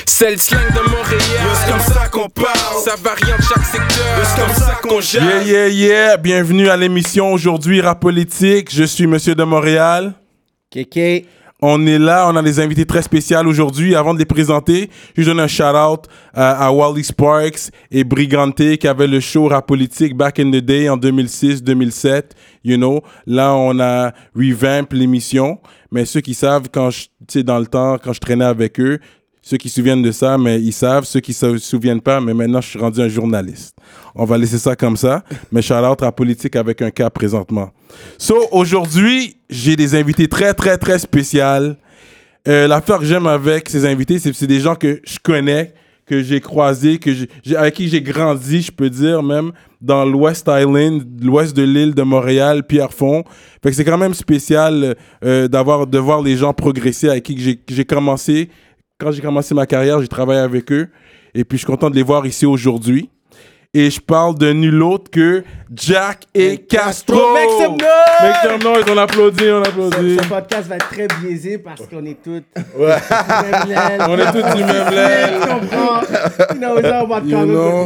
C'est le slang de Montréal. C'est comme ça qu'on parle. Ça varie en chaque secteur. C'est comme ça qu'on jase. Yeah. Bienvenue à l'émission aujourd'hui Rap Politique. Je suis Monsieur de Montréal. Kéké. On est là, on a des invités très spéciaux aujourd'hui. Avant de les présenter, je donne un shout-out à Wally Sparks et Brigante qui avaient le show Rap Politique back in the day en 2006-2007. You know, là, on a revamp l'émission. Mais ceux qui savent, dans le temps, quand je traînais avec eux, ceux qui se souviennent de ça, mais ils savent. Ceux qui ne se souviennent pas, mais maintenant, je suis rendu un journaliste. On va laisser ça comme ça. Mais shout-out à Politique avec un cas présentement. So, aujourd'hui, j'ai des invités très, très, très spéciaux. L'affaire que j'aime avec ces invités, c'est des gens que je connais, que j'ai croisés, avec qui j'ai grandi, je peux dire, même, dans l'West Island, l'ouest de l'île de Montréal, Pierrefonds. Fait que c'est quand même spécial de voir les gens progresser, avec qui j'ai commencé. Quand j'ai commencé ma carrière, j'ai travaillé avec eux. Et puis, je suis content de les voir ici aujourd'hui. Et je parle de nul autre que Jack et Castro. Make some noise! Make some noise, on applaudit. Ce podcast va être très biaisé parce qu'on est tous Ouais. du même l'aile. On est tous du même l'aile. Tu comprends? You know, it's all about You know.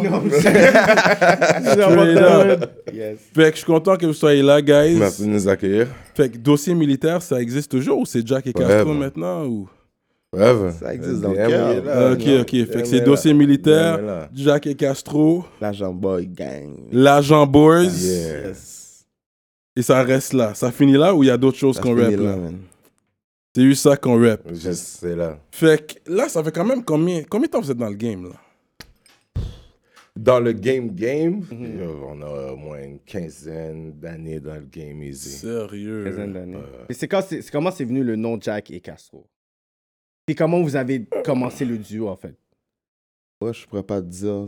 Straight up. Yes. Fait que je suis content que vous soyez là, guys. Merci de nous accueillir. Fait que dossier militaire, ça existe toujours ou c'est Jack et Castro Ouais, maintenant ou... Bref. Ça existe dans le cœur. Ok. Fait que c'est dossier militaire, Jack et Castro, L'agent boy gang. l'agent Boys, Yes. et ça reste là. Ça finit là ou il y a d'autres choses Ça qu'on finit rap là? man. C'est juste ça qu'on rap. C'est là. Fait que là, ça fait quand même combien de temps vous êtes dans le game là? Dans le game, on a au moins une quinzaine d'années dans le game easy. Sérieux? Quinzaine d'années. Et comment c'est venu le nom Jack et Castro? Et comment vous avez commencé le duo, en fait? Ouais, je pourrais pas te dire.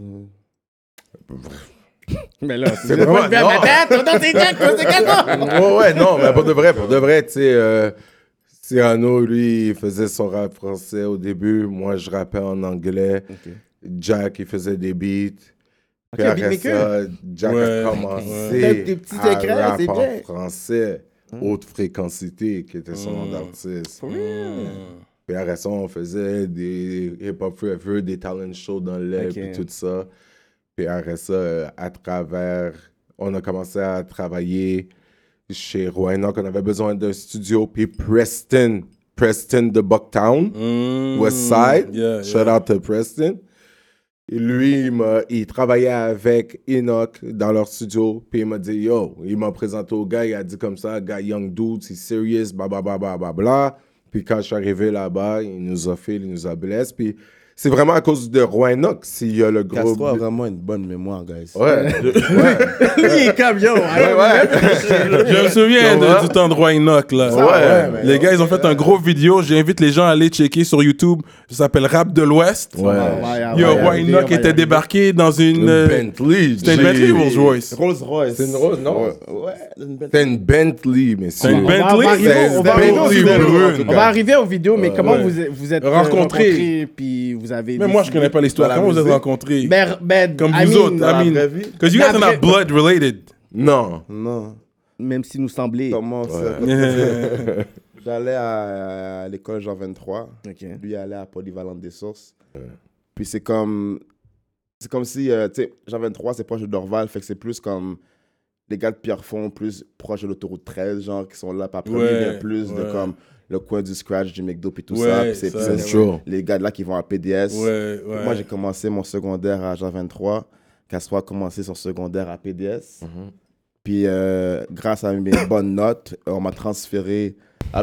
Mais là, C'est vraiment... c'est Jack, c'est Castro! Ouais, non, mais pour de vrai, tu sais, Cyrano, lui, il faisait son rap français au début. Moi, je rappais en anglais. Ok. Jack, il faisait des beats. Puis un après beatmaker? ça, Jack Ouais, a commencé Des petits à secrets, rap c'est en bien. français. Haute fréquencité, qui était son nom d'artiste. Puis après ça, on faisait des hip-hop forever, des talent shows dans l'air, Ok. puis tout ça. Puis après ça, on a commencé à travailler chez Roanoke. On avait besoin d'un studio. Puis Preston de Bucktown, Westside. Yeah, Shout out to Preston. Et lui, il travaillait avec Enoch dans leur studio. Puis il m'a dit, il m'a présenté au gars. Il a dit comme ça, gars, young dude, c'est serious, bla. Puis quand je suis arrivé là-bas, il nous a fait, il nous a blessé. Puis c'est vraiment à cause de Roanoke s'il y a le gros... Castro a vraiment une bonne mémoire, guys. Ouais. Lui, il est comme yo. Je me souviens du temps de Roanoke là. Ouais. Les gars, ils ont fait un gros vidéo. J'invite les gens à aller checker sur YouTube. Ça s'appelle Rap de l'Ouest. Roanoke était débarqué dans une... Bentley. C'était une Bentley ou Rolls Royce? Rolls Royce. C'est une Rolls, non? Ouais, une Bentley. C'est une Bentley, mais C'est une Bentley? On va arriver aux Bentley vidéos. brune. On va arriver aux vidéos, mais comment Ouais. vous êtes Rencontrés. puis vous avez... Mais moi, je connais pas l'histoire. Dans la Comment vous êtes musique? rencontrés? I Comme vous mean, autres, dans la I mean. vraie vie? Because you guys are Dans la not blood related. Non. Non. Même si nous semblait... Comment ça? Yeah. J'allais à l'école Jean 23. Ok. Lui allait à Polyvalente des Sources. Puis c'est comme si, tu sais, Jean 23, c'est proche de Dorval, fait que c'est plus comme les gars de Pierrefonds, plus proche de l'autoroute 13, genre, qui sont là. Puis après, Ouais, il vient plus de comme le coin du scratch, du McDo, puis tout Ouais, ça. Puis c'est ça, plus c'est true. les gars de là qui vont à PDS. Ouais. Moi, j'ai commencé mon secondaire à Jean 23. Castro a commencé son secondaire à PDS. Puis grâce à mes bonnes notes, on m'a transféré à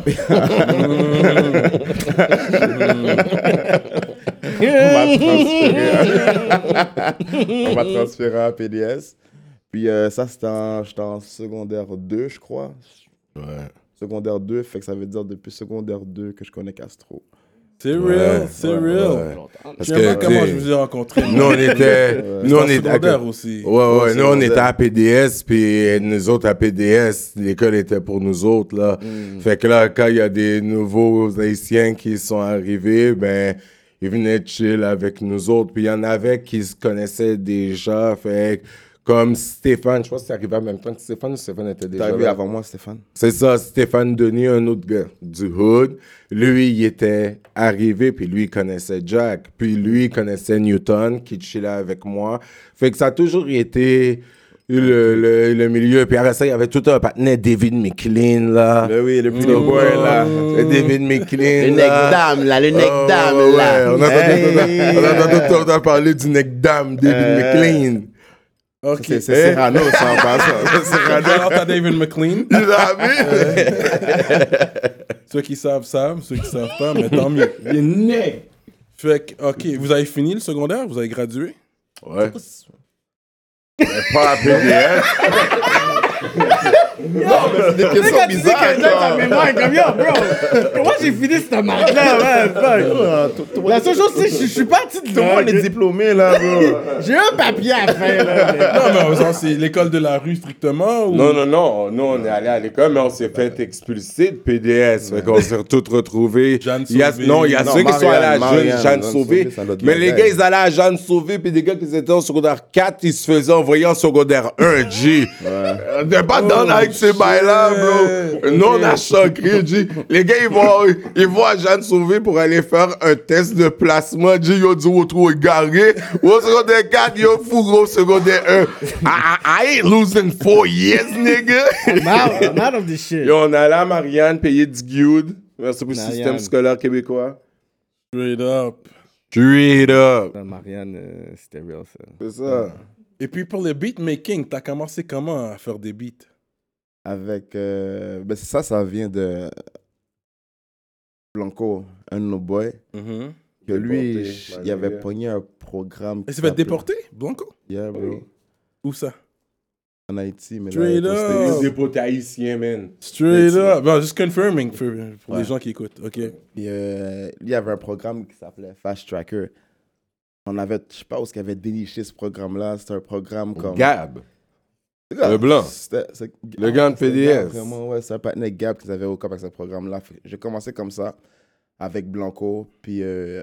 on m'a transféré à PDS. Puis ça, j'étais en secondaire 2, je crois. Ouais. Secondaire 2, fait que ça veut dire depuis secondaire 2 que je connais Castro. C'est real, c'est real. Parce Je sais pas que, comment tu je sais, vous ai rencontrés. nous, on était... nous, on était... secondaire aussi. Ouais, nous, on était à PDS, puis nous autres, à PDS, l'école était pour nous autres, là. Fait que là, quand il y a des nouveaux Haïtiens qui sont arrivés, ben, ils venaient chill avec nous autres. Puis il y en avait qui se connaissaient déjà, fait Comme Stéphane, je pense que c'est arrivé en même temps que Stéphane ou Stéphane était T'es déjà arrivé là. avant moi, Stéphane. C'est ça, Stéphane Denis, un autre gars du hood. Lui, il était arrivé, puis lui, il connaissait Jack. Puis lui, il connaissait Newton, qui chillait avec moi. Fait que ça a toujours été le milieu. Puis après ça, il y avait tout un partenaire, David McLean, là. Oui, le pretty boy, là. David McLean, Le neck là. dame, là, le neck Oh, dame, ouais, là. On entend tout le temps parler du neck dame, David McLean. Ok. C'est Cyrano, ça, en passant. C'est Cyrano. Alors, t'as David McLean. Tu l'as vu? Ceux qui savent, ceux qui savent pas, mais tant mieux. Il est neck. Fait que, ok, vous avez fini le secondaire? Vous avez gradué? Ouais. Pas à PDF. C'est des questions Quand tu dis que bizarres, Jack, ta quoi. mémoire est comme yo, bro. Comment j'ai fini cette marque-là, man? Fuck. La seule chose, c'est que je suis parti de Tout le monde là. est diplômé, là, bro. J'ai un papier à faire, là. Non, mais c'est l'école de la rue strictement ou... Non. Nous, on est allé à l'école, mais on s'est fait expulser de PDS. Fait qu'on s'est tous retrouvés. Jeanne Il y a Sauvé. ceux qui sont allés à Marianne, Jeanne Jeanne Sauvé. Sauvé, c'est un autre Mais les gars. gars, ils allaient à Jeanne Sauvé, puis des gars qui étaient en secondaire 4, ils se faisaient envoyer en secondaire 1, G. On n'est pas dans avec ces bails-là, bro. Nous, on a choqué, G. Les gars, ils vont à Jeanne Sauvé pour aller faire un test de placement. G, ils ont dit au trou égaré. Au secondaire 4, ils ont fou gros secondaire 1. I ain't losing 4 years, nigga. I'm out of this shit. Yo, on allait à Marianne payer du guide. Merci pour le Marianne. système scolaire québécois. Straight up. Straight up. Marianne, c'était real, ça. C'est ça. Et puis pour le beatmaking, t'as commencé comment à faire des beats? Avec. Ben ça vient de. Blanco, un de nos boys. Que lui, Déporté, il avait malgré. pogné un programme. Et qui s'est fait s'appelait- déporter, Blanco? Yeah, bro. Où ça? En Haïti, mais Straight là, up. C'est des potes haïtiens, man. Straight up. Bon, just confirming pour les gens qui écoutent. OK. Puis, il y avait un programme qui s'appelait Fast Tracker. On avait, je sais pas où est-ce qu'il avait déniché ce programme-là. C'était un programme comme. Gab. Gab. Le blanc. C'est- Le gars de c'est PDS. Gab, Vraiment, ouais, c'est un partenaire Gab qu'ils avaient au cap avec ce programme-là. J'ai commencé comme ça, avec Blanco, puis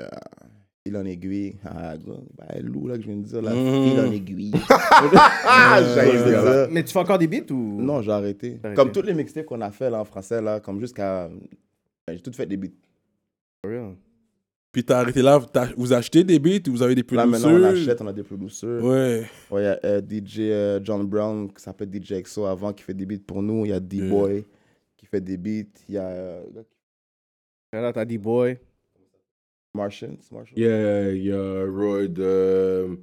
fil en aiguille. Lou, là, que je viens de dire, là, fil en aiguille. J'allais dire ça. Mais tu fais encore des beats ou? Non, j'ai arrêté. T'as arrêté. Comme tous les mixtapes qu'on a fait là en français, là, comme jusqu'à. J'ai tout fait des beats. For real. Puis t'as arrêté là, vous achetez des beats ou vous avez des Là, maintenant, on producers? achète, on a des producers. Ouais. Ouais, il y a DJ John Brown qui s'appelait DJ EXO avant qui fait des beats pour nous. Il y a D-Boy qui fait des beats. Il y a Shout out à D-Boy. Martians. Il y a Roy de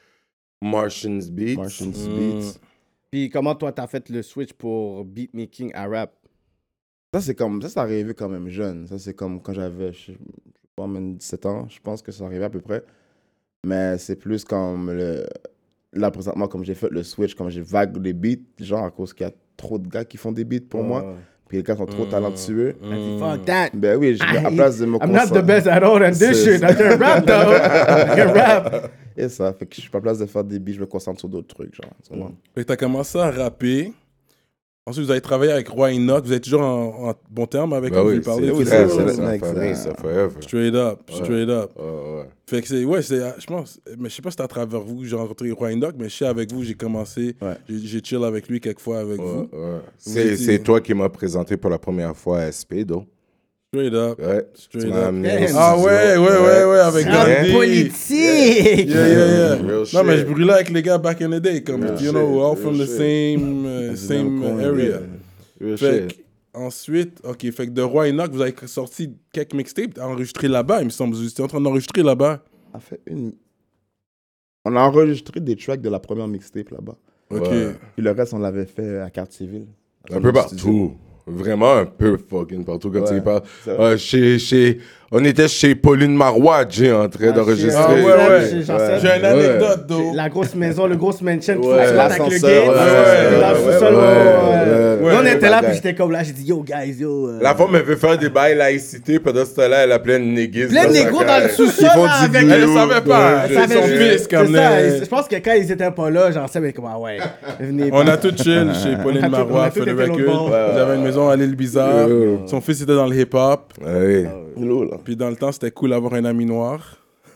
Martians Beats. Martians Beats. Puis comment toi t'as fait le switch pour beatmaking à rap? Ça, c'est comme. Ça arrivé quand même jeune. Ça, c'est comme quand j'avais, je sais pas, même 17 ans. Je pense que ça arrivait à peu près. Mais c'est plus comme là, présentement, comme j'ai fait le switch, comme j'ai vague des beats, genre à cause qu'il y a trop de gars qui font des beats pour moi. Puis les gars sont trop talentueux. T'as dit, fuck that. Ben oui, à place de me I'm not the best at all in this C'est- shit. I can rap though. I can rap. Et ça, fait que je suis pas à place de faire des beats, je me concentre sur d'autres trucs, genre. tu comprends? Fait que t'as commencé à rapper. Ensuite, vous avez travaillé avec Roy Enoch. Vous êtes toujours en bon terme avec Ben lui? oui, Vous parlez c'est tout frère, ça? c'est c'est la next, famille, ça, forever. Straight up, straight up. Ouais. Fait que c'est, ouais, je pense, mais je sais pas si c'est à travers vous que j'ai rencontré Roy Enoch, mais je sais avec vous, j'ai commencé, Ouais. j'ai chill avec lui quelques fois avec vous. Ouais. Vous étiez- C'est toi qui m'as présenté pour la première fois à SP, donc. Straight up. Ouais. Straight Tu m'as up. amené au Ah studio. ouais, avec Gandhi. Politique. Yeah. Real Non, shit. mais je brûlais avec les gars back in the day, comme, Real you know, shit, all from real the shit. same area. Real Fait shit. que, ensuite, ok, fait que de Roy Enoch, vous avez sorti quelques mixtapes, enregistré là-bas, il me semble. Vous étiez en train d'enregistrer là-bas. On a enregistré des tracks de la première mixtape là-bas. Ok. Ouais. Puis le reste, on l'avait fait à Quartier-Ville. Un peu partout. Vraiment un peu fucking partout quand Ouais, tu y parles. c'est vrai. On était chez Pauline Marois, J'ai en train d'enregistrer. Ah ouais. Janssen. J'ai une anecdote, though. La grosse maison, le grosse mansion qui Ouais, fonctionne avec le l'ascenseur, gate. ouais, Dans le ouais, sous-sol, ouais, ouais. ouais, On était là, ouais. puis j'étais comme là, j'ai dit, yo, guys, yo. La femme, elle veut faire des bails laïcité, pendant ce temps-là, elle a plein de néguisses. Plein de sa négros dans carrière. le sous-sol, Ils font là, du avec- glue. Elle ne savait pas. Ouais, Ça Son avait- fils, comme c'est ça, les- je pense que quand ils étaient pas là, j'en sais, mais comme, ah ouais, venez On pas. a tout chill chez Pauline On a Marois, tout fait le été l'autre record. bord. Vous avez une maison à l'île Bizarre. Son fils était dans le hip-hop. Ouais. Lourd, là. Puis dans le temps, c'était cool d'avoir un ami noir.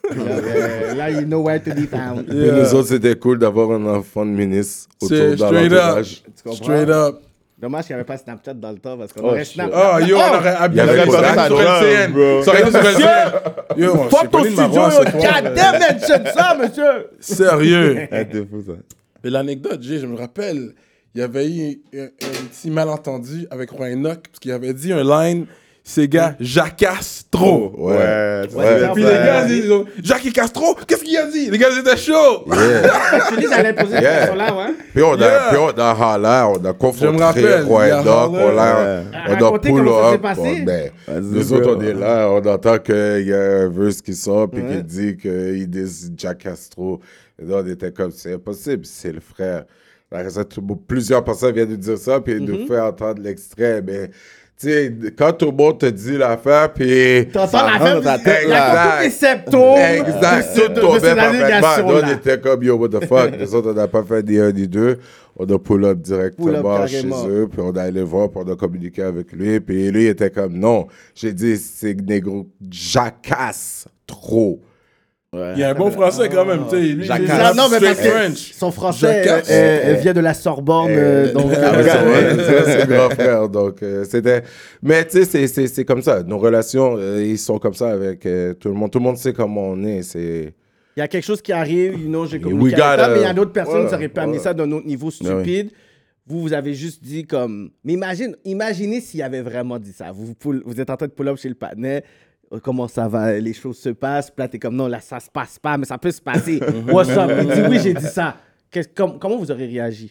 Là, you know where to be found. Puis nous autres, c'était cool d'avoir un enfant de ministre autour C'est dans straight up. l'entourage. Tu comprends? Straight up. Dommage qu'il n'y avait pas Snapchat dans le temps parce qu'on Oh, aurait shit. Snap. Oh, yo, on aurait habillé Il y avait sur pas sur ça, LCN. bro. Ça aurait été sur LCN. Yo, on Fuck s'est ton connu de studio, Marois yo. ce soir. God damn that shit, ça, monsieur. Sérieux. C'est fou, ça. Mais l'anecdote, je me rappelle, il y avait eu un petit malentendu avec Roy Enoch, parce qu'il avait dit un line, ces gars jacassent trop. Ouais. Ouais, Ouais, Puis les gars, ils ont Jackie Castro, qu'est-ce qu'il a dit? Les gars, ils étaient chauds. Tu dis, j'allais poser cette Yeah. question-là, ouais. Puis on Yeah. a holla, on a confronté Je me rappelle, Roy il y a Doc, holla. on a Racontez pull comment ça s'est up. passé. Ben, nous autres, on est là, on entend qu'il y a un verse qui sort, puis qu'il dit qu'il dit Jack Castro. Et là, on était comme, c'est impossible, c'est le frère. Plusieurs personnes viennent nous dire ça, puis nous faire entendre l'extrait, mais... Tu sais, quand tout le monde te dit l'affaire, puis... T'entends l'affaire, dans ta puis tête, il y a là. comme tous les septons. Exact, de tout tombait cette parfaitement. allégation, Nous, on là. était comme, yo, what the fuck. Nous autres, on n'a pas fait ni un ni deux. On a pull-up directement Pull-up chez carrément. eux, puis on est allé voir, puis on a communiqué avec lui. Puis lui, il était comme, non. J'ai dit, c'est négro, jacasse trop. Il y a un bon français quand même, tu sais. Lui, Jacasse. il est Ah, non, mais straight parce que French. son français Jacasse. vient de la Sorbonne, donc... C'est grand frère, donc c'était... Mais tu sais, c'est comme ça. Nos relations, ils sont comme ça avec tout le monde. Tout le monde sait comment on est, c'est... Il y a quelque chose qui arrive, j'ai We communiqué avec toi, gotta- mais il y a d'autres personnes qui Ouais, auraient pu amener ouais. ça d'un autre niveau oui. stupide. Vous avez juste dit comme... Mais imaginez s'il avait vraiment dit ça. Vous êtes en train de pull-up chez le patinet, comment ça va, les choses se passent, puis là, t'es comme, non, là, ça se passe pas, mais ça peut se passer. What's up? Il dit, oui, j'ai dit ça. Comment vous aurez réagi?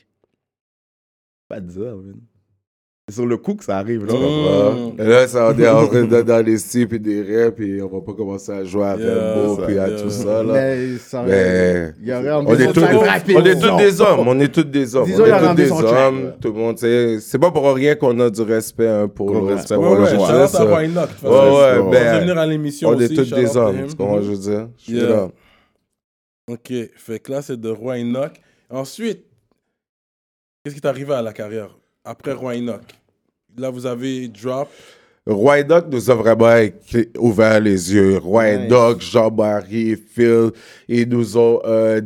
Pas de ça, man. C'est sur le coup que ça arrive, là. Et là, ça, on est en train de dans les styles et des rêves, puis on va pas commencer à jouer à Verbo, puis à tout ça, là. Mais ça aurait- Mais il y aurait on est tous des hommes, on est tous des hommes, Disons, on il a est tous rendu des son track, hommes, ouais. tout le monde, c'est pas pour rien qu'on a du respect un pour Gros l'autre. respect c'est pour pas le juste joueur. Shout out à Roy Enoch, de toute façon. Ouais, On va ben, venir à l'émission on aussi. est tous shout des out à hommes, him. tu comprends, je veux dire? Je suis Yeah. là. Ok, fait que là, c'est de Roy Enoch. Ensuite, qu'est-ce qui t'est arrivé à la carrière après Roy Enoch? Là, vous avez drop. Roy Doc nous a vraiment ouvert les yeux. Roy Nice. Doc, Jean-Marie, Phil, ils nous ont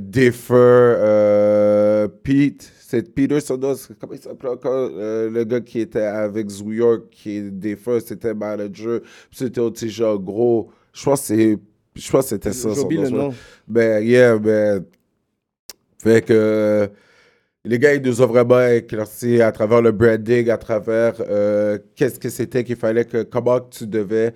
Pete. C'est Peter Sodos, comment il s'appelait encore? Le gars qui était avec Zoo York, qui est défunt, c'était manager. C'était aussi genre gros. Je pense que c'était ça. J'ai oublié le nom. Fait que les gars, ils nous ont vraiment éclairci à travers le branding, à travers qu'est-ce que c'était qu'il fallait comment tu devais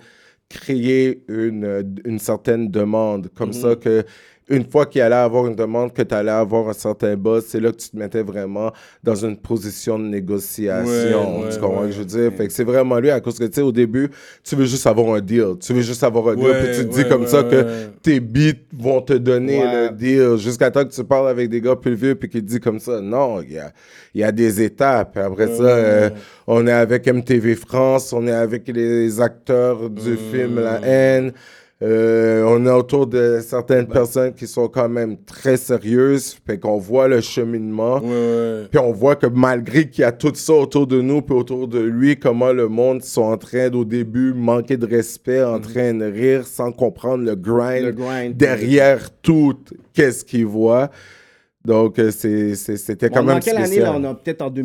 créer une certaine demande. Comme ça que une fois qu'il allait avoir une demande, que tu allais avoir un certain boss, c'est là que tu te mettais vraiment dans une position de négociation. Ouais, tu comprends ouais. ce que je veux dire? Fait que c'est vraiment lui, à cause que, tu sais, au début, tu veux juste avoir un deal. Tu veux juste avoir un deal, Ouais, puis tu te dis ouais, comme ouais, ça que ouais. tes beats vont te donner Ouais. le deal jusqu'à temps que tu parles avec des gars plus vieux puis qu'ils te disent comme ça. Non, il y a des étapes. Après ça, on est avec MTV France, on est avec les acteurs du film La Haine. On est autour de certaines personnes qui sont quand même très sérieuses, fait qu'on voit le cheminement. Ouais. Puis on voit que malgré qu'il y a tout ça autour de nous, puis autour de lui, comment le monde sont en train au début manquer de respect, en train de rire sans comprendre le grind derrière tout, qu'est-ce qu'ils voient. Donc c'était quand même Dans quelle année, spécial. là? On a peut-être en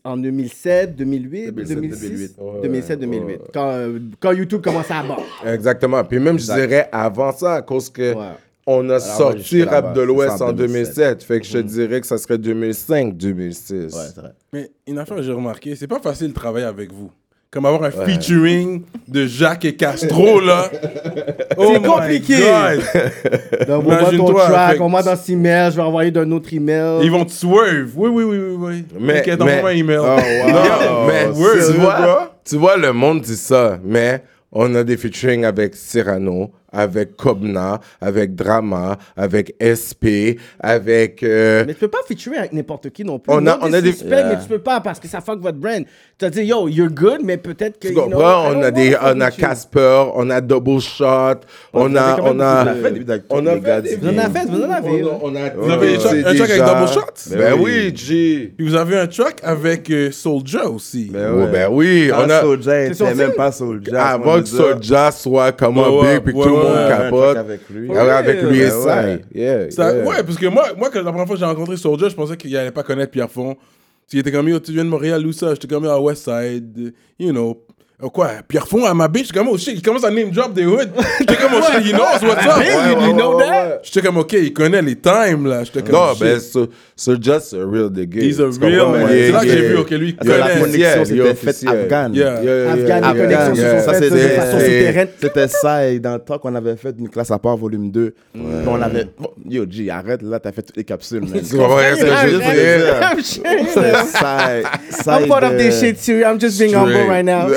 2007, 2008, 2006? 2007, 2008. Quand YouTube commençait à battre. Exactement. Puis même, je dirais avant ça, à cause que on a sorti jusque Rap là-bas. de l'Ouest C'est en en 2007. Fait que je te dirais que ça serait 2005-2006. Ouais, c'est vrai. Mais une affaire que j'ai remarqué, c'est pas facile de travailler avec vous. Comme avoir un featuring de Jacques et Castro, là. C'est compliqué. Donc, on voit ton Imagine-toi, track, fait- on voit dans 6 emails, je vais envoyer d'un autre email. Ils vont te swerve. Oui. Mais- T'inquiète, mais- envoie un email. Non, mais Word, tu vois, le monde dit ça, mais on a des featuring avec Cyrano, avec Kobna, avec Drama, avec SP, avec... Mais tu peux pas featurer avec n'importe qui non plus. On a des- mais tu peux pas parce que ça fuck votre brand. Tu vas dire, yo, you're good, mais peut-être que. Tu comprends? On a Casper, on a Double Shot, on a... On a fait des vidéos avec tous on a les gars fait du Vous en game. avez fait, vous en avez. Vous avez un track avec Double Shot? Ben oui, G. Puis vous avez un track avec Soulja aussi. Ben oui, on a... Soulja C'est était sorti? même pas Soulja. Avant que Soulja soit comme un Ouais, big, puis que ouais, tout le ouais, monde un capote. track avec lui. Avec lui et Ouais, ça. ouais. Yeah, Ça- yeah. Ouais, parce que moi, la première fois que j'ai rencontré Soulja, je pensais qu'il allait pas connaître Pierrefonds. Il était comme, yo, tu viens de Montréal, où ça? J'étais comme, à Westside, you know. Quoi, Pierrefonds à ma bitch? J'étais comme, oh shit, il commence à name drop des hoods. J'étais comme, oh shit, he knows what's up. You know that? J'étais comme, ok, il connaît les times, là. J'étais comme, Non, shit. ben, Soulja, c'est un real nigga. He's a Tu comprends? real man. Yeah, C'est là que j'ai yeah. vu, ok, lui, il Parce que la connaît. connexion, il est c'était faite officiel. afghane. Yeah. Afghan, les connexions se sont Ça, faites de c'était- façon c'est- souterraine. C'était ça, et dans le temps qu'on avait fait une classe à part, volume 2, puis on avait... Bon, yo, G, arrête, là, t'as fait toutes les capsules, man. Tu comprends ce que je veux dire? I'm sure. C'était ça. I'm part of this shit too. I'm just being humble Straight. right now.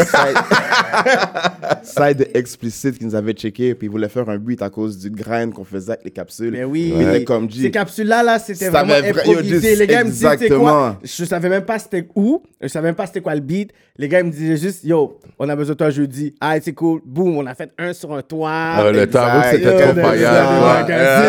Side explicite qui nous avait checké, puis il voulait faire un beat à cause du grind qu'on faisait avec les capsules. Mais oui, Il était comme G. ces capsules-là, là, c'était Ça vraiment m'avait improvisé. yo, Les gars ils me disaient, tu sais quoi, exactement. je savais même pas c'était où, je savais même pas c'était quoi le beat. Les gars ils me disaient juste, yo, on a besoin de toi jeudi. Ah, c'est cool. Boum, on a fait un sur un toit. Ah, le tarot, Exact. c'était Yo, trop le payant.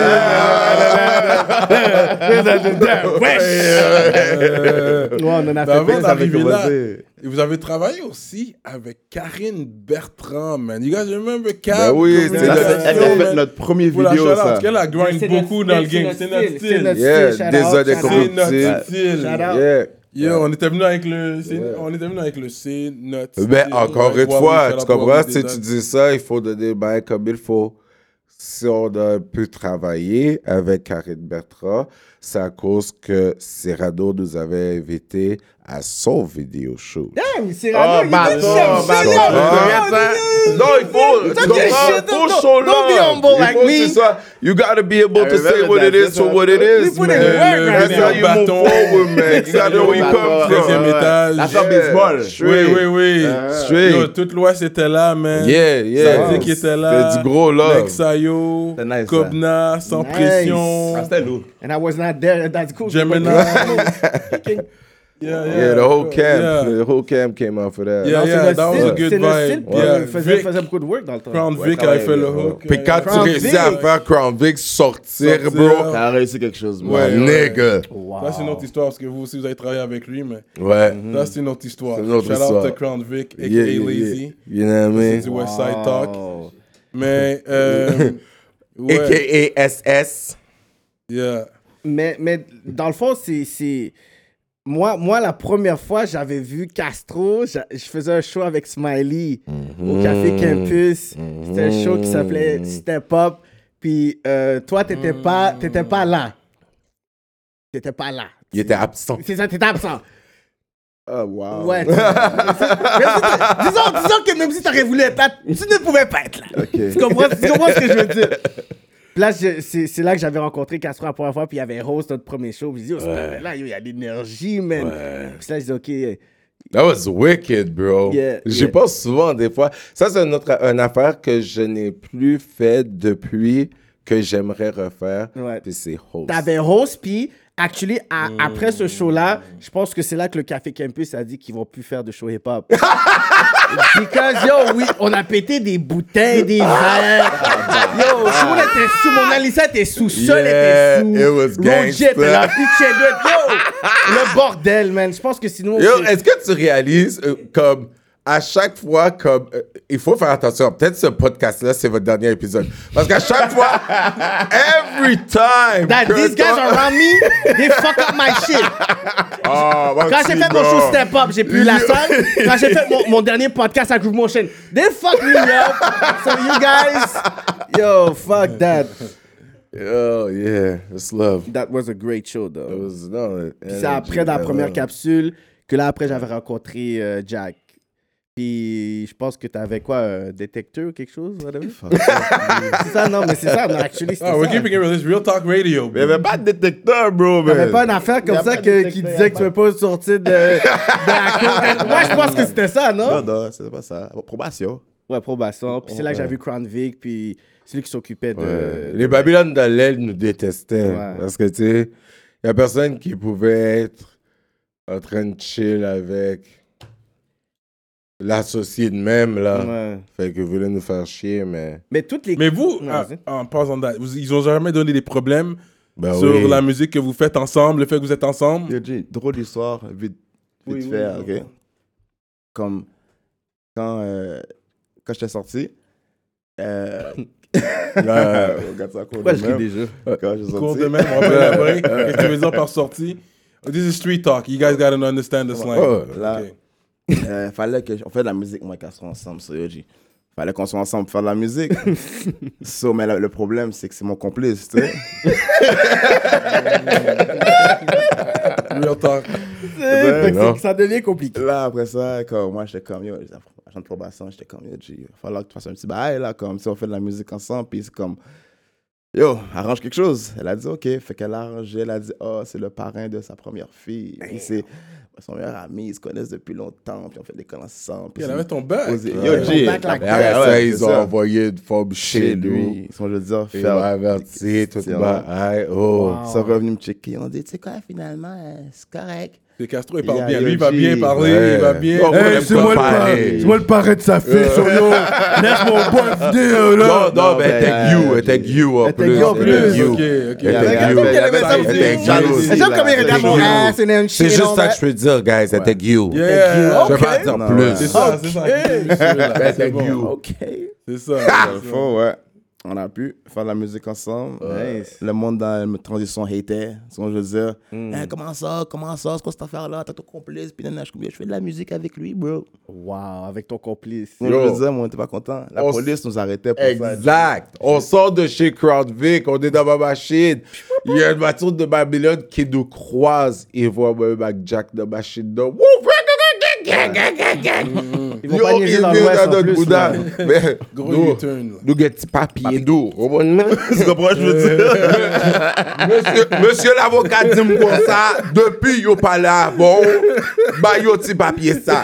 Ouais, on en a Ben, fait avant un. d'arriver là, commencé. et vous avez travaillé aussi avec Karine Bertrand, man. You guys remember Ben Cab? oui, Comme c'est Elle une notre- a fait man. notre premier Faut la vidéo, shout-out, ça. parce qu'elle a grind C'est beaucoup notre dans le style, game. C'est notre c'est style. notre Yeah, style. des Shout out, années shout out. C'est notre Ouais. style. Shout out. Yeah. Yo, on était venu avec le... On était venu avec le C, notre Ben, style. encore Ouais, une Huawei, fois, shout tu out comprends? Huawei Si tu Design. dis ça, il faut donner ben, comme il faut. Si on a pu travailler avec Karine Bertrand, c'est à cause que Cyrano nous avait invités à son vidéo show. Damn, Cyrano, il bah, était oh, chef, bah, génial. Non, il faut. Talk your shit, don't be humble like me. You gotta be able to I say remember what it that, is for what it is, put in man. work right That's now. how you move Bâton. forward, man. You gotta know where you come Deuxième from. étage. L'affaire baseball. Oui, Straight. oui, oui. Straight. Yo, toute l'Ouest était là, man. Yeah, yeah. Sadik était là. C'était du gros love. Nexayo, C'était nice, Kobna, Sans Nice. Pression, C'était lourd. And I was not there. That's cool. Gemini. Yeah, the whole camp. Yeah. The whole camp came out for that. Yeah, Non, c'est yeah, notre that was a style, good c'est notre vibe. style, puis Yeah, il faisait Vic, beaucoup de work dans le temps. Crown Ouais, Vic quand avait même, fait le ouais. hook. Puis quand tu Crown réussis Vic. à faire Crown Vic sortir, Sortir. bro, T'as réussi quelque chose, man. Ouais. nigga. Là, c'est une autre histoire, parce que vous aussi, vous avez travaillé avec lui, mais Ouais. là, c'est une autre histoire. C'est une autre Shout histoire. out to Crown Vic, a.k.a. Yeah, yeah, Lazy. yeah. You know what I C'est mean? du West Side Talk. Wow. Mais, ouais, AKA SS. yeah. Mais dans le fond, c'est... Moi, la première fois, j'avais vu Castro. Je faisais un show avec Smiley au Café Campus. C'était un show qui s'appelait Step Up. Puis toi, t'étais pas là. T'étais pas là. Il était absent. C'est ça, t'étais absent. Oh, wow. Ouais. disons que même si t'aurais voulu être là, tu ne pouvais pas être là. Tu comprends ce que je veux dire? Puis là, c'est là que j'avais rencontré Castro la première fois, puis il y avait Rose, notre premier show. Puis je dis, oh, là, il y a de l'énergie, man. Puis là, je dis, OK. That was wicked, bro. Yeah, J'y yeah. pense souvent des fois. Ça, c'est une affaire que je n'ai plus fait depuis que j'aimerais refaire. Ouais. Puis c'est host. T'avais Rose, puis actually, après ce show-là, je pense que c'est là que le Café Campus a dit qu'ils vont plus faire de show hip-hop. Because, yo, oui, on a pété des bouteilles, des verres. Yo, tout le monde était sous. Mon Alissa était sous, Sol Yeah, était sous. it was Roger gangsta. était là, pitché de... Yo, le bordel, man. Je pense que sinon... Yo, c'est- est-ce que tu réalises, comme, à chaque fois, comme, il faut faire attention. Peut-être ce podcast-là, c'est votre dernier épisode. Parce qu'à chaque fois, every time. That these guys around me, they fuck up my shit. Quand j'ai fait mon show Step Up, j'ai plus la salle. Quand j'ai fait mon dernier podcast à Groove Motion, they fuck me up. So you guys, yo, fuck that. Oh, yeah. It's love. That was a great show, It though. was, no, Puis c'est après, dans la première capsule, que là, après, j'avais rencontré Jack. Puis je pense que t'avais quoi, un détecteur ou quelque chose, whatever? C'est ça, non, mais c'est ça, non, actually, c'était Ah, we're ça. keeping it real. This is Real Talk Radio. Mais il n'y avait pas de détecteur, bro, man. T'avais pas une affaire comme Y a ça pas de qui détecteur, disait que y a tu veux pas sortir de la cour. Moi, je pense que c'était ça, Non, non? non, c'était pas ça. Probation. Ouais, probation. Puis c'est là que j'ai vu Crown Vic, puis c'est lui qui s'occupait de... Les Babylone de l'aile nous détestaient. Ouais. Parce que, tu sais, il n'y a personne qui pouvait être en train de chill avec l'associé de même, là. Ouais. Fait que voulait nous faire chier, mais... Mais toutes les... Mais vous, Ouais, vas-y. en passant date, ils ont jamais donné des problèmes Ben sur oui. la musique que vous faites ensemble, le fait que vous êtes ensemble? Yo, G, drôle d'histoire, vite fait, ok? Comme quand j'étais sorti, Regarde ça, Pourquoi je ris déjà? Quand j'ai Cours sorti. de même, on va élaborer. Qu'est-ce que tu veux dire par sortie? This is street talk. You guys gotta understand the slang. Là, Okay. fallait qu'on fasse de la musique, moi, qu'on soit ensemble, so, yo, G. Fallait qu'on soit ensemble pour faire de la musique. So, mais le problème, c'est que c'est mon complice, tu sais. Real talk. Fait que non. ça devient compliqué. Là, après ça, comme, moi, j'étais comme, yo, agent de probation, j'étais comme, yo, G, il va falloir que tu fasses un petit bail, là, comme, si on fait de la musique ensemble, puis c'est comme, yo, arrange quelque chose. Elle a dit, OK. Fait qu'elle a arrangé, elle a dit, oh, c'est le parrain de sa première fille. Puis c'est son meilleur ami, ils se connaissent depuis longtemps, puis on fait des calls ensemble. Puis Elle avait ton bac. Yo, G. back like Et après ça, ouais, ils c'est ont ça. envoyé une forme chez lui. lui. Son, je veux dire, Ils m'ont averti, tout c'est bas. Oh. Ils sont revenus me checker. Ils ont dit, tu sais quoi, finalement, c'est correct. C'est Castro, il parle Yeah, bien. yo, Lui, il va G. bien parler, Ouais. il va bien. Oh, Hey, moi, c'est moi le pareil. c'est moi le parrain de sa fille, sur yo. Laisse mon boy vidéo, là. Non, mais elle tag you, elle tag you en Elle tag plus. you en plus. Elle tag you. Ok, ok. Elle tag Yeah, you. yeah, yeah, Elle tag you. J'aime comme il regarde mon ass and then C'est shit juste on ça that. que je peux dire, guys. Elle tag you. Yeah. Je peux pas dire Non, plus. ouais. C'est ça, c'est ça. Elle tag you. OK. C'est ça. Dans le fond, ouais. On a pu faire de la musique ensemble. Nice. Le monde dans la transition hatait. C'est ce que je veux dire. Hey, comment ça, c'est quoi cette affaire-là? T'as ton complice. Puis je fais de la musique avec lui, bro. Wow, avec ton complice. Je veux dire, moi, on était pas content. La On police nous arrêtait pour ça. Exact. On sort de chez Crowdvic, on est dans ma machine. Il y a une voiture de Babylone qui nous croise et voit moi Mac Jack de machine de Ils vont pas niaiser dans l'Ouest en plus. là. Mais Gros nous, U-turn, là. nous avons petit papier d'eau. Tu comprends, je veux dire? Monsieur l'avocat dit comme ça, depuis yo pas là avant, bah yo petit papier ça.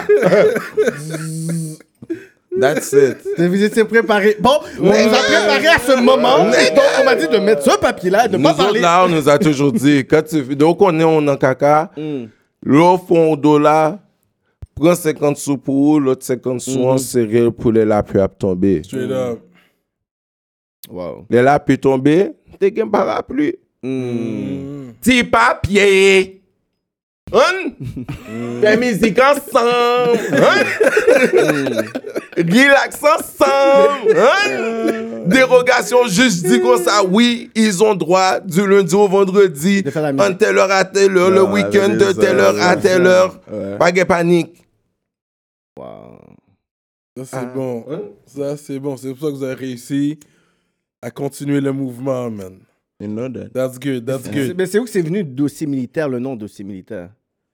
That's it. Vous étiez préparés. Bon, on nous a préparé à ce moment. Donc, on m'a dit de mettre ce papier-là, de Nous pas autres parler. là, on nous a toujours dit, quand tu donc on est en caca, l'autre fond $, prends 50 sous pour l'autre 50 sous en céréales pour les lapis à tomber. Straight up. Wow. Les lapis tomber, t'es qu'un parapluie. Petit papier. Fais musique ensemble. Relax ensemble. Dérogation, juste dit comme ça. Oui, ils ont droit du lundi au vendredi. De faire la musique. En telle heure à telle heure, le Non, week-end avec de ça, telle heure à avec telle ça. heure. Ouais. Pas de panique. Wow. Ça, c'est bon. Ça, c'est bon. C'est pour ça que vous avez réussi à continuer le mouvement, man. You know that. That's good, that's good. Mais c'est où que c'est venu dossier militaire, le nom dossier militaire?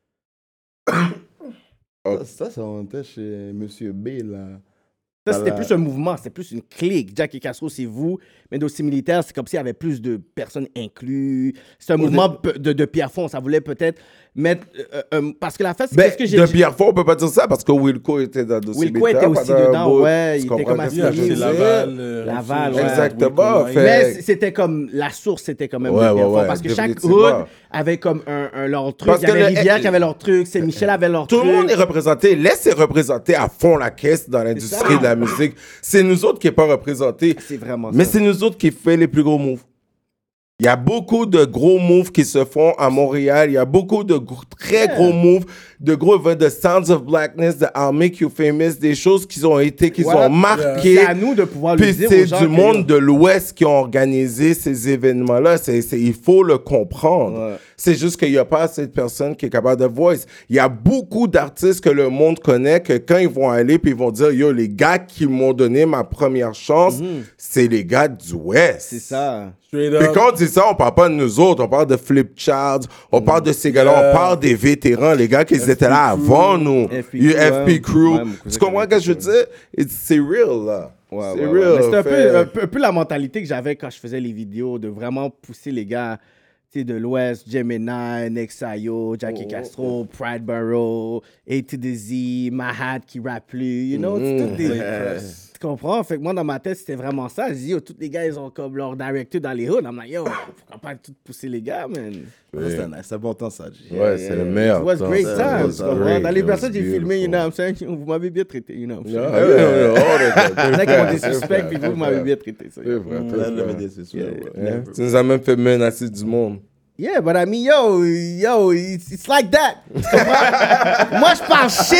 Ça, on était chez Monsieur B, là. Ça, c'était Voilà. plus un mouvement, c'était plus une clique. Jack et Castro, c'est vous. Mais dossier militaire, c'est comme s'il y avait plus de personnes incluses. C'est un mouvement de Pierrefonds. Ça voulait peut-être mettre... parce que la fête, c'est Ben, qu'est-ce que j'ai de dit. Pierrefonds, on peut pas dire ça parce que Wilco était dans le dossier. Wilco était militaire aussi pendant un dedans, bout. ouais, Tu il comprends était comme qu'est-ce que affilié. je veux C'est dire? Laval. Laval, Rousseau, ouais. Exactement, Wilco, fait- Mais c'était comme... La source, c'était quand même Ouais, de Pierrefonds. ouais, parce que chaque définitivement. hood avait comme un leur truc. Parce Il y avait que le- Rivière qui avait leur truc. Saint-Michel avait leur Tout truc. le monde est représenté. Laissez représenter à fond la caisse dans l'industrie ça. de la musique. C'est nous autres qui n'est pas représentés. C'est vraiment Mais ça. c'est nous autres qui fait les plus gros moves. Il y a beaucoup de gros moves qui se font à Montréal. Il y a beaucoup de très gros moves, de gros events, de Sounds of Blackness, de I'll Make You Famous, des choses qui ont été, qui Voilà. ont marqué. C'est à nous de pouvoir le Puis dire c'est aux gens du que- monde de l'Ouest qui ont organisé ces événements-là. Il faut le comprendre. Ouais. C'est juste qu'il n'y a pas assez de personnes qui est capable de voice. Il y a beaucoup d'artistes que le monde connaît que quand ils vont aller puis ils vont dire, yo, les gars qui m'ont donné ma première chance, c'est les gars du Ouest. C'est ça. Straight Puis up. quand on dit ça, on parle pas de nous autres, on parle de Flip Childs, on parle de ces gars-là, on parle des vétérans, les gars qui étaient là avant nous. FP FP Crew. ouais, mon cousin Tu comprends ce que je veux dire? C'est real, là. Ouais, C'est ouais, ouais. real. Mais c'était fait- un peu la mentalité que j'avais quand je faisais les vidéos, de vraiment pousser les gars tu sais, de l'Ouest, Gemini, Nexayo, Jackie Castro, Pride Borough, A to the Z, Mahat qui rappe plus, you know, c'est tout des... Tu comprends? Fait que moi, dans ma tête, c'était vraiment ça. Je dis, yo, tous les gars, ils ont comme leur directeur dans les hoods. I'm like, yo, faut pas tout pousser les gars, man. C'est un bon temps, ça. G. Ouais, c'est le meilleur. It was temps. great It time, was tu comprends? great. Dans les It was personnes que j'ai filmé, you know what I'm beautiful. saying? Vous m'avez bien traité, you know what I'm saying? Yeah, yeah, C'est vrai qu'on est C'est suspect, vrai, puis c'est vous m'avez vrai. bien traité. Ça. C'est vrai, Là, c'est le vrai. VD, c'est sûr. ouais. Yeah. Tu nous as même fait menacer du monde. Yeah, but I mean, yo, it's like that. Tu comprends? Moi, je parle shit,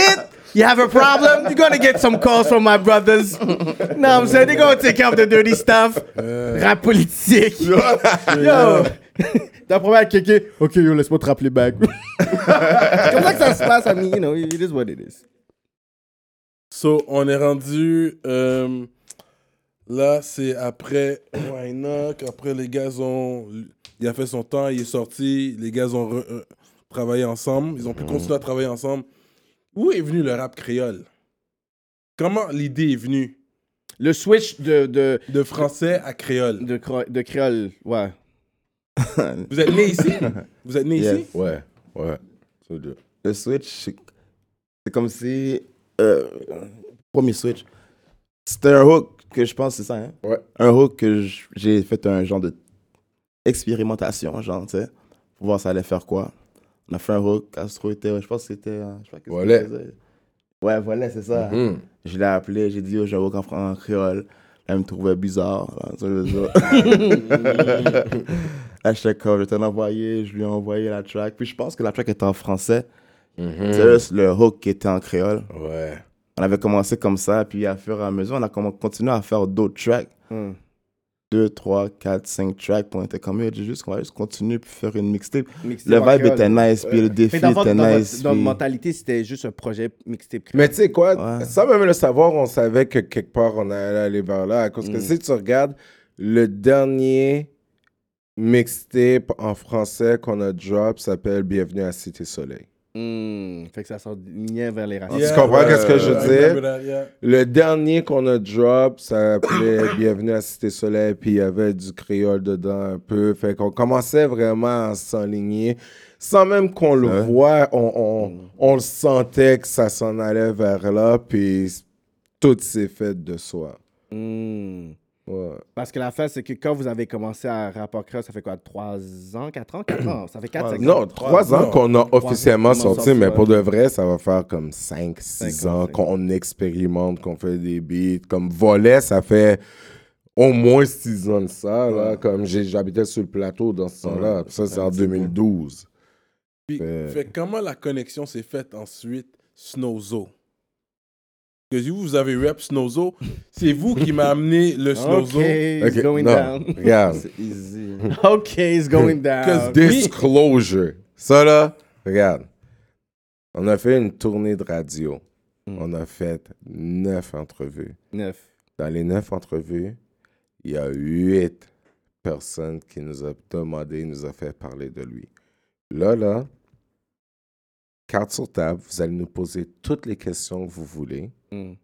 You have a problem? You're gonna get some calls from my brothers. No, I'm saying they're gonna take care of the dirty stuff. Rap politique. Yo! T'as un problème avec quelqu'un? Ok, yo, laisse-moi te rappeler back. C'est comme ça que ça se passe, I mean, you know, it is what it is. So, on est rendu... là, c'est après Why Not, après les gars ont... Il a fait son temps, il est sorti, les gars ont travaillé ensemble, ils ont pu continuer à travailler ensemble. Où est venu le rap créole? Comment l'idée est venue? Le switch de français à créole. De créole, ouais. Vous êtes né ici? Vous êtes né Yes. ici? Ouais. Le switch, c'est comme si... premier switch, c'était un hook que je pense, c'est ça, hein? Ouais. Un hook que j'ai fait un genre de expérimentation, genre, tu sais, pour voir ça allait faire quoi. On a fait un hook, Castro était, je pense que c'était... je sais pas qu'est-ce Volet. qu'il faisait. Ouais, voilà, c'est ça. Je l'ai appelé, j'ai dit, oh, j'ai un hook en créole. Là, il me trouvait bizarre. Là, tu vois. Là, j'étais comme, je t'ai envoyé, je lui ai envoyé la track. Puis je pense que la track était en français. C'est juste le hook qui était en créole. Ouais. On avait commencé comme ça, puis à fur et à mesure, on a continué à faire d'autres tracks. 2, 3, 4, 5 tracks, puis on était comme, on va juste continuer puis faire une mixtape. Le vibe était nice, puis le défi était nice. Dans la mentalité, c'était juste un projet mixtape. Mais tu sais quoi, sans même le savoir, on savait que quelque part, on allait aller vers là. À cause que si tu regardes, le dernier mixtape en français qu'on a drop s'appelle Bienvenue à Cité Soleil. Fait que ça sort lignait vers les racines. Tu comprends qu'est-ce que je veux dire? Yeah. Le dernier qu'on a drop, ça s'appelait Bienvenue à Cité Soleil, puis il y avait du créole dedans un peu. Fait qu'on commençait vraiment à s'enligner. Sans même qu'on le voit, on le sentait que ça s'en allait vers là, puis tout s'est fait de soi. Ouais. Parce que l'affaire, c'est que quand vous avez commencé à Rapport Créole, ça fait quoi, 3 ans, 4 ans? 4 ans, ça fait 4, 5 ans. Non, 3 ans qu'on a officiellement sorti, mais ouais. pour de vrai, ça va faire comme 5, 6 5 ans, ans qu'on expérimente, qu'on fait des beats. Comme Volet, ça fait au moins 6 ans de ça. Là. Comme j'habitais sur le plateau dans ce temps-là. Ça, c'est en 2012. Puis, fait comment la connexion s'est faite ensuite, Snowzo? Parce que vous avez rap Snowzo, c'est vous qui m'a amené le Snowzo. OK, it's Ok, going non, down. regarde. C'est easy. OK, it's going down. Disclosure. Ça, là, regarde. On a fait une tournée de radio. On a fait 9 entrevues. 9. Dans les 9 entrevues, il y a 8 personnes qui nous ont demandé, nous ont fait parler de lui. Là, carte sur table, vous allez nous poser toutes les questions que vous voulez.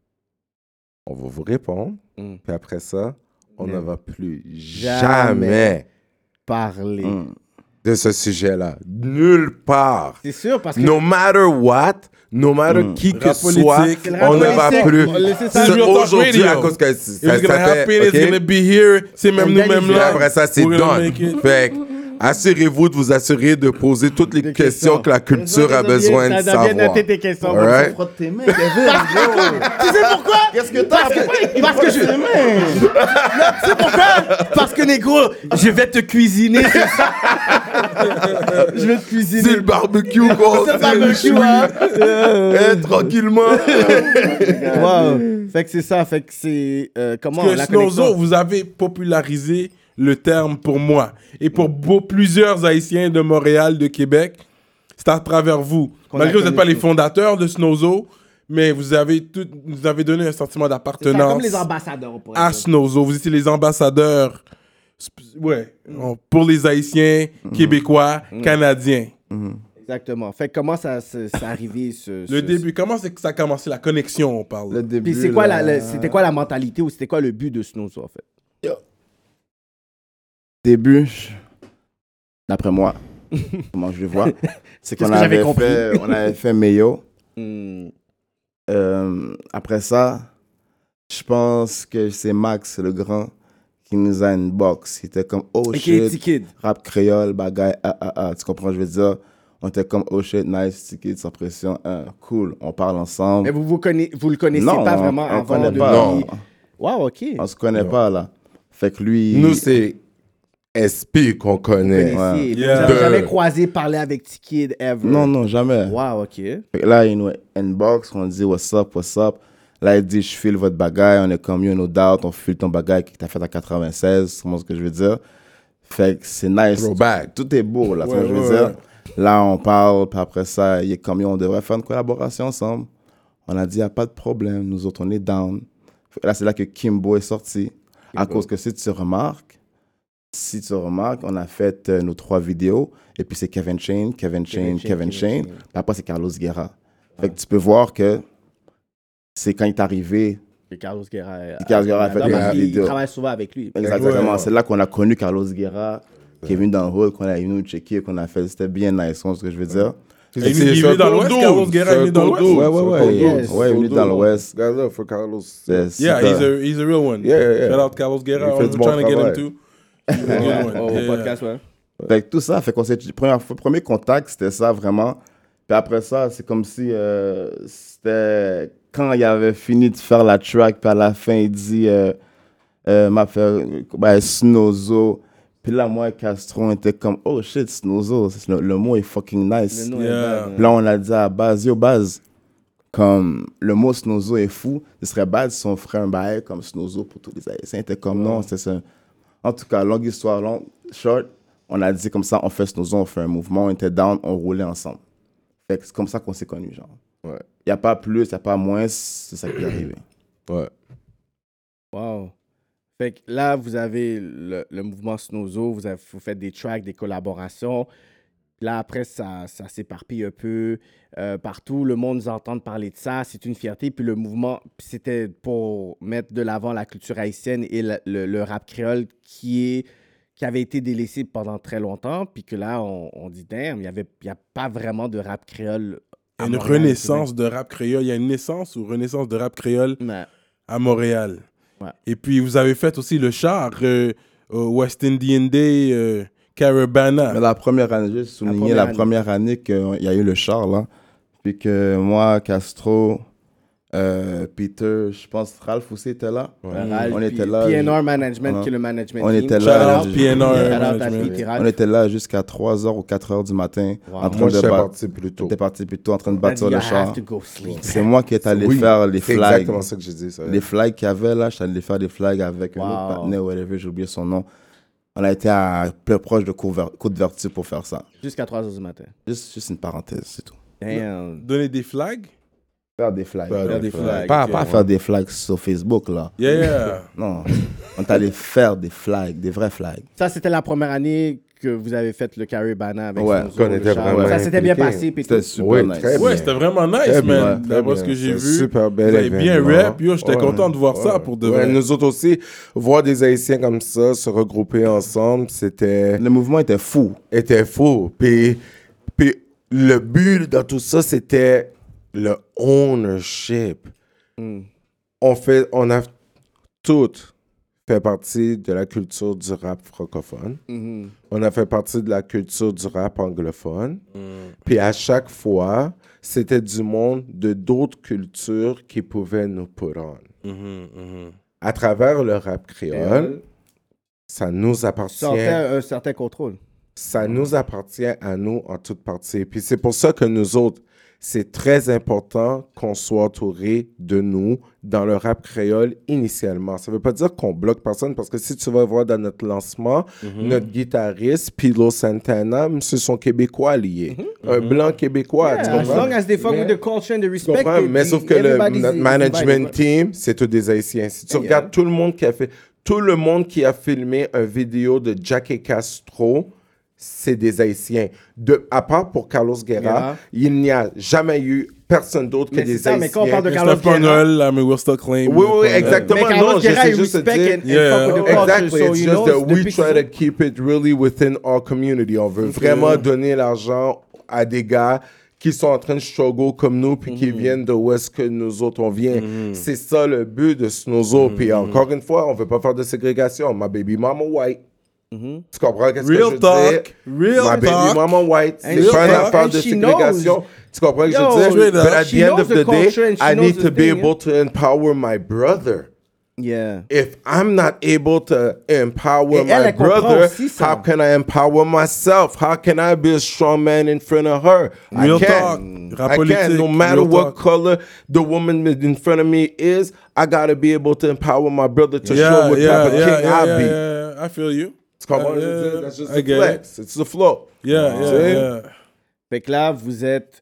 On va vous répondre. Puis après ça, on ne va plus jamais Parler. de ce sujet-là. Nulle part. C'est sûr, parce que... No matter what, no matter qui que Rap soit, politique, c'est le rap on ne va politique. plus. On va laisser ça. C'est Real Talk aujourd'hui, Radio. à cause que It was gonna happen, fait, it's gonna ok? be here. C'est même nous, même Puis là. après ça, c'est We're gonna done. make it. Fait que, assurez-vous de vous assurer de poser toutes les questions que la culture a besoin de T'as bien savoir. noté tes questions. Alright? Frotte tes mains, Kevin, bro. Tu sais pourquoi? Qu'est-ce que t'as? Parce que je... Tu sais pourquoi? Parce que, négro, je vais te cuisiner. C'est ça. Je vais te cuisiner. C'est le barbecue, quoi. C'est le barbecue, hein? Tranquillement. Wow. Fait que c'est ça. Fait que c'est... comment Que la Snowzo, connexion... vous avez popularisé le terme pour moi. Et pour plusieurs Haïtiens de Montréal, de Québec, c'est à travers vous. Malgré que vous n'êtes pas les fondateurs de Snowzo, mais vous avez donné un sentiment C'est ça, d'appartenance comme les ambassadeurs, on pourrait à dire. Snowzo. Vous étiez les ambassadeurs pour les Haïtiens, Québécois, Canadiens. Exactement. Fait que comment ça s'est arrivé, Le début, comment c'est que ça a commencé, la connexion, on parle? Le début, Puis c'est quoi là, c'était quoi la mentalité ou c'était quoi le but de Snowzo, en fait? Début, d'après moi, comment je le vois, c'est qu'on Qu'est-ce que j'avais on avait fait Mayo. Hmm. Après ça, je pense que c'est Max, le grand, qui nous a une box. Il était comme, oh Et shit, T-Kid. rap créole, bagaille, tu comprends, je veux dire. On était comme, oh shit, nice, T-Kid, sans pression, cool, on parle ensemble. Mais vous le connaissez Non, pas on- vraiment on avant connaît de pas. lui... Non. Wow, OK. On se connaît pas, là. Fait que lui... Nous, c'est SP qu'on connaît. Connaissiez. Yeah. Vous avez De- jamais croisé, parlé avec T-Kid ever? Non, jamais. Wow, OK. Fait que là, il nous inbox, on dit what's up. Là, il dit je file votre bagaille, on est comme you, no doubt, on file ton bagaille qui t'a fait en 96, c'est ce que je veux dire. Fait que c'est nice. Throwback. Tout est beau, là, c'est ce que je veux ouais, dire. Là, on parle, puis après ça, il est comme yo, on devrait faire une collaboration ensemble. On a dit, il n'y a pas de problème, nous autres, on est down. Fait que là, c'est là que Kimbo est sorti. À cause que si tu remarques, on a fait nos 3 vidéos, et puis c'est Kevin Shane. Puis après, c'est Carlos Guerra. Fait que tu peux voir que c'est quand il est arrivé. Et Carlos Guerra. Carlos Guerra a fait parce des qu'il vidéos. travaille souvent avec lui. Exactement. Ouais. C'est là qu'on a connu Carlos Guerra, qui est venu dans le hall, qu'on a venu nous checker, qu'on a fait. C'était bien nice, c'est ce que je veux dire. Il est venu dans l'Ouest, Carlos Guerra est venu dans l'Ouest. Ouais, Yes. il est venu dans l'Ouest. Regarde for Carlos. C'est Yeah, super. he's a real one. Yeah. Shout out Carlos Guerra. Il fait I'm du bon trying to get him travail. too. He's a good one. Au Yeah. podcast, ouais. Fait que tout ça, fait qu'on s'est premier contact, c'était ça vraiment. Puis après ça, c'est comme si c'était quand il avait fini de faire la track, puis à la fin, il dit m'a fait Snozo. Puis là, moi et Castro, on était comme oh shit, Snozo, le mot est fucking nice. Le nom est Yeah. bad, Puis là, on a dit à Baz, yo Baz, comme le mot Snozo est fou, ce serait bad si on ferait un bail comme Snozo pour tous les Haïtiens. Il était comme non, c'est ça. En tout cas, longue histoire, short, on a dit comme ça, on fait Snozo, on fait un mouvement, on était down, on roulait ensemble. Fait que c'est comme ça qu'on s'est connus, genre. Ouais. Il n'y a pas plus, il n'y a pas moins, c'est ça qui est arrivé. Ouais. Wow. Fait que là, vous avez le mouvement Snozo, vous faites des tracks, des collaborations. Là, après, ça s'éparpille un peu partout. Le monde nous entend parler de ça. C'est une fierté. Puis le mouvement, c'était pour mettre de l'avant la culture haïtienne et le rap créole qui avait été délaissé pendant très longtemps. Puis que là, on dit, damn, il n'y a pas vraiment de rap créole. Il y a une renaissance de rap créole. Il y a une naissance ou renaissance de rap créole Ouais. à Montréal. Ouais. Et puis, vous avez fait aussi le char au West Indian Day, Carabana. Mais la première année, j'ai souligné la première année qu'il y a eu le char, là. Puis que moi, Castro, Peter, je pense Ralph aussi était là. Ralph, On était là. PNR Management, qui est le management On team. était Shout là. out PNR Shout out à Management. Pete Ralph. On était là jusqu'à 3h ou 4h du matin. Wow. En train Moi, de j'étais battre. parti plus tôt. J'étais parti plutôt en train de On a dit, bâtir you le have char. to go sleep. C'est moi qui est allé Oui, faire les c'est flags. exactement ça que j'ai dit. Ça. Les flags qu'il y avait là, je suis allé faire des flags avec un Wow. autre partenaire, whatever, j'ai oublié son nom. On a été à plus proche de Côte-Vertu pour faire ça. Jusqu'à 3h du matin. Juste une parenthèse, c'est tout. Damn. Donner des flags. Faire des flags. Faire des flags. Pas, ok. pas faire des flags sur Facebook, là. Yeah. Non. On est allé faire des flags, des vrais flags. Ça, c'était la première année que vous avez fait le Caribana avec Ouais, Snozo, qu'on le était char. vraiment Ça s'était bien impliqués. passé. puis C'était tout. super Oui, nice. très Ouais, bien. c'était vraiment nice, Très bien, man. très D'après ce bien. que j'ai C'est vu. super bel Vous avez bien événement. rap. Yo, j'étais Ouais. content de voir ça pour de Ouais, vrai. nous autres aussi, voir des Haïtiens comme ça se regrouper ensemble, c'était Le mouvement était fou. fou. Puis le but dans tout ça, c'était le ownership. On a toutes fait partie de la culture du rap francophone. On a fait partie de la culture du rap anglophone. Puis à chaque fois, c'était du monde de d'autres cultures qui pouvaient nous put on. À travers le rap créole, ça nous appartient. Sentait un certain contrôle. Ça nous appartient à nous en toute partie. Puis c'est pour ça que nous autres, c'est très important qu'on soit entouré de nous dans le rap créole initialement. Ça ne veut pas dire qu'on bloque personne, parce que si tu vas voir dans notre lancement, notre guitariste, Pilo Santana, ce sont Québécois liés. Un blanc québécois, tu As comprends? long as they fuck with the culture and the Tu respect. comprends? Mais sauf que everybody's notre management team, c'est tous des Haïtiens. Si tu regardes tout le monde qui a filmé un vidéo de Jack et Castro, c'est des Haïtiens. À part pour Carlos Guerra, il n'y a jamais eu personne d'autre que Mais des c'est ça, Haïtiens. mais quand on parle de Carlos Steph Cornell, I mean, we'll still claim. Oui, exactement. Mais Carlos Non, Guerra, j'essaie il juste de respect dire... and fuck with the culture. Exactly. So, It's you just know, that we depuis try que- to keep it really within our community. On veut vraiment donner l'argent à des gars qui sont en train de struggle comme nous, puis qui viennent de où est-ce que nous autres on vient. C'est ça le but de Snozo. Puis encore une fois, on veut pas faire de ségrégation. My baby mama white. Tu comprends qu'est-ce que je Real veux talk. dire? Real My baby talk. mama white. C'est Real pas une talk. affaire And de she ségrégation. knows. Tu comprends ce que Yo, je veux dire? straight up. But at She the end knows of the the day, culture and she I knows need the to be thing, able to empower my brother. Yeah. If I'm not able to empower Et elle, my elle comprend brother, aussi ça. how can I empower myself? How can I be a strong man in front of her? Real I talk. can't. Rap I politique, can't. No matter real what talk. color the woman in front of me is, I gotta be able to empower my brother to show what type of king I be. Yeah. I feel you. It's called Yeah, that's just I the get flex. It's the flow. Yeah. Fait que là, vous êtes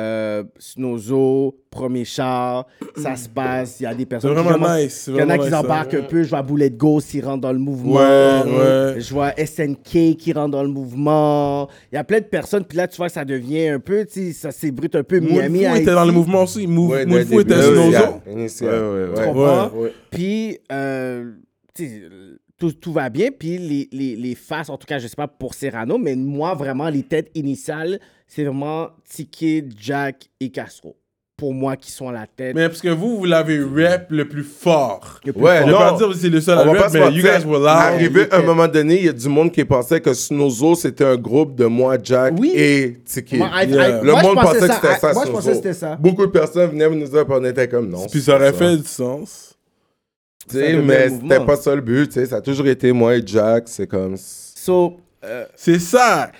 Snozo, premier char, ça se passe, il y a des personnes C'est qui vraiment commencent- nice, c'est il y en a vraiment qui nice, embarquent ça. un peu, je vois Bullet Ghost, il rentre dans le mouvement. Ouais. Je vois SNK qui rentre dans le mouvement. Il y a plein de personnes, puis là, tu vois que ça devient un peu, tu sais, ça s'ébrute un peu. Miami, Moonfou Haïti. était dans le mouvement aussi. Ouais, Moonfou était début, Snozo. initial. Tu comprends? Ouais. Puis, tu sais, tout va bien. Puis, les faces, en tout cas, je sais pas pour Serrano, mais moi, vraiment, les têtes initiales, c'est vraiment Tiki, Jack et Castro. Pour moi, qui sont à la tête. Mais parce que vous l'avez rap le plus fort. le plus Ouais, fort. Je vais non. pas dire que c'est le seul à On va pas rap, se mais you mentir. guys were loud. Arrivé à un moment donné, il y a du monde qui pensait que Snozo, c'était un groupe de moi, Jack Oui. et Tiki. Moi, Yeah. Le moi, je monde pensais pensait que c'était ça. Moi, je Snozo. pensais que c'était ça. Beaucoup de personnes venaient nous dire, puis on était comme non. Puis c'est ça aurait pas fait du sens. Tu sais, Ça devient mais un c'était mouvement. pas ça le but. Tu sais, ça a toujours été moi et Jack. C'est comme. So, C'est ça.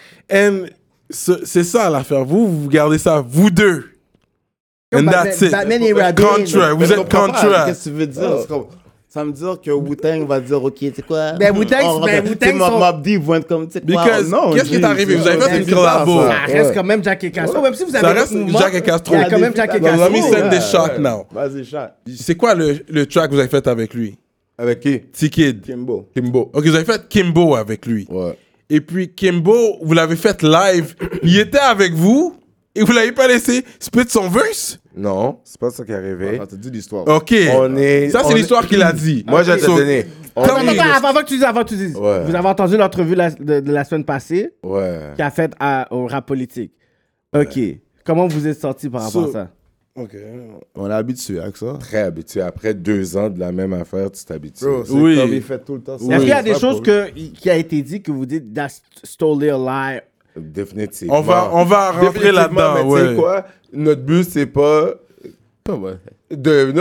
C'est ça l'affaire. Vous gardez ça, vous deux. And that's it. Batman et Rabin. Contra. Vous Mais je êtes comprends pas, contra. Qu'est-ce que tu veux dire? C'est comme- Ça me dit que Wu-Tang va dire, OK, tu sais quoi? Ben, Wu-Tang, On ben, rentre- Wu-Tang tu sais, sont- Mobb Deep vont être comme, tu sais quoi? Because, Non, qu'est-ce qui est arrivé? Vous avez fait une collabo. Ça reste quand même Jack et Castro. Même si vous avez Ça un reste mouvement, Jack et Castro. il y a quand même Jack et Let me Castro. send this shot now. Vas-y, chat. C'est quoi le track que vous avez fait avec lui? Avec qui? T-Kid. Kimbo. Kimbo. Ok, vous avez fait Kimbo avec lui. Ouais. Et puis Kimbo, vous l'avez fait live. Il était avec vous et vous l'avez pas laissé spit son verse? Non, c'est pas ça qui est arrivé. Attends, t'as dit l'histoire. Ok. On est. Ça, c'est on l'histoire est- qu'il a dit. Moi, je vais te So- donner. On Tell est- me- Avant que tu dises. Ouais. Vous avez entendu l'entrevue de la semaine passée Ouais. qu'il a faite au rap politique. OK. Comment vous êtes sorti par rapport à ça? Ok. On est habitué avec ça. Très habitué. Après 2 ans de la même affaire, tu t'habitues. Bro, c'est Oui. comme il fait tout le temps. ça. Est-ce qu'il y a C'est des pas choses pour- qui a été dit que vous dites that's totally a lie? Définitivement. On va rentrer Définitivement, là-dedans, mais tu sais ouais. quoi? Notre but, c'est pas Ah ouais. de.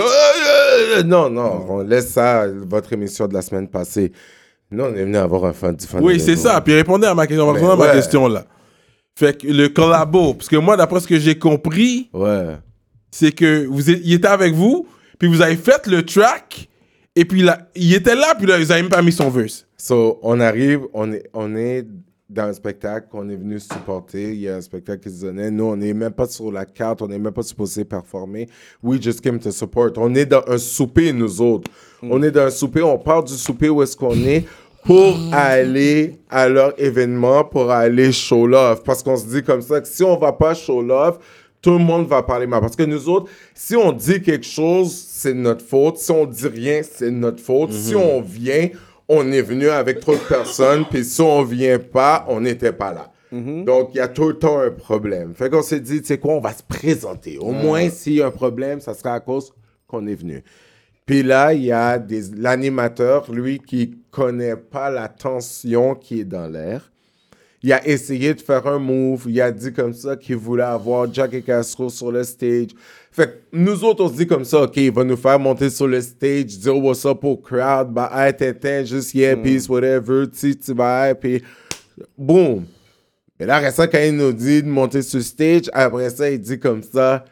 Non, on laisse ça à votre émission de la semaine passée. Nous, on est venu avoir un fan du fan. Oui, c'est ça. Puis répondez à ma question. On va Mais répondre à ma ouais. question là. Fait que le collabo, parce que moi, d'après ce que j'ai compris, Ouais. c'est que il était avec vous, puis vous avez fait le track, et puis là, il était là, puis là, ils n'avaient même pas mis son verse. So, on arrive, on est dans un spectacle qu'on est venu supporter. Il y a un spectacle qui se donnait. Nous, on n'est même pas sur la carte. On n'est même pas supposé performer. We just came to support. On est dans un souper, nous autres. On est dans un souper. On part du souper où est-ce qu'on est pour aller à leur événement, pour aller show love. Parce qu'on se dit comme ça que si on va pas show love, tout le monde va parler mal. Parce que nous autres, si on dit quelque chose, c'est de notre faute. Si on dit rien, c'est de notre faute. Si on vient, on est venu avec trop de personnes, puis si on vient pas, on n'était pas là. Donc, il y a tout le temps un problème. Fait qu'on s'est dit, tu sais quoi, on va se présenter. Au moins, s'il y a un problème, ça sera à cause qu'on est venu. Puis là, il y a l'animateur, lui, qui connaît pas la tension qui est dans l'air. Il a essayé de faire un move. Il a dit comme ça qu'il voulait avoir Jack et Castro sur le stage. Fait que nous autres, on se dit comme ça, OK, il va nous faire monter sur le stage, dire what's up au crowd, bah, hey, t'éteins, juste yeah, peace, whatever, tu vas, puis boum. Mais là, après ça, quand il nous dit de monter sur le stage, après ça, il dit comme ça,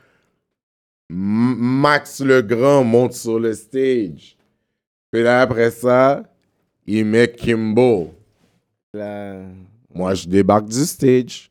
Max le Grand monte sur le stage. Puis là, après ça, il met Kimbo. La... Moi, je débarque du stage.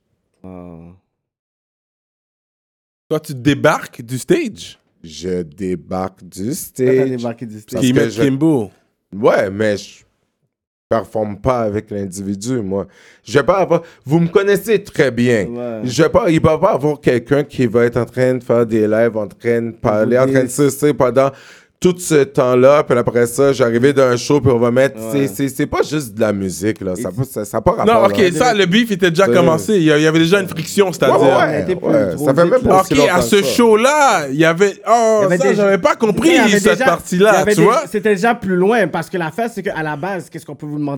Toi, tu débarques du stage. Je débarque du Quand t'as stage. débarqué du stage. Parce Puis ils que mettent Kimbo. Ouais, mais je performe pas avec l'individu, moi. Je vais pas avoir... Vous me connaissez très bien. Ouais. Je vais pas... Il va pas avoir quelqu'un qui va être en train de faire des lives, en train de parler, en train de se pendant tout ce temps-là, puis après ça, j'arrivais d'un show, puis on va mettre... Ouais. c'est pas juste de la musique, là. Ça a pas rapport. Non, ok, là. ça, le beef était déjà C'est- commencé. Il y avait déjà une friction, c'est-à-dire. Ouais, était plus ouais. trop Ça fait vite, même là. pas Ok, aussi longtemps à ce que ça. show-là, il y avait. Oh, Il y avait ça, déjà- j'avais pas compris Il y avait cette déjà- il y partie-là, avait tu déjà- vois. C'était déjà plus loin parce que l'affaire, c'est qu'à la base, qu'est-ce qu'on peut vous demander?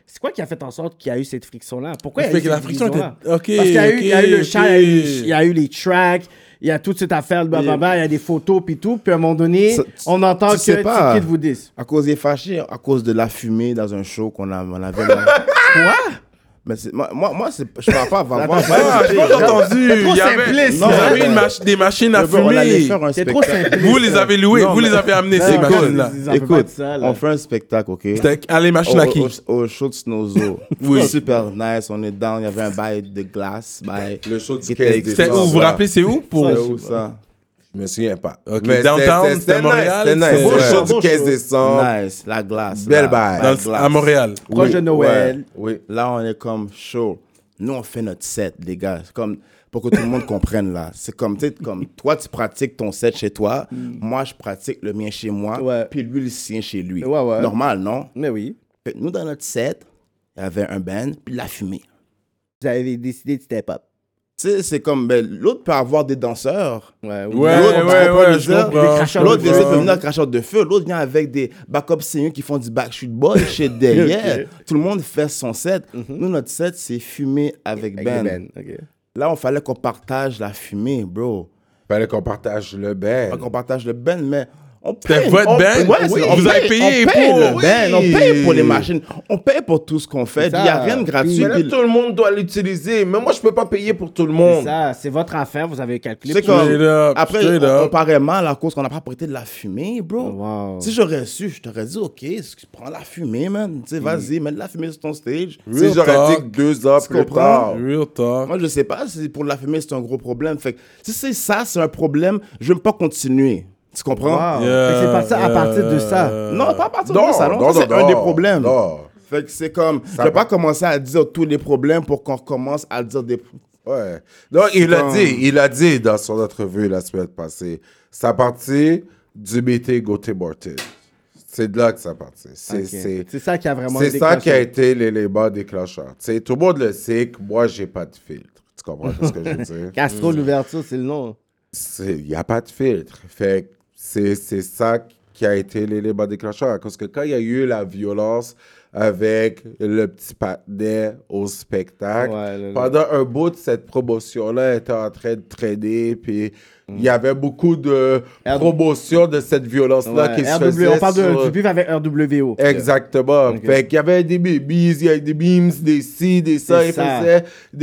C'est quoi qui a fait en sorte qu'il y a eu cette friction-là? Pourquoi il y a Fait eu que la cette friction division-là? était. Ok. Parce qu'il y a eu le chant, il y a a eu les tracks, il y a toute cette affaire, blablabla, il y a des photos puis tout. Puis à un moment donné, on entend que sais pas. T-Kid vous dit. À cause des fâchés, à cause de la fumée dans un show on avait là. Quoi? Mais moi je parle pas avant. Ah, j'ai pas entendu. C'est trop Il y avait, simpliste. vous avez des machines à On allait fumer. faire un C'est trop spectacle. simple. Vous les avez louées, Non, vous mais- les avez amenées, Non, ces non, machines-là. ils en font pas Écoute, de ça, là. on fait un spectacle, ok? C'était à les machines à qui? Au show de Snowzo. Oui. Super nice, on est down, il y avait un bail de glace. Le show du Qui 15 était- C'était décembre. où? Vous vous rappelez, c'est où? Pour... C'est où ça? Je me souviens pas. Ok, Mais downtown, c'était nice, Montréal, C'était nice. c'est- Beau Ouais. show Bon du 15 show. décembre. Nice, la glace. Belle là, bail. la Dans- glace. à Montréal. Proche de Noël. Ouais, oui. Là, on est comme chaud. Nous, on fait notre set, les gars. C'est comme, pour que tout le monde comprenne, là. C'est comme, tu sais, comme toi, tu pratiques ton set chez toi. Moi, je pratique le mien chez moi. Ouais. Puis lui, le sien chez lui. Ouais, ouais. Normal, non? Mais oui. Fait que nous, dans notre set, il y avait un band, puis de la fumée. Vous avez décidé de step up. Tu sais, c'est comme, ben, l'autre peut avoir des danseurs. Ouais, oui. Ouais, L'autre, tu comprends ouais, le je dire? comprends. Des cracheurs L'autre, de des feu. peut venir cracheur de feu. L'autre vient avec des backup singers qui font du Backstreet Boy chez derrière. Tout le monde fait son set. Nous, notre set, c'est fumer avec Avec Ben. Ben. Ok. Là, on fallait qu'on partage la fumée, bro. Fallait qu'on partage le Pas ben. qu'on partage le Ben, mais on C'était paye. votre on- Ben? ouais, Oui. on Vous avez paye- payé on paye pour. le Ben, on Oui. paye pour les machines. On paye pour tout ce qu'on fait. C'est Il n'y a ça. rien de gratuit. Mais là, puis- tout le monde doit l'utiliser. Mais moi, je peux pas payer pour tout le C'est monde. ça, c'est votre affaire, vous avez calculé. C'est pour- comme, Straight up, après, straight on up. paraît mal à cause qu'on n'a pas prêté de la fumée, bro. Wow. Si j'aurais su, je t'aurais dit, OK, prends la fumée, man. Tu sais, vas-y, mets de la fumée sur ton stage. Si Real j'aurais talk. dit que 2 heures Tu plus comprends? tard. Real talk. Moi, je sais pas si pour la fumée, c'est un gros problème. Fait que, si c'est ça, c'est un problème, je veux pas continuer. Tu comprends? Wow. Fait que c'est pas ça à partir de ça. Non, pas à partir Non, de ça. Non, non, ça, c'est non, un des non. problèmes. Non. Fait que c'est comme, je vais pas commencer à dire tous les problèmes pour qu'on recommence à dire des... Ouais. Non, il comme- a dit dans son entrevue la semaine passée. Ça partit du meeting au Tim Hortons. C'est de là que ça partit. C'est ça qui a vraiment C'est ça qui a déclenché. été l'élément déclencheur. Tu sais, tout le monde le sait que moi, j'ai pas de filtre. Tu comprends ce que je veux dire? Castro, l'ouverture, c'est le nom. Il n'y a pas de filtre. Fait que c'est ça qui a été l'élément déclencheur. Parce que quand il y a eu la violence avec le petit patinet au spectacle, Ouais, là. pendant un bout de cette promotion-là était en train de traîner, puis il y avait beaucoup de promotion de cette violence-là Ouais, qui se RW, faisait on parle sur- du bif avec RWO. Exactement. Ok. Fait qu'il y avait des babies, il y avait des beams, des ci, des ça, C'est il ça. faisait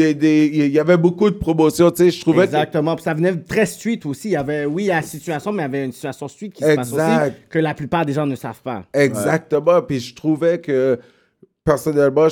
il y avait beaucoup de promotions, tu sais, je trouvais que... Exactement. Puis ça venait très street aussi. Il y avait, oui, la situation, mais il y avait une situation street qui se passe aussi Exact. que la plupart des gens ne savent pas. Exactement. Puis je trouvais que, personnellement,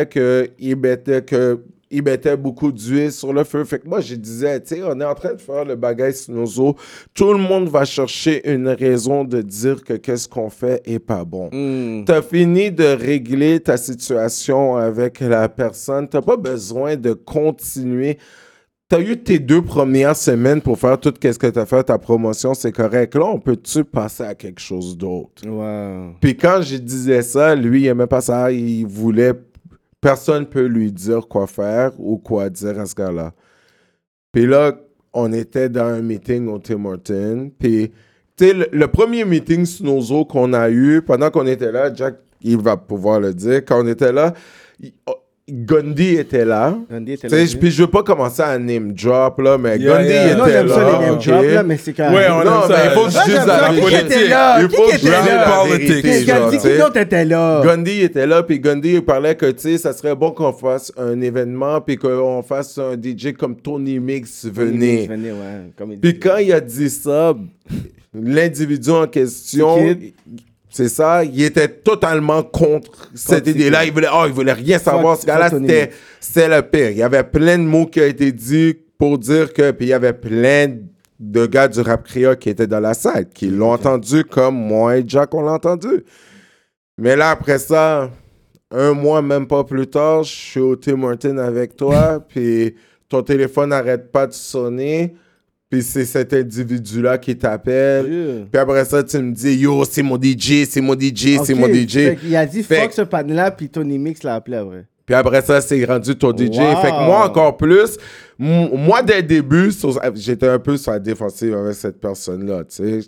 il mettait beaucoup d'huile sur le feu. Fait que moi, je disais, tu sais, on est en train de faire le bagage Snowzo. Tout le monde va chercher une raison de dire que qu'est-ce qu'on fait est pas bon. T'as fini de régler ta situation avec la personne. T'as pas besoin de continuer. T'as eu tes 2 premières semaines pour faire tout ce que t'as fait, ta promotion, c'est correct. Là, on peut-tu passer à quelque chose d'autre? Wow. Puis quand je disais ça, lui, il aimait pas ça. Il voulait... Personne peut lui dire quoi faire ou quoi dire à ce gars-là. Puis là, on était dans un meeting au Tim Hortons. Puis, tu sais, le premier meeting Snowzo qu'on a eu, pendant qu'on était là, Jack, il va pouvoir le dire, quand on était là, Gundy était là. Gundy était Tu sais, là. puis je veux pas commencer à name drop, là, mais Yeah, Gundy yeah. Non, était j'aime là. ça, les name ok? drops, là, mais c'est quand Ouais, on Non, aime mais ça. il faut que je Moi, dise j'aime la ça. vérité. Qui était là? Il Qui faut que je était dise là? la Politics, vérité, genre, genre, Qui tu sais. d'autre était là? Gundy était là, puis Gundy il parlait que, tu sais, ça serait bon qu'on fasse un événement, puis qu'on fasse un DJ comme Tony Mix venait. Venez, ouais. Comme il Puis dit. quand il a dit ça, l'individu en question, Kid. c'est ça, il était totalement contre cette Kid. idée-là. Il voulait rien savoir. Ce gars-là, fuck Tony c'était le pire. Il y avait plein de mots qui ont été dit pour dire que, puis il y avait plein de gars du rap créole qui étaient dans la salle, qui l'ont entendu comme moi et Jack, on l'a entendu. Mais là, après ça, un mois, même pas plus tard, je suis au Tim Hortons avec toi, puis ton téléphone n'arrête pas de sonner, puis c'est cet individu-là qui t'appelle. Yeah. Puis après ça, tu me dis, yo, c'est mon DJ, c'est mon DJ, c'est Ok, mon DJ. fait qu'il a dit Fait fuck que- ce panneau-là, puis Tony Mix l'a appelé après. Puis après ça, c'est rendu ton DJ. Wow. Fait que moi, encore plus, moi, dès le début, j'étais un peu sur la défensive avec cette personne-là, tu sais.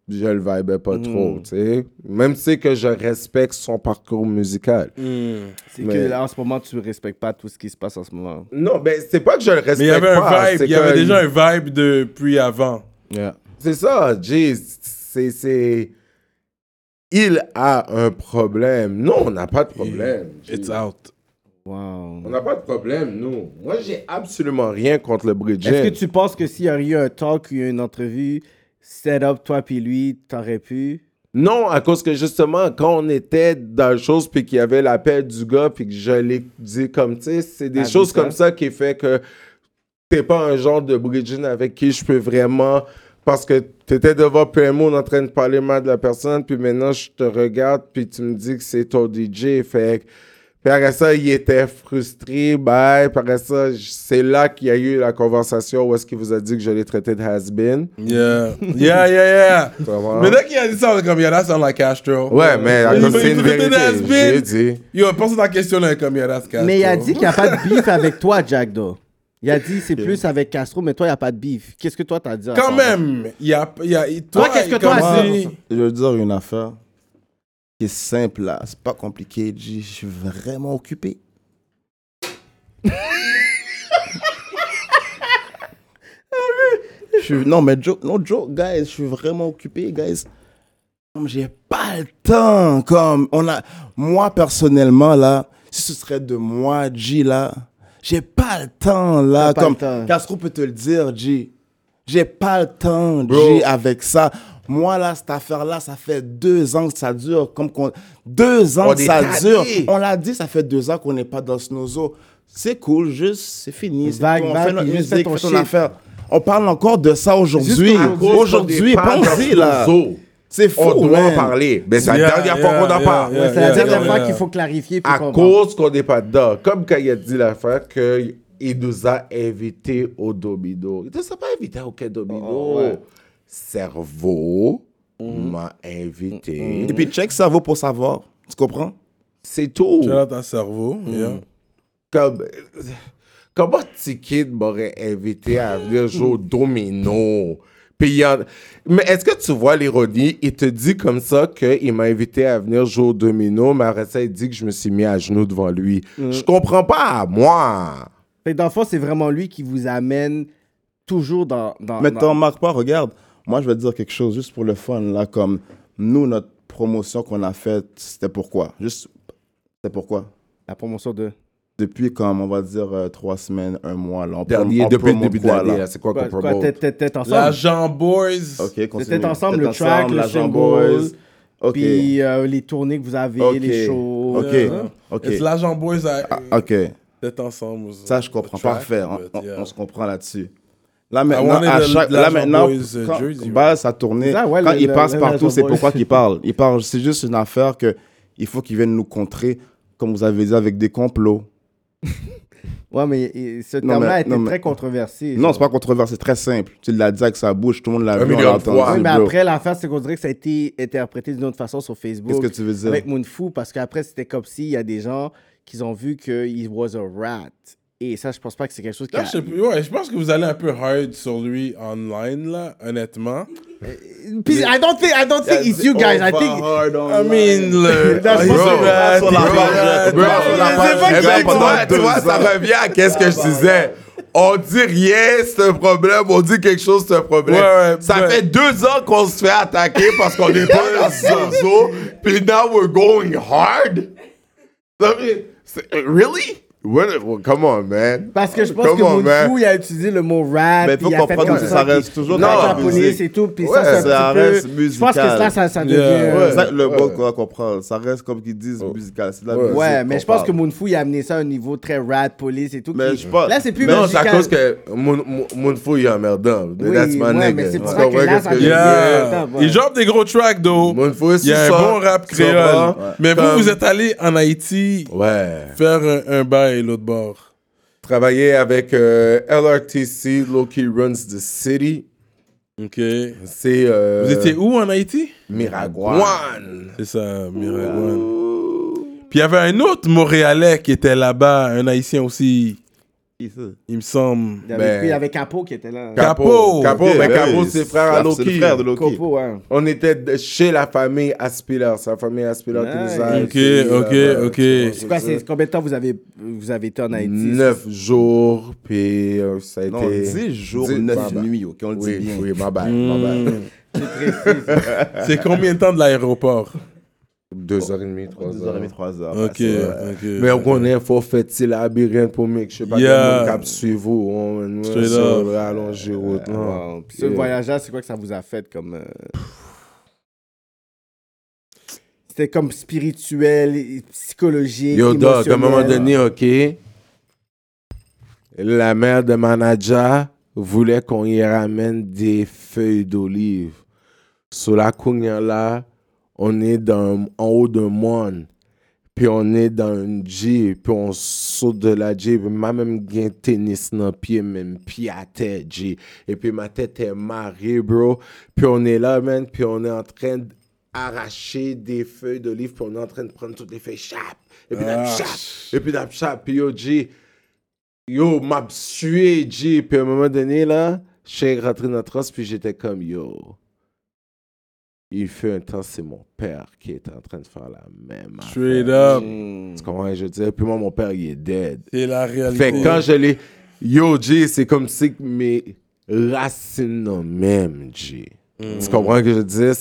je le vibais pas trop, tu sais. Même si c'est que je respecte son parcours musical. C'est Mais- que là, en ce moment, tu respectes pas tout ce qui se passe en ce moment. Non, ben c'est pas que je le respecte Mais il y avait pas. un vibe, c'est il y avait que- déjà un vibe depuis avant. C'est ça, Jay. C'est... Il a un problème. Non, on n'a pas de problème. Jay. It's out. Wow. On n'a pas de problème, nous. Moi, j'ai absolument rien contre le Bridget. Est-ce que tu penses que s'il y aurait eu un talk ou une entrevue, set up, toi puis lui, t'aurais pu? Non, à cause que justement, quand on était dans les choses, puis qu'il y avait l'appel du gars, puis que je l'ai dit comme, tu sais, c'est des T'as choses vu ça? comme ça qui fait que t'es pas un genre de Bridget avec qui je peux vraiment... Parce que t'étais devant PMO en train de parler mal de la personne, puis maintenant, je te regarde, puis tu me dis que c'est ton DJ, fait que... Puis après ça, il était frustré, bye. Puis après ça, c'est là qu'il y a eu la conversation où est-ce qu'il vous a dit que je l'ai traité de has-been. Yeah. Tu vois? Mais dès qu'il a dit ça, on est comme, yeah, that sound like Castro. Ouais, mais Il comme m'a c'est une traité de vérité, j'ai has-been. dit. Yo, pense à ta question là, comme, yeah, that's Castro. Mais il a dit qu'il n'y a pas de beef avec toi, Jack, Do. Il a dit c'est plus avec Castro, mais toi, il n'y a pas de beef. Qu'est-ce que toi, t'as dit? Quand même, il y a Toi, qu'est-ce que toi, comme as dit- Je veux dire une affaire qui est simple là. C'est pas compliqué, G. Je suis vraiment occupé. Non, mais joke, guys. Je suis vraiment occupé, guys. Comme j'ai pas le temps. Comme moi personnellement là, si ce serait de moi, G là, j'ai pas le temps là. T'as pas Comme le temps. Castro peut te le dire, G. J'ai pas le temps, Bro. G, avec ça. Moi, là, cette affaire-là, ça fait 2 ans que ça dure. 2 ans On que est ça tanné. dure. On l'a dit, ça fait 2 ans qu'on n'est pas dans Snozo. C'est cool, juste, c'est fini. C'est Vague, tout. On vague, fait notre puis juste fais musique, ton fait ton shit. affaire. On parle encore de ça aujourd'hui. À cause qu'on Aujourd'hui, n'est pas pensez, dans là. Snozo. C'est fou, On doit en man. parler. Mais c'est la Yeah, dernière fois yeah, qu'on en yeah, parle. yeah. Ouais, c'est la dernière fois yeah. qu'il faut clarifier. puis À qu'on cause qu'on n'est pas dedans. Comme quand il a dit l'affaire qu'il nous a invités au Domino. Il ne nous a pas invités au Quai Domino. Oh, ouais. Cerveau m'a invité. Et puis, check cerveau pour savoir. Tu comprends? C'est tout. Shout out à cerveau. Yeah. Comme, comment T-Kid m'aurait invité à venir jouer au Domino? Puis mais est-ce que tu vois l'ironie? Il te dit comme ça qu'il m'a invité à venir jouer au Domino, mais après ça, il dit que je me suis mis à genoux devant lui. Je comprends pas, moi. Fait que dans le fond, c'est vraiment lui qui vous amène toujours dans... Mais t'en remarques pas, regarde. Moi, je vais te dire quelque chose juste pour le fun, là. Comme nous, notre promotion qu'on a faite, c'était pourquoi? C'était pourquoi? La promotion de... Depuis, comme, on va dire, 3 semaines, 1 mois, là. Dernier, on depuis le promote début de quoi, l'année, là? là, c'est quoi qu'on Quoi, promote? t'es ensemble? L'agent Boys. OK, continue. C'était ensemble, T'es le track, le l'Agent single, Boys. OK. Puis les tournées que vous avez, Ok. les shows. Ok. Yeah. OK. C'est l'agent Boys OK. d'être ensemble. Ça, je comprends. Track, Parfait. but, yeah. On se comprend là-dessus. Là, maintenant, wanted à the- chaque... l'Agent Là, maintenant, Boys, quand jersey, Baz a tourné, Ça, ouais, quand le- il passe le- partout, l'Agent c'est Boys. pourquoi qu'il parle. Il parle, c'est juste une affaire que il faut qu'il vienne nous contrer, comme vous avez dit, avec des complots. Ouais, mais ce Non, terme-là mais- était non, mais- très controversé. Non, ça. c'est pas controversé, c'est très simple. Tu l'as dit avec sa bouche, tout le monde l'a Un vu, on million l'a de fois. entendu. Oui, mais bro. après, l'affaire, c'est qu'on dirait que ça a été interprété d'une autre façon sur Facebook. Qu'est-ce que tu veux dire? Avec Moonfou, parce qu'après, c'était comme s'il y a des gens qui ont vu qu'il was a rat. Et ça, je pense pas que c'est quelque chose qui Là, a... je pense que vous allez un peu hard sur lui online, là, honnêtement. Puis, I don't think it's you guys. I think... I mean, le... That's he's bro, a rat, sur la he's a page, rat. bro, sur la page, Eh ben, pendant tu vois, 2 ça ans. revient à qu'est-ce que je disais. On dit rien, c'est un problème. On dit quelque chose, c'est un problème. Ouais, ça ouais. fait 2 ans qu'on se fait attaquer parce qu'on est pas dans Zozo. Puis now we're going hard. I mean, really? Come on, man. Parce que je pense Come que on, man. Moonfou, il a utilisé le mot rat. Mais puis faut il a fait comprendre comme que ça reste puis toujours dans dans la la police musique. et tout. Puis Ouais, ça, c'est ça un petit reste peu... Je pense que musical. ça devient... C'est ça que le Ouais. bon qu'on va comprendre. Ça reste comme qu'ils disent musical. C'est de la musique. Ouais, mais qu'on je pense parle. que Moonfou, il a amené ça à un niveau très rat, police et tout. Mais qui- je pense- Là, c'est plus Non, c'est à musical. cause que Moonfou, il est emmerdant. Oui, That's my ouais, nigga. mais c'est pour Tu ça que comprends là, qu'est-ce ça que je devient- veux dire? Yeah. Ouais. Il drop des gros tracks, though. Moonfou, Il y a un bon rap créole. Mais vous êtes allé en Haïti Ouais. faire un bail l'autre bord. Travailler avec LRTC, Loki Runs the City. OK. C'est. Vous étiez où en Haïti? Miragouane. C'est ça, Miragouane. Puis il y avait un autre Montréalais qui était là-bas, un Haïtien aussi. Il me semble. Il y avait Capo qui était là. Capo. Capo, Ok, mais ben Capo, oui, c'est frère à c'est le Loki. frère de Loki. Capo, ouais. On était chez la famille Aspiller. C'est la famille Aspiller qui nous a Ok, accueillis ok, là-bas. ok. C'est quoi, c'est combien de temps vous avez été en Haïti? 9 jours, puis ça a été... Non, 10 jours, 10 9 bah, nuits, ok, on le dit Oui, bien. oui, ma bad, ma bad. C'est combien de temps de l'aéroport? 2h30, 3h. 2h30, 3h. Ok, ok. Mais on connaît, faut faire petit labyrinthe pour mec, je sais pas Yeah. quel cap suivre, on Straight up. rallonger route. non. Wow. Puis ce voyage-là, c'est quoi que ça vous a fait comme... C'était comme spirituel, psychologique, Yo, dog, à un émotionnel. moment donné, OK, la mère de Manaja voulait qu'on y ramène des feuilles d'olive. Sur la cougna là, on est en haut d'un moine. Puis on est dans une Jeep, puis on saute de la Jeep. Ma même gain tennis dans le pied, même pied à tête, G. Et puis ma tête est marrée, bro. Puis on est là, man, puis on est en train d'arracher des feuilles d'olive, puis on est en train de prendre toutes les feuilles, chap. Et puis la chap. Et puis la chap. Puis yo, G, yo, m'a sué, G. Puis à un moment donné, là, je suis rentré dans notre trosse, puis j'étais comme, yo. Il fait un temps, c'est mon père qui est en train de faire la même Straight affaire. up. Tu comprends ce que je veux dire? Puis moi, mon père, il est dead. C'est la réalité. Fait que quand je l'ai... Yo, G, c'est comme si que mes racines non même, G. Tu comprends ce que je veux dire?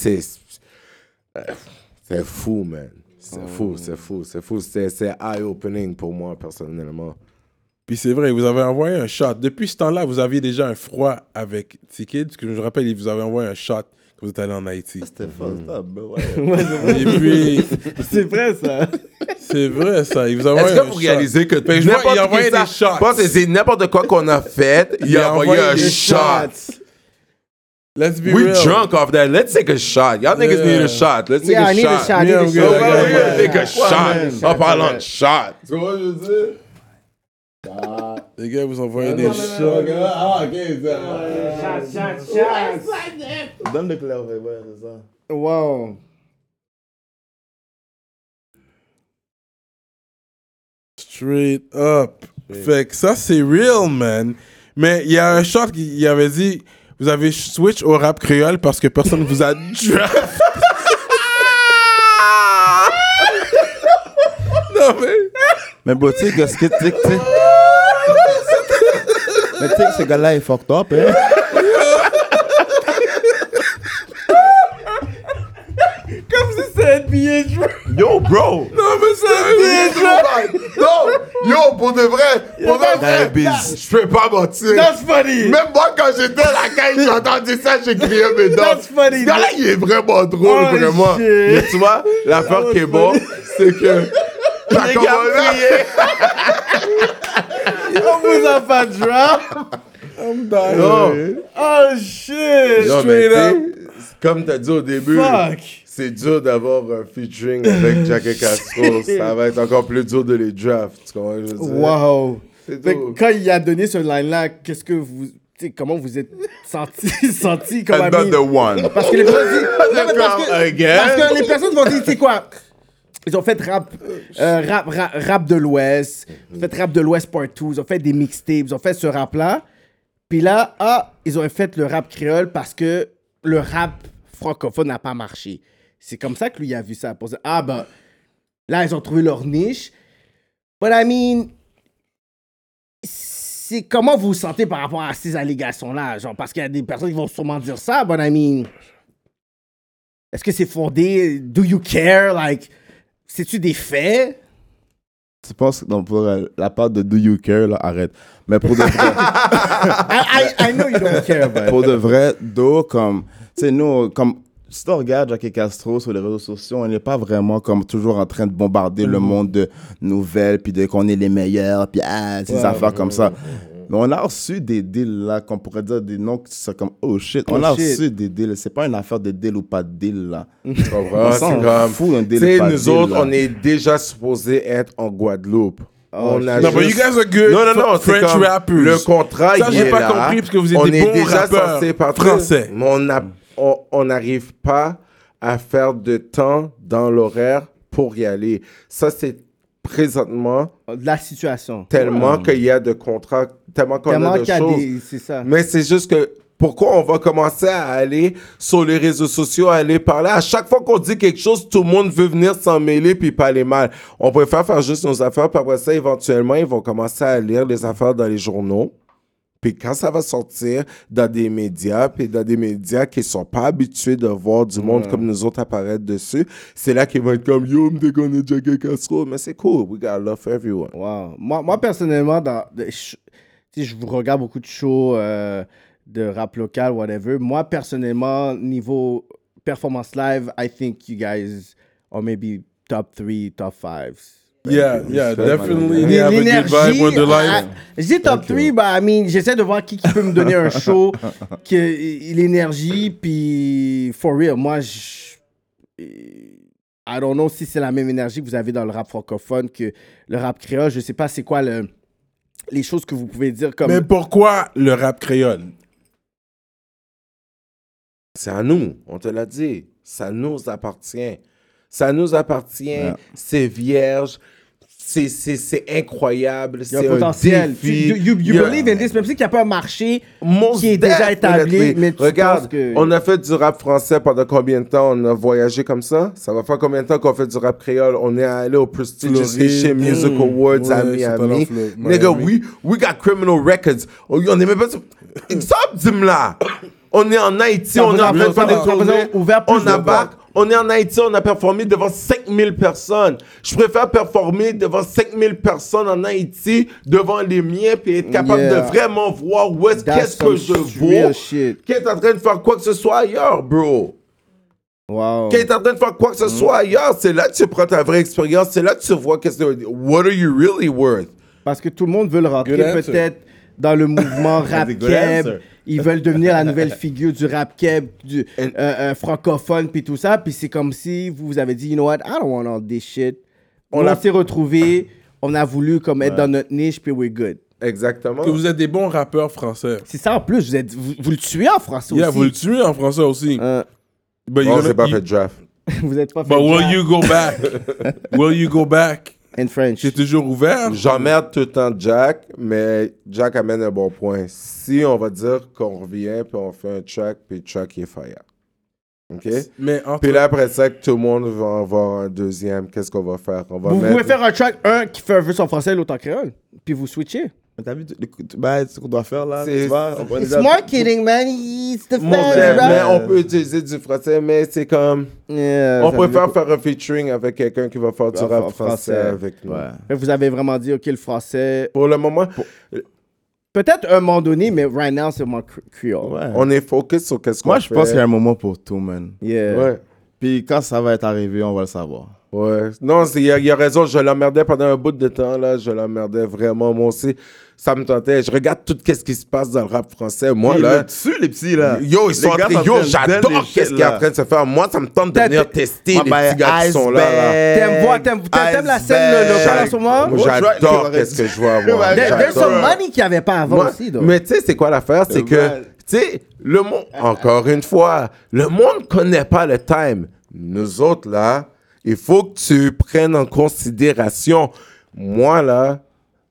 C'est fou, man. C'est fou, c'est fou, c'est fou. C'est eye-opening pour moi, personnellement. Puis c'est vrai, vous avez envoyé un shot. Depuis ce temps-là, vous aviez déjà un froid avec T-Kid, parce que je me rappelle, vous avez envoyé un shot quand vous êtes allé en Haïti. C'était fucked up, bro. Ouais. Et puis, C'est vrai, ça. c'est vrai ça, il vous a envoyé Est-ce un que vous shot. réalisez que Fait que je vois, il a envoyé des shots. Je pense que c'est n'importe quoi qu'on a fait, il a envoyé un des shot. Let's be We real. drunk off that. Let's take a shot. Y'all niggas need a shot. Let's take Yeah, a I need shot. a shot. I need Yeah, a I'm shot. good. Oh, well, we're Yeah. gonna take a man. shot. En parlant de shot. Tu vois ce que je veux dire? Les gars, vous envoyez des shots. Ah, ok. Donne le clair, ouais, c'est ça. Wow. Straight up. Fait que ça, c'est real, man. Mais il y a un shot qui avait dit, vous avez switch au rap créole parce que personne vous a draft. Non, mais... Mais bro, tu sais, que ce que tu sais. Mais tu sais que ce gars-là est fucked up, hein. Comme si c'était NBA joueur. Yo, bro! Non, mais c'est Non, yo, pour de vrai, je peux pas mentir. That's funny. Même moi, quand j'étais à la caille, j'ai entendu ça, j'ai crié mes dents. That's funny. Ce gars-là, il est vraiment drôle, Oh, vraiment. shit. Mais tu vois, l'affaire qui est bonne, c'est que... T'as commencé... On vous a pas de drop. Non, Oh shit. non, mais Straight up. tu sais, comme t'as dit au début, Fuck. c'est dur d'avoir un featuring avec Jack et Castro. Ça va être encore plus dur de les draft. Tu comprends ce que je veux dire? Wow. C'est Fait tout. que quand il a donné ce line-là, qu'est-ce que vous... tu sais, comment vous êtes senti comme ami? Another one. Parce que les personnes disent... Non, mais parce que Again? les personnes vont dire, tu sais quoi? Ils ont fait rap de l'Ouest, ils ont fait rap de l'Ouest part 2, ils ont fait des mixtapes, ils ont fait ce rap-là. Puis là, ils ont fait le rap créole parce que le rap francophone n'a pas marché. C'est comme ça que lui a vu ça. Pour dire, ben, là, ils ont trouvé leur niche. But I mean, c'est comment vous vous sentez par rapport à ces allégations-là? Genre, parce qu'il y a des personnes qui vont sûrement dire ça, but I mean, est-ce que c'est fondé? Do you care? Like, c'est-tu des faits? Tu penses que pour la part de Do You Care, là, arrête. Mais pour de vrai, I know you don't care, but... pour de vrai, Do, comme, tu sais, nous, comme, si tu regardes Jack et Castro sur les réseaux sociaux, on n'est pas vraiment comme toujours en train de bombarder le monde de nouvelles, puis de qu'on est les meilleurs, puis ces affaires comme ça. Mais on a reçu des deals, là, qu'on pourrait dire des noms qui sont comme, oh shit, on a reçu des deals. C'est pas une affaire de deal ou pas de deal, là. Tu comprends? On C'est s'en comme... fout d'un deal Tu sais, ou pas de nous deal, autres, là. on est déjà supposés être en Guadeloupe. On a Non, but you juste- guys are good Non, c'est French comme rappers. le contrat, Ça, il j'ai est pas là. compris, parce que vous êtes on des est bons déjà rappeurs censé partir, français. mais on n'arrive pas à faire de temps dans l'horaire pour y aller. Ça, c'est présentement, De la situation. tellement qu'il y a de contrats, tellement qu'on Tellement a de qu'il y a choses. c'est ça. Mais c'est juste que pourquoi on va commencer à aller sur les réseaux sociaux, à aller parler. À chaque fois qu'on dit quelque chose, tout le monde veut venir s'en mêler puis parler mal. On préfère faire juste nos affaires, puis après ça, éventuellement, ils vont commencer à lire les affaires dans les journaux. Puis quand ça va sortir dans des médias, puis dans des médias qui sont pas habitués de voir du monde comme nous autres apparaître dessus, c'est là qu'ils vont être comme « Yo, me déconne Jack Castro ». Mais c'est cool, we got love for everyone. Wow. Moi personnellement, je vous regarde beaucoup de shows de rap local, whatever. Moi, personnellement, niveau performance live, I think you guys are maybe top 3, top 5. Yeah, definitely. They have a good vibe when they're live. Je dis top 3, bah, I mean, j'essaie de voir qui peut me donner un show, l'énergie, puis for real, moi, I don't know si c'est la même énergie que vous avez dans le rap francophone que le rap créole. Je sais pas c'est quoi les choses que vous pouvez dire comme... Mais pourquoi le rap créole? C'est à nous, on te l'a dit. Ça nous appartient. Ça nous appartient. C'est vierge. C'est incroyable. Il y a C'est un potentiel. défi. You believe in this, même si il n'y a pas un marché Most qui est déjà établi, definitely. mais tu Regarde, penses que... on a fait du rap français pendant combien de temps? On a voyagé comme ça? Ça va faire combien de temps qu'on fait du rap créole? On est allé au prestigious Haitian Music Awards à Miami. Nigga, we got criminal records. On est même pas... Stop, dis-moi. On est en Haïti, on est en train de faire des tournées. On est en Haïti, on a performé devant 5000 personnes. Je préfère performer devant 5000 personnes en Haïti, devant les miens, puis être capable de vraiment voir qu'est-ce que je vaux. Qui est en train de faire quoi que ce soit ailleurs, bro. Wow. Qui est en train de faire quoi que ce soit ailleurs. C'est là que tu prends ta vraie expérience. C'est là que tu vois what are you really worth. Parce que tout le monde veut le rentrer peut-être dans le mouvement rap keb. Ils veulent devenir la nouvelle figure du rap keb, du francophone, puis tout ça. Puis c'est comme si vous avez dit, you know what, I don't want all this shit. On s'est retrouvés, on a voulu comme être dans notre niche, puis we're good. Exactement. Que vous êtes des bons rappeurs français. C'est ça en plus, vous le tuez en français aussi. Vous le tuez en français aussi. Bon, c'est pas fait de draft. Vous êtes pas fait But will you go back? Will you go back? In French. C'est toujours ouvert? J'emmerde tout le temps Jack, mais Jack amène un bon point. Si on va dire qu'on revient, puis on fait un track, puis le track est fire. OK? Mais puis là, après ça, que tout le monde va avoir un deuxième, qu'est-ce qu'on va faire? On va vous mettre... pouvez faire un track, un qui fait un verse en français, l'autre en créole, puis vous switchez. T'as vu ce qu'on doit faire là? C'est- Tu vois, on prend It's déjà- marketing, man. It's the Mais fans, on peut utiliser du français, mais c'est comme... on préfère faire un featuring avec quelqu'un qui va faire du rap français avec nous. Ouais. Vous avez vraiment dit, OK, le français... Pour le moment, Peut-être un moment donné, mais right now, c'est mon créole. Ouais. on est focus sur qu'est-ce qu'on Moi, fait. je pense qu'il y a un moment pour tout, man. Yeah. Ouais. Puis quand ça va être arrivé, on va le savoir. Ouais. Non, il a raison. Je l'emmerdais pendant un bout de temps, là. Je l'emmerdais vraiment. Moi aussi, ça me tentait. Je regarde tout ce qui se passe dans le rap français. Moi, Ils là... le tuent, les petits, là. Yo, ils sont en train... Yo, j'adore qu'est-ce qui est en train de se faire. Moi, ça me tente de venir tester les petits gars qui sont là. T'aimes la scène locale en ce moment? Moi, j'adore qu'est-ce que je vois avoir. There's some money qu'il n'y avait pas avant Moi, aussi, donc. mais tu sais, c'est quoi l'affaire? C'est que, tu sais, le monde, encore une fois, le monde connaît pas le time. Nous autres, là, il faut que tu prennes en considération. Moi, là,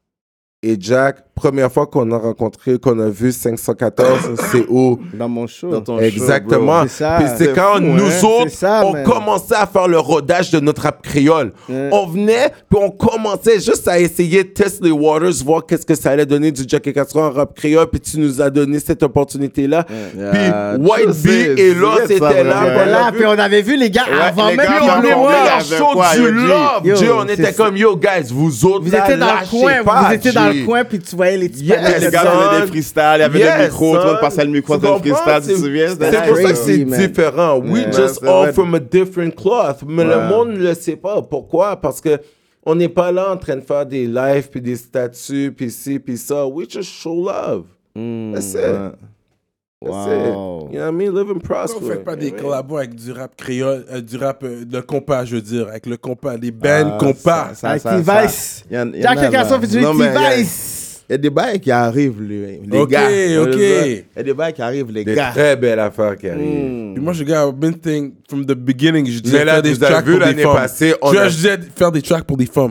et Jack, première fois qu'on a rencontré, qu'on a vu 514, c'est où? Dans mon show. Dans ton Exactement. show, C'est ça. Puis c'est C'est quand fou, nous hein? autres, C'est ça, on man. commençait à faire le rodage de notre rap créole. On venait, puis on commençait juste à essayer de tester les waters, voir qu'est-ce que ça allait donner du Jack et Castro en rap créole, puis tu nous as donné cette opportunité-là. Puis White B et là, c'était là. Puis on avait vu les gars avant les même gars, qu'ils avant venaient même, voir. les gars, Leur show quoi, du yo, G? love, Yo, G, on c'est était ça. comme, yo, guys, vous autres, Vous là, étiez dans le lâchez coin, pas, vous étiez dans G. le coin, puis tu voyais les petits Yes, panneaux. Les gars son. faisaient des freestyles, il y avait Yes, des micros, tout le monde son. passait le micro Tu dans le comprends? freestyle, tu te souviens? C'est pour ça que c'est crazy, man. différent. We Yeah. just C'est all vrai. from a different cloth. Mais le monde ne le sait pas. Pourquoi? Parce que on n'est pas là en train de faire des lives, puis des statuts, puis ci, puis ça. We just show love. That's it. That's Wow. it. You know what I mean? Live and Pourquoi prosper. vous faites pas des collabos avec du rap créole, du rap de compas, je veux dire, avec le compas, des bands compas? Avec T-Vice. Jack et Castro fait du T-Vice. Il y a des bails qui arrivent, les Ok, gars. ok. Il y a des bails qui arrivent, les Des gars. très belles affaires qui arrivent. Puis moi, je regarde, I've been thinking from the beginning, je disais Mais là, faire des vous avez tracks vu pour des l'année femmes. passée, on je a- disais faire des tracks pour des femmes.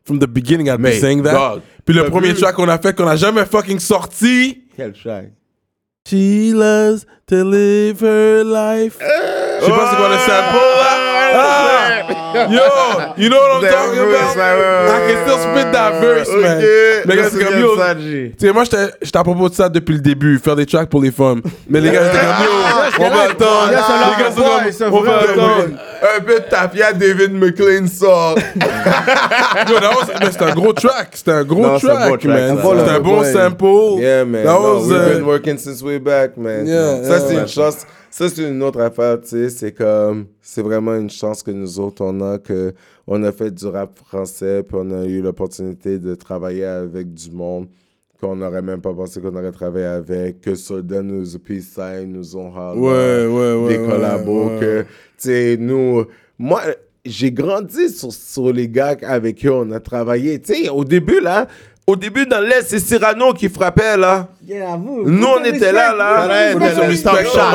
from the beginning I'd be Mais, saying that. dog, Puis le t'as premier vu? track qu'on a fait, qu'on a jamais fucking sorti. Quel track? She loves to live her life. Je sais pas c'est quoi le sample là. Yo, you know what I'm talking about? I can still spit that verse, man. Les gars, c'est comme yo. Tu sais, moi, j'étais à propos de ça depuis le début, faire des tracks pour les femmes. Mais les gars, c'était comme yo, on va attendre. Les gars sont comme, on va attendre. Un peu de tapia, David McLean sort. Yo, mais c'était un gros track. C'était un gros Non, c'est un track, bon track, man. ça. C'était un bon sample. Yeah, man. That No, was, we've been working since way back, man. Yeah, Ça, yeah. c'est une chance. Ça, c'est une autre affaire, tu sais. C'est comme... C'est vraiment une chance que nous autres, on a fait du rap français, puis on a eu l'opportunité de travailler avec du monde qu'on n'aurait même pas pensé qu'on aurait travaillé avec, que Soda nous, Peace Sign nous ont Ouais. des collabos, que, tu sais, nous... Moi, j'ai grandi sur les gars avec qui on a travaillé. Tu sais, au début, dans l'Est, c'est Cyrano qui frappait, là. Nous, on était là. Respect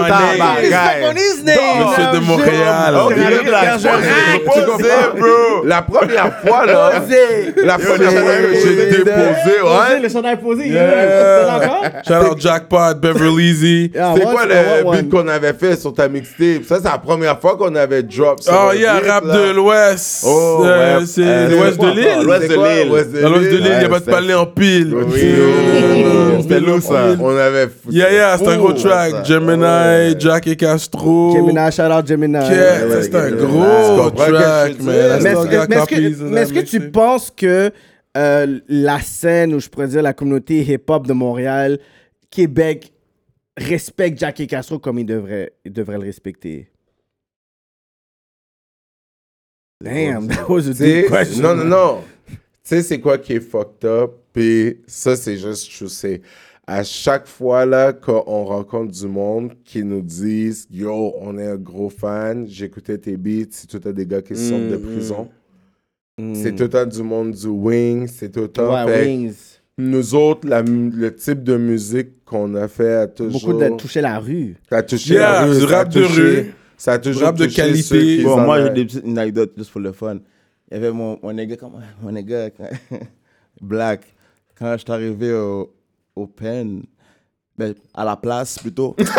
Monsieur de Montréal. La première fois, là. La première fois que j'ai déposé, ouais. Le chandail posé, il est encore? Shout out Jackpot, Beverly Easy. C'était quoi le beat qu'on avait fait sur ta mixtape? Ça, c'est la première fois qu'on avait drop ça. Oh yeah, rap de l'Ouest. Oh, ouais. C'est l'Ouest de l'île. L'Ouest de l'île. Dans l'Ouest de l'île, il n'y a pas de palais en pile. C'était lourd, ça. On avait... Yeah, c'est un gros track. Gemini, Jack et Castro. Gemini, shout out Gemini. Yeah, ça, c'est un gros track, man. Mais est-ce que tu penses que la scène, ou je pourrais dire la communauté hip-hop de Montréal, Québec, respecte Jackie Castro comme il devrait le respecter? Damn, that was a deep question. Non. Tu sais, c'est quoi qui est fucked up? Puis ça, c'est juste, je sais, à chaque fois là qu'on rencontre du monde qui nous disent « Yo, on est un gros fan, j'écoutais tes beats, c'est tout le temps des gars qui sortent de prison. C'est tout le temps du monde du Wing, c'est tout le temps... Ouais, Wings. Nous autres, le type de musique qu'on a fait a toujours... Beaucoup de toucher la rue. Ça a touché la rue, du rap de rue. Ça a toujours Rap de touché qualité. ceux qui Bon, en moi, ont- j'ai des petites anecdotes juste pour le fun. Il y avait mon nigga, Black, quand je suis arrivé au Pen, ben, à la place plutôt. Je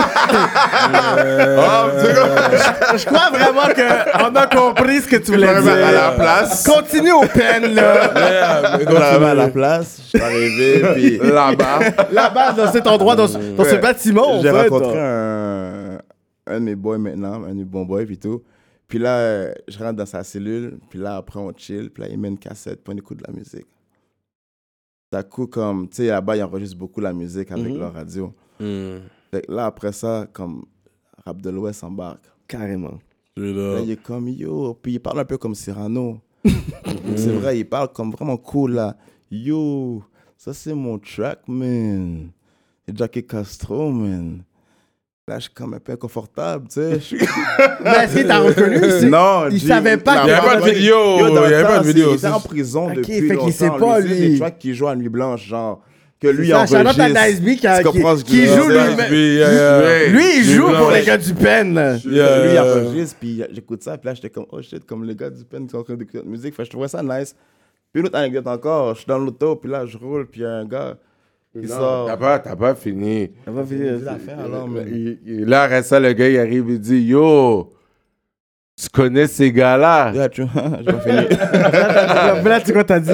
crois vraiment qu'on a compris ce que tu voulais dire. à la place. Continue au pen, là. Quand j'arrivais à la place, je suis arrivé, puis Là-bas. Là-bas, dans cet endroit, dans ce bâtiment, en j'ai fait. rencontré un de mes boys maintenant, un de mes bons boys, puis tout. Puis là, je rentre dans sa cellule, puis là, après, on chill, puis là, il met une cassette, puis on écoute de la musique. Ça coûte comme, tu sais, là-bas, ils enregistrent beaucoup la musique avec leur radio. Fait que là, après ça, comme Rap de l'Ouest embarque. Carrément. Là, il est comme yo, puis il parle un peu comme Cyrano. C'est vrai, il parle comme vraiment cool là. Yo, ça c'est mon track, man. Et Jackie Castro, man. Là, je suis comme un peu inconfortable, tu sais. Mais est-ce qu'il t'a reconnu? Non, Il savait pas Il n'y avait pas de vidéo. Yo, dans Il n'y avait le pas temps, de vidéo. Il était en prison Ok, depuis fait qu'il longtemps. sait pas, C'est lui. des tracks qui jouent à Nuit Blanche, genre, que lui Ça, shout-out enregistre. à Nice B Tu comprends ce que qui je veux joue dire? lui. Lui, il joue pour les gars du pen. Lui, il enregistre, puis j'écoute ça, puis là, j'étais comme, oh shit, comme les gars du pen qui sont en train d'écouter notre musique. Fait que je trouvais ça nice. Puis une autre anecdote encore, je suis dans l'auto, puis là, je roule, puis il y a un gars qui sort. T'as pas fini. On va finir l'affaire alors, mais. Là, après ça, le gars, il arrive, il dit « Yo, tu connais ces gars-là? Yeah, tu vois, je vais finir. Mais là, tu sais quoi t'as dit?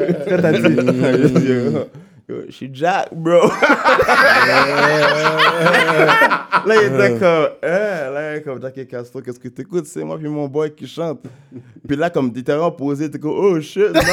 Yo, je suis Jack, bro. Là, il était comme Jackie Castro, qu'est-ce que t'écoutes? C'est moi puis mon boy qui chante. Puis là, comme littéralement posé, t'es comme, oh shit, nice.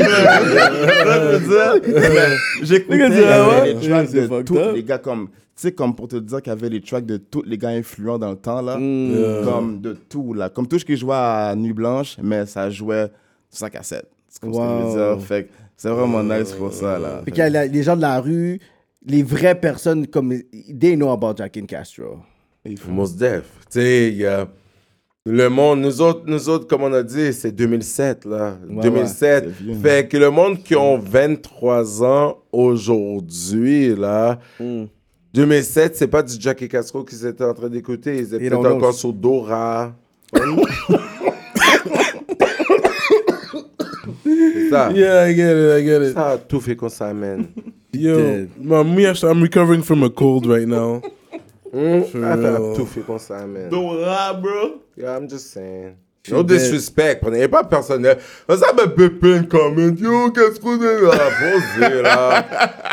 J'écoutais les tracks de tous les gars, comme, tu sais, comme pour te dire qu'il y avait les tracks de tous les gars influents dans le temps, là. Comme de tout, là. Comme tout ce qui jouait à Nuit Blanche, mais ça jouait sur sa cassette. C'est comme ce que je veux dire. Fait que c'est vraiment nice pour ça, là. Fait qu'il y a les gens de la rue, les vraies personnes, comme, they know about Jackie Castro. Mos Def. Tu sais, il y a le monde, nous autres, comme on a dit, c'est 2007, là. Ouais, 2007. ouais, c'est vieux. Fait que le monde qui ont 23 ans aujourd'hui, là, 2007, c'est pas du Jackie Castro qu'ils étaient en train d'écouter. Ils étaient don't peut-être know. encore sur Dora. ça. Yeah, I get it. Ça a tout fait qu'on s'amène. Yo, Dead. man, I'm recovering from a cold right now. Ça a tout fait qu'on s'amène. Bro. Yeah, I'm just saying. No disrespect, prenez pas personnel. Ça me pépine comme yo, qu'est-ce qu'on est là? Posez là.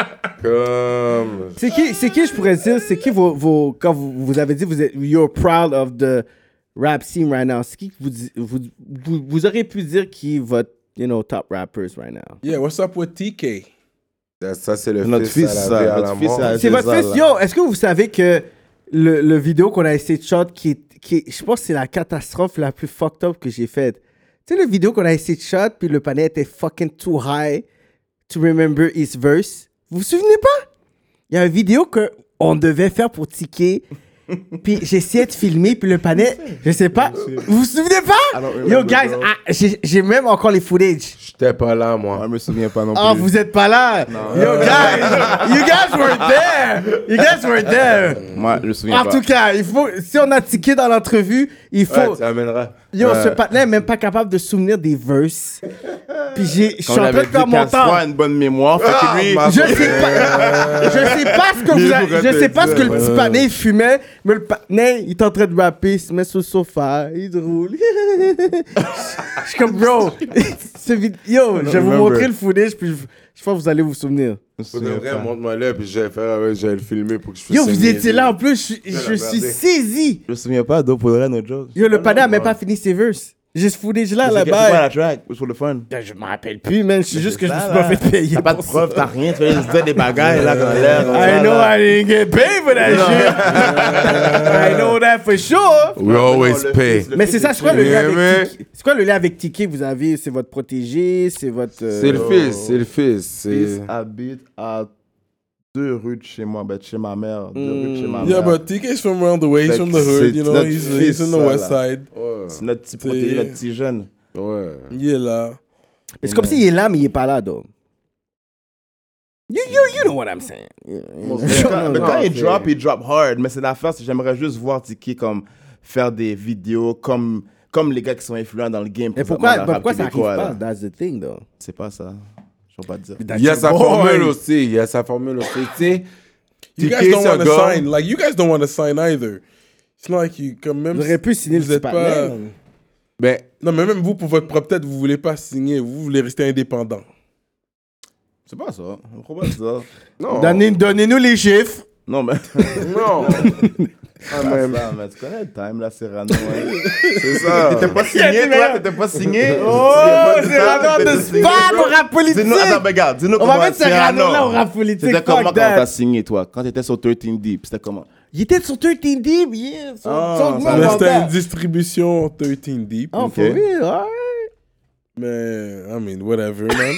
Comme. C'est qui, je pourrais dire, c'est qui quand vous avez dit, you're proud of the rap scene right now, c'est qui que vous auriez pu dire qui est votre, top rappers right now? Yeah, what's up with TK? Ça, c'est le Notre fils, fils, à la vie, ça, à la notre fils, mort. ça. C'est votre ça, fils. là. Yo, est-ce que vous savez que le vidéo qu'on a essayé de shot, je pense que c'est la catastrophe la plus fucked up que j'ai faite. Tu sais, le vidéo qu'on a essayé de shot, puis le panel était fucking too high to remember his verse. Vous vous souvenez pas? Il y a une vidéo qu'on devait faire pour Ticket. Puis j'ai essayé de filmer, puis le panel, je sais pas. Vous vous souvenez pas? Yo, guys, j'ai même encore les footage. J'étais pas là, moi. Je me souviens pas non plus. Ah, vous êtes pas là? Yo, guys, you guys were there. You guys were there. Moi, je me souviens En pas. tout cas, si on a tické dans l'entrevue, il faut. Ouais, tu amèneras. Yo, ce partenaire est même pas capable de se souvenir des verses. Puis je suis en train de faire mon temps. Pas une bonne mémoire. Fait que lui, Je sais pas ce que le petit partenaire fumait, mais le partenaire, il est en train de rapper, il se met sur le sofa, il roule. Je suis comme, bro, yo, je vais vous montrer le footage, puis je pense que vous allez vous souvenir. Pour de vrai, montre-moi là, puis je vais le filmer pour que je puisse. Yo, vous saigner. étiez là en plus, je suis saisi. je me souviens pas d'où pour le reste, notre joke. Yo, le panneau a même pas fini ses verses. J'ai ce footage là, C'est quoi là-bas. la track? C'est pour le fun. Je m'en rappelle plus, man. C'est juste que je me suis ça, pas là. fait payer. T'as pas de pour preuve, t'as rien. Tu fais juste des bagailles là dans l'air. comme I ça, know là. I didn't get paid for that shit. I know that for sure. We always le pay. fils, le Mais fils c'est ça, est c'est quoi le chill. lien Mais- avec Tiki? C'est quoi le lien avec Tiki que vous avez? C'est votre protégé? C'est votre. C'est le fils, c'est le fils. Fils C'est. habite à 2 rues de chez moi, ben, de chez ma mère. 2 rues de chez ma Yeah, mère. but TK's from around the way. He's from the hood, you know. notre He's fils, in the ça, west là. side. Ouais. C'est notre petit protégé, notre petit jeune. Ouais. Il est là. C'est comme s'il est là, mais il est pas là, donc. You know what I'm saying. Mais quand il drop hard. Mais c'est l'affaire, c'est que j'aimerais juste voir Tiki comme faire des vidéos comme les gars qui sont influents dans le game. Mais présentement dans le pourquoi rap ça arrive québécois, pas? là. That's the thing, though. C'est pas ça. Je peux pas te dire. Il y a sa formule aussi. Il y a sa formule aussi. Tu sais, You TK, guys don't c'est un want to gars- sign. Like, you guys don't want to sign either. It's not like you, comme même. Vous auriez pu signer le vous petit êtes pas. partenaire. Ben, Non, mais même vous, pour votre propre tête, vous voulez pas signer. Vous voulez rester indépendant. C'est pas ça. On croit pas ça. non. Donnez-nous les chiffres. Non, mais. Non. Ah, mais tu connais le time, là, Cyrano. Hein. C'est ça. T'étais pas signé, toi? T'étais pas signé? Oh, Cyrano de spam au rap politique. Dis-nous, attends, mais regarde, dis-nous On comment va mettre Cyrano là au rap politique. C'était comment Fuck quand that. t'as signé, toi? Quand t'étais sur 13 Deep, c'était comment? Il était sur 13 Deep, yeah. Ah, ça Mais c'était une distribution 13 Deep. Oh, Ok. for real, alright. Mais, I mean, whatever, man.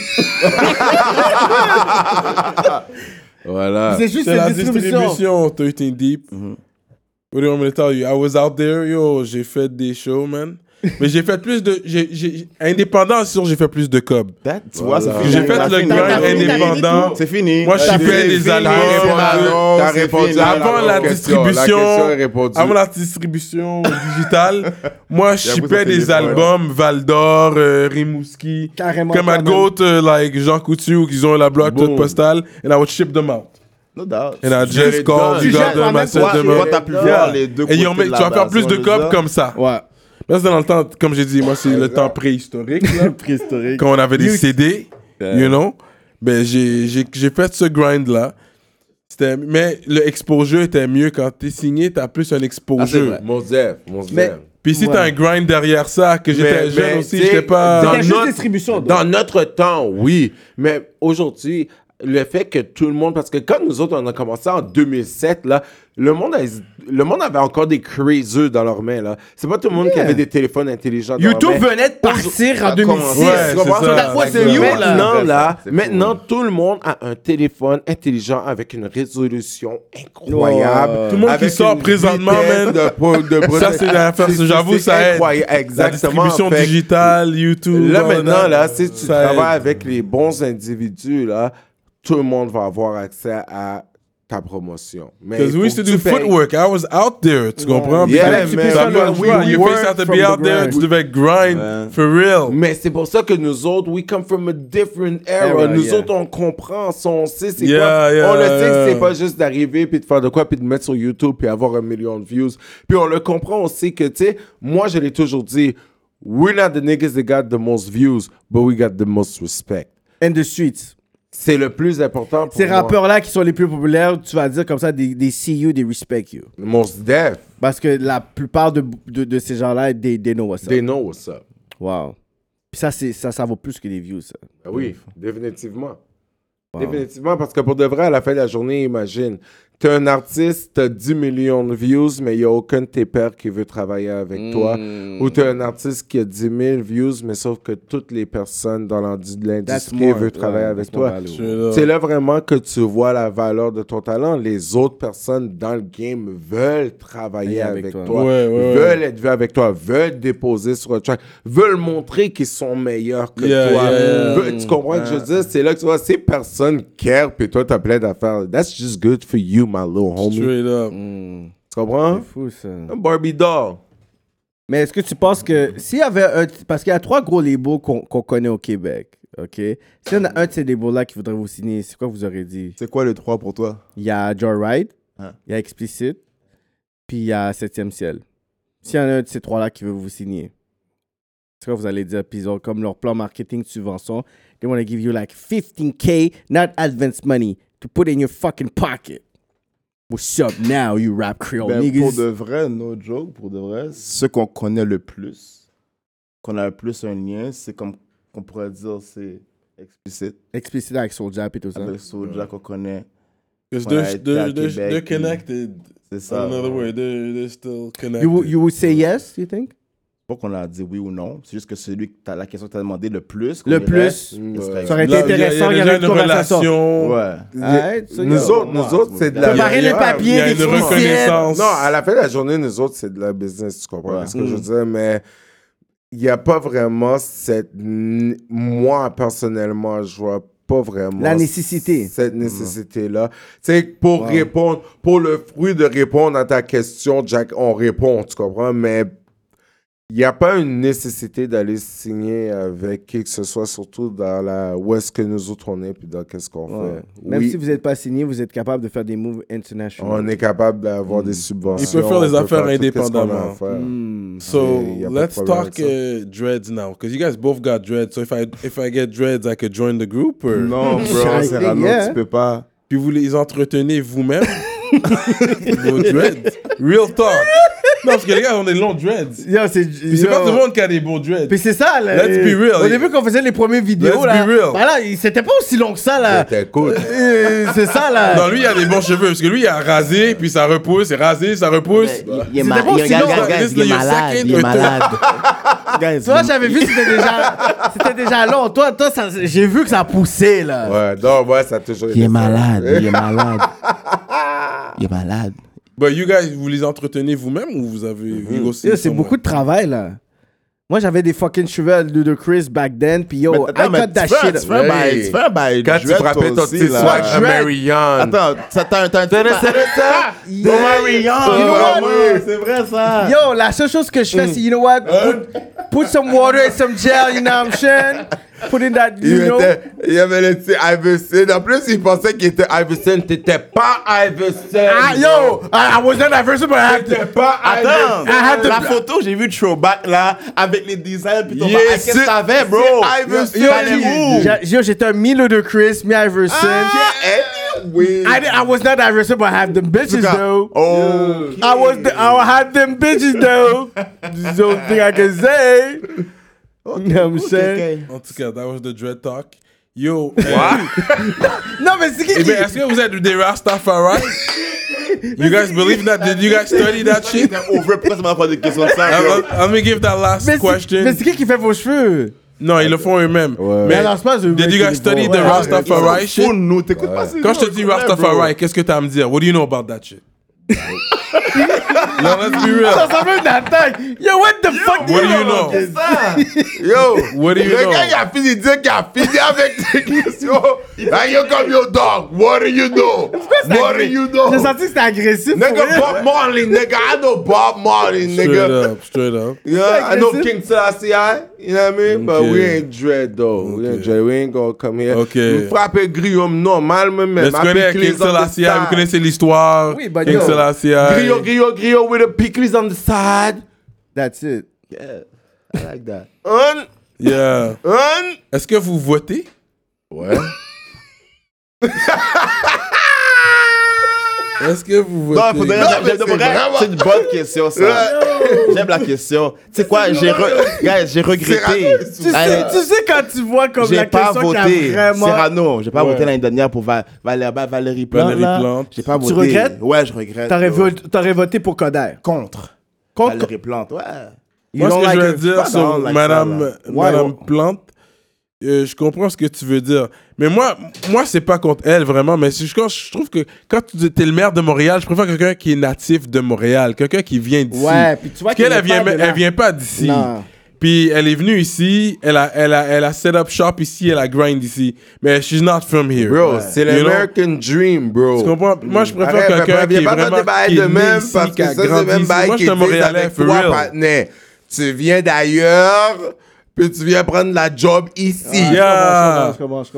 Voilà. C'est juste C'est la une distribution. distribution 13 Deep. What do you want me to tell you? I was out there, yo, j'ai fait des shows, man. Mais j'ai fait plus de... indépendant, c'est sûr, j'ai fait plus de cob. Tu vois, c'est fini. J'ai fait le grind indépendant. C'est fini. Moi, je T'as shippais fini, des albums. T'as répondu à Avant la question. distribution, La question est répondue. avant la distribution digitale, moi, je J'avoue, shippais ça fait des des albums, Val d'Or, Rimouski, Carrément. comme à Goat, like Jean Coutu, qui ont la bloc Boom. postale, and I would ship them out. No doubt. And I J'ai just called, you Tu got jettes them, I toi-même, sent Toi, them toi, out. t'as pu voir les deux Et côtés tu vas de la faire base, plus de on le cob dit. comme ça. Ouais. Là, c'est dans le temps, comme j'ai dit, moi, c'est le temps préhistorique, là. Préhistorique. Quand on avait des CD, you know, ben j'ai fait ce grind-là. Mais le exposure était mieux quand t'es signé, t'as plus un exposure. Mon Zef. Mais- Puis si t'as un grind derrière ça, que j'étais jeune aussi, tu sais, j'étais pas... dans C'était juste notre- distribution. donc. Dans notre temps, oui. Mais aujourd'hui, le fait que tout le monde... Parce que quand nous autres, on a commencé en 2007, là, le monde avait encore des crazers dans leurs mains, là. C'est pas tout le monde qui avait des téléphones intelligents dans YouTube leurs mains. venait de partir en 2006. Ouais, Tu comprends? c'est ça. That was C'est new, ça. Maintenant, là, C'est maintenant tout le monde a un téléphone intelligent avec une résolution incroyable. Ouais. Tout le monde avec qui sort une présentement, vitesse man. Ça, c'est l'affaire. J'avoue, ça aide. incroyable. La Exactement. distribution Fait que digitale, YouTube... là, all maintenant, that, là, si tu ça aide. travailles avec les bons individus, là, tout le monde va avoir accès à ta promotion. Mais Because we used to do footwork. I was out there, tu comprends? Yeah, Because man. t'as pas le choix. You work face out to from be the out there, grind. tu devais grind, for real. Mais c'est pour ça que nous autres, we come from a different era. Nous yeah. autres, on comprend, on sait c'est Yeah, quoi. yeah, On le sait que yeah. c'est pas juste d'arriver puis de faire de quoi puis de mettre sur YouTube puis avoir 1 million de views. Puis on le comprend, on sait que, tu sais, moi, je l'ai toujours dit, we're not the niggas that got the most views, but we got the most respect. In the streets. C'est le plus important pour Ces moi. rappeurs-là qui sont les plus populaires, tu vas dire comme ça, des see you, des respect you. Most def. Parce que la plupart de ces gens-là, they know what's up. They know what's up. Wow. Puis ça vaut plus que des views, ça. Ah oui, définitivement. Définitivement, parce que pour de vrai, à la fin de la journée, imagine, t'es un artiste, t'as 10 millions de views, mais il n'y a aucun de tes pairs qui veut travailler avec toi. Ou t'es un artiste qui a 10 000 views, mais sauf que toutes les personnes dans l'industrie veulent travailler avec toi. C'est là vraiment que tu vois la valeur de ton talent. Les autres personnes dans le game veulent travailler avec toi. Veulent être vus avec toi, veulent déposer sur un track, veulent montrer qu'ils sont meilleurs que toi. Tu comprends ce que je veux dire? C'est là que tu vois, ces personnes care, puis toi, t'as plein d'affaires. That's just good for you, my little homie. Straight up. Tu comprends? C'est fou, ça. Un Barbie doll. Mais est-ce que tu penses que s'il y avait un... Parce qu'il y a 3 gros labels qu'on connaît au Québec, OK? S'il y en a un de ces labels-là qui voudrait vous signer, c'est quoi vous aurez dit? C'est quoi les 3 pour toi? Il y a Joyride, Hein? il y a Explicit, puis il y a 7e Ciel. S'il y en a un de ces 3-là qui veut vous signer, c'est quoi vous allez dire? Puis ils ont comme leur plan marketing de subvention. They want to give you like $15K, not advance money, to put in your fucking pocket. What's up now, you rap Creole Ben, niggas? pour de vrai, no joke, pour de vrai, ceux qu'on connaît le plus, qu'on a le plus un lien, c'est comme qu'on pourrait dire, c'est Explicit. Explicit avec Soulja et tout ça. Avec Soulja qu'on connaît. Because On a été à they're Québec, connected. C'est ça. In another way, they're still connected. You would say yes, you think? Pas qu'on a dit oui ou non, c'est juste que celui que la question que tu as demandé le plus. Le plus. Ça aurait été Là, intéressant, il y déjà avait une conversation. relation. Ouais. Alright, so Nous autres, c'est de la... Préparer les Il y papiers, a les une fichiers. reconnaissance. Non, à la fin de la journée, nous autres, c'est de la business, tu comprends ce que je veux dire, mais il n'y a pas vraiment cette... Moi, personnellement, je vois pas vraiment... La nécessité. Cette nécessité-là. Tu sais, pour répondre, pour le fruit de répondre à ta question, Jack, on répond, tu comprends, mais il n'y a pas une nécessité d'aller signer avec qui que ce soit, surtout dans la... Où est-ce que nous autres on est, puis dans qu'est-ce qu'on fait. Même Oui, si vous n'êtes pas signé, vous êtes capable de faire des moves internationaux. on est capable d'avoir des subventions. Il peut faire les on affaires faire tout ce qu'on a à indépendamment. faire. So Y a pas de let's problème talk avec dreads now, because you guys both got dreads. So if I get dreads, I could join the group, or Non, bro, I c'est think, rano, yeah. tu peux pas. puis vous les entretenez vous-même vos dreads. Real talk. Non, parce que les gars ont des longs dreads. Yo, Puis c'est pas tout le monde qui a des beaux dreads. Puis c'est ça, là. Let's be real. Au début, quand on faisait les premières vidéos, Let's là. be real. Voilà, c'était pas aussi long que ça, là. C'était cool. C'est ça, là. Non, lui, il a des bons cheveux, parce que lui, il a rasé, puis ça repousse, c'est rasé, ça repousse. Il est malade. Il est malade. Toi, j'avais vu, c'était déjà long. Toi, ça, j'ai vu que ça poussait, là. Ouais, non, ouais, ça a toujours été Il est ça. malade, il est malade. Il est malade. But you guys, vous les entretenez vous-même ou vous avez... you go see Yo, c'est someone? beaucoup de travail, là. Moi, j'avais des fucking cheveux de Chris back then, puis yo, I mais cut that tu fais shit. tu fais un bail, tu fais un bail Quand tu dread, frappais toi ton aussi, petit là. swag Dread. Marianne. Attends, t'as un petit Yeah. Marianne. You know what? Ouais, c'est vrai ça. Yo, la seule chose que je fais, c'est, you know what? Put some water and some gel, you know what I'm saying? Put in that, you know? Il y avait le petit Iverson. En plus, il pensait qu'il était Iverson. T'étais pas Iverson. Ah, yo, I was not Iverson, but I had T'étais to. pas Attends, Iverson. la photo, j'ai vu le throwback là, avec les designs, puis ton Yeah, qu'est-ce que t'avais, bro? c'est Iverson. Yo, t'allais où? Yo, j'étais un mi de Chris, mi Iverson. Oui. I was not Iverson, but I had them bitches, though. Oh, I had them bitches, though. There's the only thing I can say. You know what I'm saying? En tout cas, that was the dread talk. Yo, Non, mais c'est eh qui? ben, est-ce que vous êtes des Rastafari? You guys believe that? Did you guys study that shit? over, pourquoi tu m'as pas des questions de ça, bro? Let me give that last question. Mais c'est qui fait vos cheveux? Non, ils le font eux-mêmes. Mais alors, c'est pas eux did you qui guys les study font. the Ouais. Rastafari shit? Fous, nous, t'écoutes pas ces Quand je te gens, dis s'il te plaît, bro. Rastafari, qu'est-ce que t'as à me dire? What do you know about that shit? Non, let's be real. Ça ressemble à une attaque. Yo, what the fuck? What do you know? C'est ça. Yo, What do you le know? gars, il a fini de dire qu'il a fini avec tes questions. Hey, yo, comme yo, dog, what do you know? What do you know? J'ai senti que c'était agressif. pour Nigga, vrai. Bob Marley, nigga. I know Bob Marley, Straight nigga. up, straight up. Yeah, I know aggressive. King Selassie, you know what I mean? But Okay. we ain't dread, though. We ain't dread. We ain't gonna come here. Okay. Nous frapper Guillaume normal, même. Mais tu connais King Selassie, vous connaissez l'histoire. Oui, but King yo. Selassie. Grillo with the pickles on the side. That's it. Yeah, I like that. Yeah. Est-ce que vous votez? Ouais. Est-ce que vous Non, votez? c'est une bonne question, ça. J'aime la question. Tu sais quoi, j'ai regretté. Tu sais quand tu vois comme J'ai la pas question qui a voté vraiment... Cyrano. J'ai pas voté l'année dernière pour Valérie Plante. Valérie là. Plante. J'ai pas Tu voté. regrettes? Ouais, je regrette. T'aurais voté pour Coder. Contre. Contre... Valérie Plante, ouais. Moi, ce que je veux dire Pas sur down like Madame, ça, là. Madame Plante, je comprends ce que tu veux dire. Mais moi c'est pas contre elle, vraiment. Mais je trouve que quand tu es le maire de Montréal, je préfère quelqu'un qui est natif de Montréal. Quelqu'un qui vient d'ici. Ouais, puis tu vois Parce qu'elle, qu'elle est pas de là. elle vient pas d'ici. Non. Puis elle est venue ici, elle a set up shop ici, elle a grind ici. Mais she's not from here. Bro, c'est You know? l'American Dream, bro. Tu comprends? Moi, je préfère Arrête, quelqu'un qui est viens pas vraiment dans des bails qui de est né même ici, parce qui que a ça, c'est grandi même ici. bail Moi, qui je suis un disent Montréalais, avec for toi, real. partenaire. Tu viens d'ailleurs, puis tu viens prendre la job ici. Yeah. Je comprends.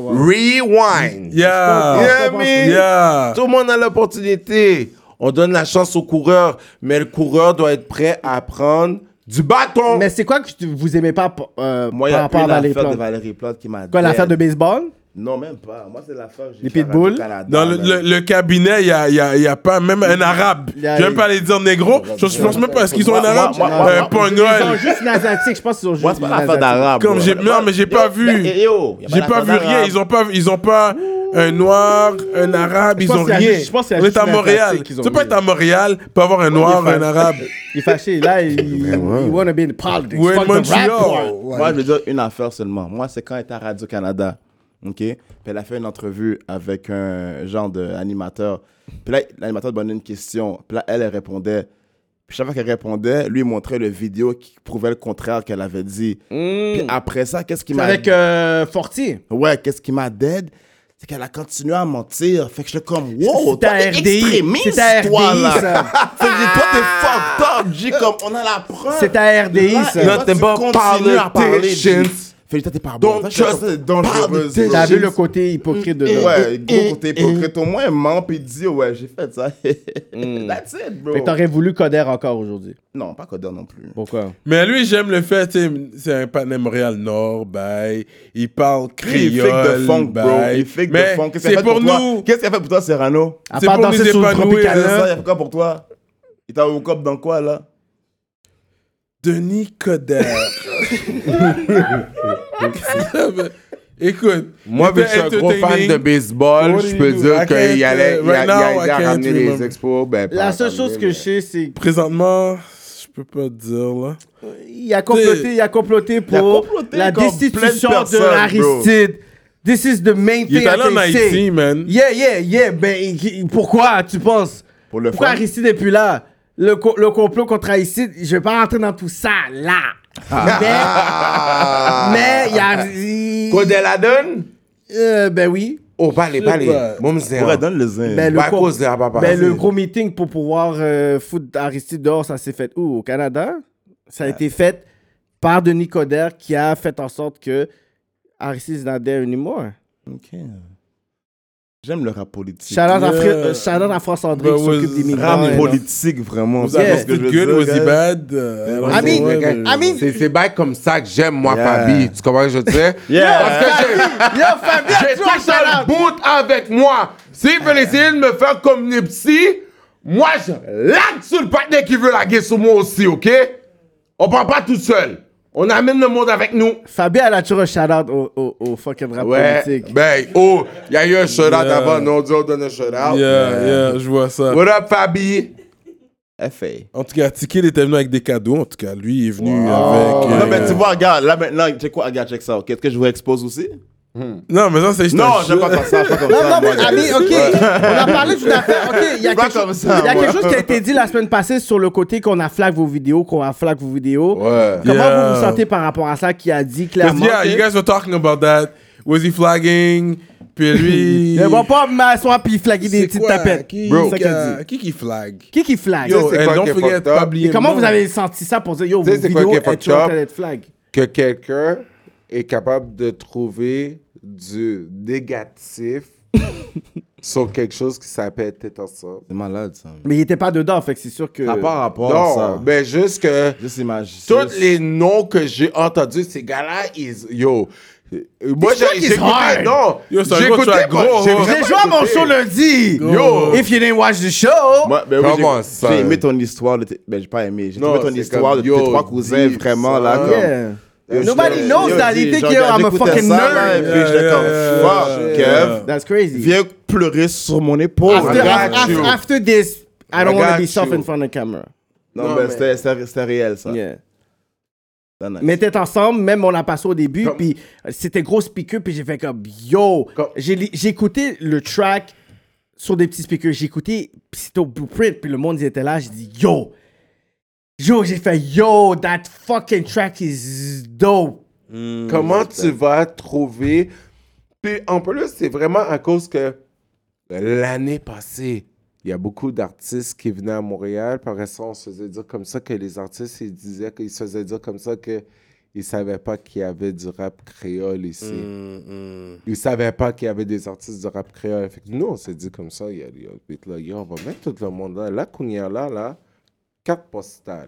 Rewind. Yeah. Yeah, man. Yeah. Tout le monde a l'opportunité. On donne la chance au coureur, mais le coureur doit être prêt à prendre du bâton. Mais c'est quoi que vous aimez pas Moi, il y par a rapport à une Valérie affaire de Plante? Valérie Plante qui m'a... Quoi, l'affaire de baseball? Non, même pas. Moi, c'est l'affaire... Les pitbulls? Dans le cabinet, il y a pas même un arabe. Il y a- Je vais même pas aller dire négro. Je pense même pas. Est-ce qu'ils ont un arabe? moi, Un Ils pongol. sont juste nazatiques, je pense qu'ils sont juste Moi, c'est pas l'affaire nazatiques. d'arabe. Comme bro. j'ai, non, mais j'ai pas vu. J'ai pas vu rien. Ils ont pas un noir, un arabe. Ils pense ont qu'il y a rien. juste- je pense qu'il y a On est juste à une Montréal. asiatique Tu qu'ils ont peux pas mis. être à Montréal, pas avoir un noir, un arabe. Il est fâché. Là, il wanna be in politics. Ou Fuck in the rap part. Montreal. Moi, je veux dire une affaire seulement. Moi, c'est quand elle était à Radio-Canada. OK? Puis elle a fait une entrevue avec un genre d'animateur. Puis là, l'animateur demandait une question. Puis là, elle répondait. Puis chaque fois qu'elle répondait, lui il montrait le vidéo qui prouvait le contraire qu'elle avait dit. Puis après ça, qu'est-ce qui C'est m'a... avec Fortier. Ouais, qu'est-ce qui m'a dead? C'est qu'elle a continué à mentir. Fait que j'étais comme, wow, C'était toi, à t'es RDI. extrémiste, C'était à toi, RDI, là. ça. Fait que toi, t'es fucked up, G, comme, on a la preuve. C'est à RDI, Là, ça. et toi, Nothing tu but continues à parler, G. politicians. Fait que toi, t'es pas bon. Don't Toi, je pense trust que c'est dangereux. politicians. T'as vu le côté hypocrite de l'homme. Ouais, gros côté hypocrite. Au moins, ment puis dit, ouais, j'ai fait ça. That's it, bro. Fait que t'aurais voulu Coder encore aujourd'hui. Non, pas Coder non plus. Pourquoi? Mais lui, j'aime le fait, tu sais, c'est un partenaire Montréal-Nord, bye. Il parle Lui, il créole, fake de funk, bro. bye. Il fake de Mais funk. Qu'est-ce c'est qu'il a fait pour pour toi? nous. Qu'est-ce qu'il a fait pour toi, Serrano? À C'est part pour nous danser sur le épanouir, C'est ça, il Tropicana. a fait quoi pour toi? Il t'a hook up dans quoi, là? Denis Coderre. Écoute, Moi, vu que je suis un gros fan de baseball, What je do peux you do? dire I qu'il can't, allait right now, I aider à can't ramener les remember. expos. Ben, La pas seule ramener, chose que mais- je sais, c'est présentement, je peux pas te dire, là. qu'il a comploté pour comploté la comme destitution plein de de personnes, bro. Aristide. This is the main Il thing est allé en I can say. Haïti, man. Yeah. Ben, pourquoi, tu penses? Pour le Pourquoi fun? Aristide n'est plus là? Le complot contre Aristide, je vais pas rentrer dans tout ça, là. Mais, il y a... Codel la donne? Ben oui. Oh, parlez. pas. Bon, c'est Ouais, donne le zin. Ben, Bah, à cause de la papa. Ben, le gros meeting pour pouvoir foutre Aristide dehors, ça s'est fait où? Au Canada? Ça a été fait par Denis Coderre qui a fait en sorte que Aristide is not there anymore. OK. J'aime le rap politique. Shout out à France André But qui s'occupe des was migrants. Rap et là. politique, vraiment. Was C'est Yeah. ce que je it veux good? dire, Was he guys. bad? I mean- C'est bail comme ça que j'aime, moi, Yeah. Fabi. Tu comprends ce que je veux dire? Yeah. Parce que Yo, Fabien, j'ai tu vois, tout un bout avec moi. S'ils veulent essayer de me faire comme Nipsey, moi, je lag sur le partenaire qui veut laguer sur moi aussi, OK? On part pas tout seul. On amène le monde avec nous. Fabien, elle a toujours un shout-out au fucking rap Ouais. politique. Ben, oh, il y a eu un shout-out Yeah. avant. Non, on donne un shout-out. Yeah, je vois ça. What up, Fabi? FA. En tout cas, Tiki était venu avec des cadeaux. En tout cas, lui il est venu avec. Non, mais tu vois, regarde, là maintenant, check quoi, regarde, check ça. Qu'est-ce que je vous expose aussi? Non, mais ça, c'est... Non, j'aime pas comme ça. Pas comme Non, ça. non, mais moi, Ami, ok, on a parlé d'une affaire. Ok, il y a, Pas quelque, comme ça, il y a moi. quelque chose qui a été dit la semaine passée sur le côté qu'on a flag vos vidéos, Ouais. Comment Yeah. vous vous sentez par rapport à ça qui a dit Because, clairement yeah, you guys were talking about that. Was he flagging? Puis lui... ne va pas m'asseoir puis flaguer des petites tapettes. Bro, C'est ça qu'elle dit. qui flag? Qui flag? Yo, c'est and quoi don't qui est forget fucked de up? pas oublier Et le comment nom. vous avez senti ça pour dire, yo, Tu sais, vos c'est quoi vidéos qui est elles fucked sont en up? train d'être flag? Que quelqu'un est capable de trouver du négatif sur quelque chose qui s'appelle T'es ensemble. C'est malade, ça. Mais il était pas dedans, fait que c'est sûr que... Ça n'a pas rapport à Non, ça. mais juste que Juste imagine. tous les noms que j'ai entendus, ces gars-là, yo. Moi, track j'ai is hard. écouté, non. Yo, c'est un J'ai gros écouté, track, moi, gros, j'ai gros. J'ai vraiment joué à mon écouté. show lundi. Yo. If you didn't watch the show. Moi, ben oui, Comment ça? j'ai aimé ton histoire. J'ai pas aimé. J'ai Non, trouvé ton c'est histoire comme, de yo, tes trois cousins deep, vraiment ça. là. Comme, Yeah. Yo, Nobody j'étais- knows yo, that. dis, They think genre, yo, I'm a j'écoutais fucking ça, là, et nerd. puis j'étais comme, fuck, Kev. That's crazy. Viens pleurer sur mon épaule. After this, I don't I want to got be soft you. in front of the camera. Non, Non, mais mais- c'était réel, ça. Yeah. C'était nice. Mais t'es ensemble, même on a passé au début, Comme- puis c'était gros speaker, puis j'ai fait comme yo. Comme- J'ai écouté le track sur des petits speakers, j'ai écouté, puis c'était au Blueprint, puis le monde ils étaient là, j'ai dit yo. Yo, j'ai fait yo, that fucking track is dope. Comment tu vas trouver... Puis en plus, c'est vraiment à cause que l'année passée, il y a beaucoup d'artistes qui venaient à Montréal. Par ça, on se faisait dire comme ça que les artistes, ils disaient qu'ils se faisaient dire comme ça qu'ils ne savaient pas qu'il y avait du rap créole ici. Ils ne savaient pas qu'il y avait des artistes de rap créole. Fait que nous, on s'est dit comme ça, il y a là, yo, on va mettre tout le monde là. Là, qu'on y a là, carte postale.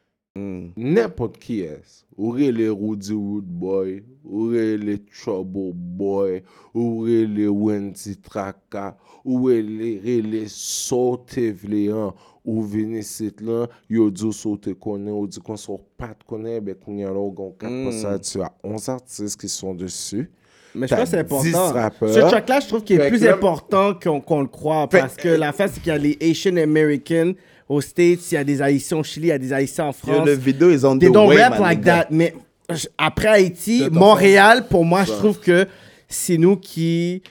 N'importe qui est. Ou les Rudy Wood Boy, ou les Trouble Boy, ou les Wendy Traka, ou les Sautev Léon, ou Vénécite là, yo dit saute connaît, ou dit qu'on sort pas de connaît, ben qu'on y a là, on carte postale, tu as 11 artistes qui sont dessus. Mais je pense que c'est T'as 10 important. rappeurs. Ce track-là, je trouve qu'il est Fait plus que là- important qu'on le croit. Fait- Parce que l'affaire, c'est qu'il y a les Asian Americans aux States, il y a des Haïtiens au Chili, il y a des Haïtiens en Yo, France. le vidéo, ils ont They don't way, rap man, like les gars. that. Mais après Haïti, Montréal, pour moi, je trouve que c'est nous qui,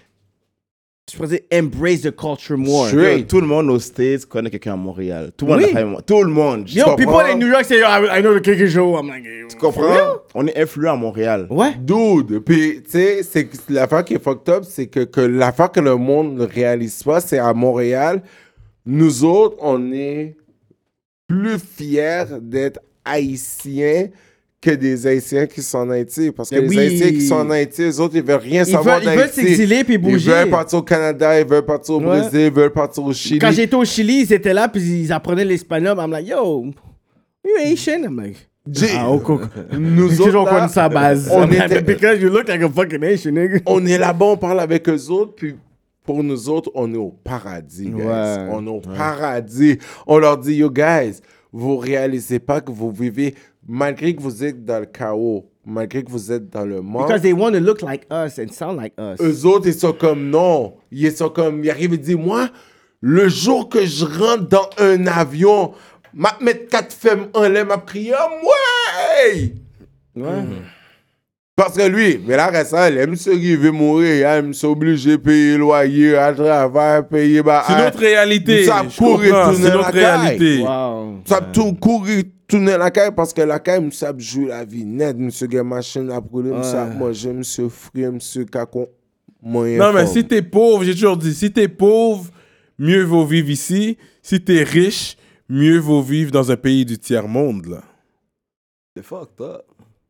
je pourrais dire, embrace the culture more. Yo, tout le monde aux States connaît quelqu'un à Montréal. Tout le monde, Oui. tout le monde. Yo, Tu people comprends? in New York say, yo, I know the KK show. I'm like, Tu comprends? On est influent à Montréal. Ouais. Dude, puis tu sais, c'est que l'affaire qui est fucked up, c'est que l'affaire que le monde ne réalise pas, c'est à Montréal, nous autres, on est plus fiers d'être haïtiens que des Haïtiens qui sont en Haïti. Parce que Mais les oui. Haïtiens qui sont en Haïti, les autres, ils veulent rien savoir Ils veulent d'Haïti. s'exiler puis bouger. Ils veulent partir au Canada, ils veulent partir au Ouais. Brésil, ils veulent partir au Chili. Quand j'étais au Chili, ils étaient là, puis ils apprenaient l'espagnol. I'm like, yo, you Asian? I'm like, ah, ok. Nous J'ai autres, toujours là, connu sa base. on I'm like, était- because you look like a fucking Asian, nigga. on est là-bas, on parle avec eux autres, puis pour nous autres, on est au paradis, guys. Ouais. On est au paradis. On leur dit, yo, guys, vous réalisez pas que vous vivez, malgré que vous êtes dans le chaos, malgré que vous êtes dans le monde, Because they want to look like us and sound like us. eux autres, ils sont comme, non. Ils sont comme, ils arrivent et disent, moi, le jour que je rentre dans un avion, m'a mettre 4 femmes en l'air, m'a crié, ouais! Ouais. Parce que lui, mais là, récemment, il aime ceux qui veulent mourir, il aime s'obliger de payer le loyer, à travail, payer... C'est notre réalité. Ça Je courir, comprends, tourner c'est la notre caille. réalité. Wow. Ça tout courir, tourner la caille, parce que la caille, ça joue la vie nette, monsieur qui a machine à brûler, monsieur à manger, monsieur frit, monsieur cacon, moyen Non, mais fort. si t'es pauvre, j'ai toujours dit, si t'es pauvre, mieux vaut vivre ici. Si t'es riche, mieux vaut vivre dans un pays du tiers-monde, là. C'est fucked up.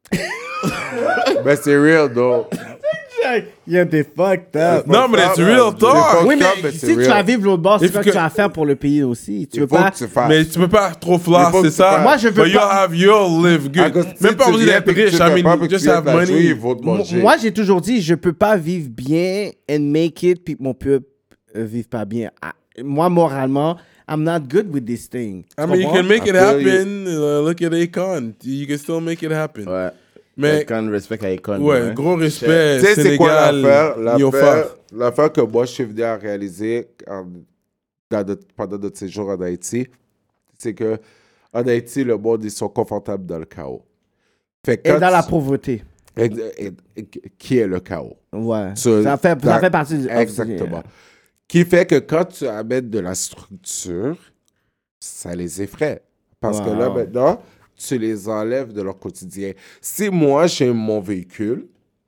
Ben, c'est real, donc. Yeah, t'es fucked up. Non, mais it's real talk. Oui, mais mais c'est si tu real. vas vivre l'autre bord, c'est Il faut quoi que que- tu vas faire pour le pays aussi. Tu Il veux faut pas... que tu fasses. Mais tu peux pas trop Il floss, faut que c'est tu ça? fasses. Moi, je veux But pas- you'll live À good. cause que Même si pas tu besoin viens d'être puis que riche, tu I fais pas mean, puis que just tu have viens de la jouer, ils money. vont te manger. Moi, j'ai toujours dit, je peux pas vivre bien and make it, puis que mon peuple vive pas bien. Ah, moi, moralement, I'm not good with this thing. I mean, you comprends? can make it I feel you. happen. Look at Akon. You can still make it happen. Ouais. Mais, Icon, respect à Icon. ouais, gros respect. Tu sais, c'est quoi Sénégal, l'affaire? Yofa. L'affaire que moi, je suis venu à réaliser pendant notre séjour en Haïti, c'est que en Haïti, le monde, ils sont confortables dans le chaos. Fait que Et quand dans la tu- pauvreté. qui est le chaos. Ouais. Ça- Ça fait partie du... Exactement. Qui fait que quand tu amènes de la structure, ça les effraie. Parce que là, Wow. maintenant, tu les enlèves de leur quotidien. Si moi, j'ai mon véhicule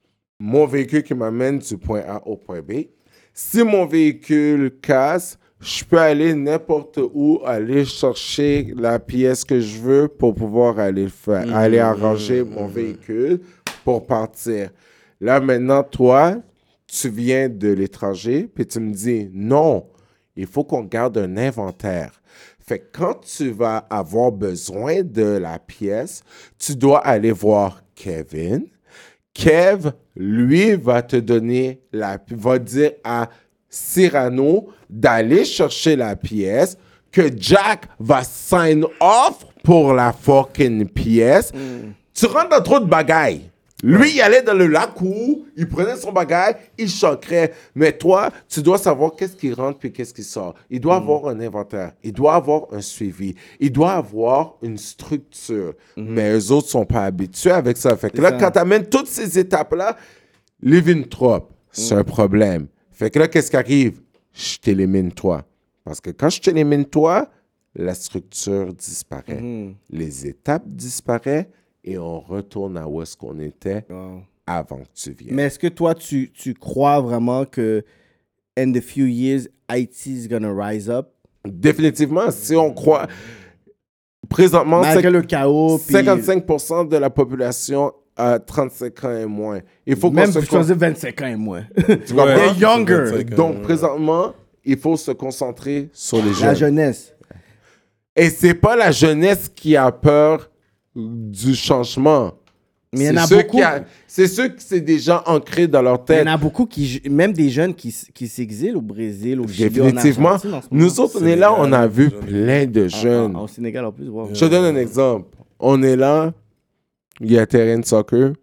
qui m'amène du point A au point B, si mon véhicule casse, je peux aller n'importe où, aller chercher la pièce que je veux pour pouvoir aller aller arranger mon véhicule pour partir. Là, maintenant, toi, tu viens de l'étranger, puis tu me dis, non, il faut qu'on garde un inventaire. Fait que quand tu vas avoir besoin de la pièce, tu dois aller voir Kevin. Kev, lui, va te donner va dire à Cyrano d'aller chercher la pièce, que Jack va sign off pour la fucking pièce. Tu rentres dans trop de bagailles. Lui, il allait dans le lac où il prenait son bagage, il choquerait. Mais toi, tu dois savoir qu'est-ce qui rentre puis qu'est-ce qui sort. Il doit avoir un inventaire. Il doit avoir un suivi. Il doit avoir une structure. Mais eux autres sont pas habitués avec ça. Fait que là, quand tu amènes toutes ces étapes-là, living trop, c'est un problème. Fait que là, qu'est-ce qui arrive? Je t'élimine toi. Parce que quand je t'élimine toi, la structure disparaît. Les étapes disparaissent. Et on retourne à où est-ce qu'on était avant que tu viennes. Mais est-ce que toi, tu crois vraiment que in the few years, IT is gonna rise up? Définitivement, si on croit... Présentement, Malgré le chaos, puis 55% de la population a 35 ans et moins. Il faut même qu'on si tu choisis 25 ans et moins. Tu comprends? They're younger. 25 ans. Donc, présentement, il faut se concentrer sur les La jeunes. jeunesse. Et c'est pas la jeunesse qui a peur du changement. Mais il y en a C'est ceux beaucoup. c'est ceux qui c'est déjà ancré dans leur Il y tête. en a beaucoup même des jeunes qui s'exilent au Brésil, au Chili, en Définitivement. Argentine en ce moment. Nous autres, on est là, on a vu plein de jeunes. Au Sénégal en plus, wow. Je te donne un exemple. On est là, il y a un terrain de soccer.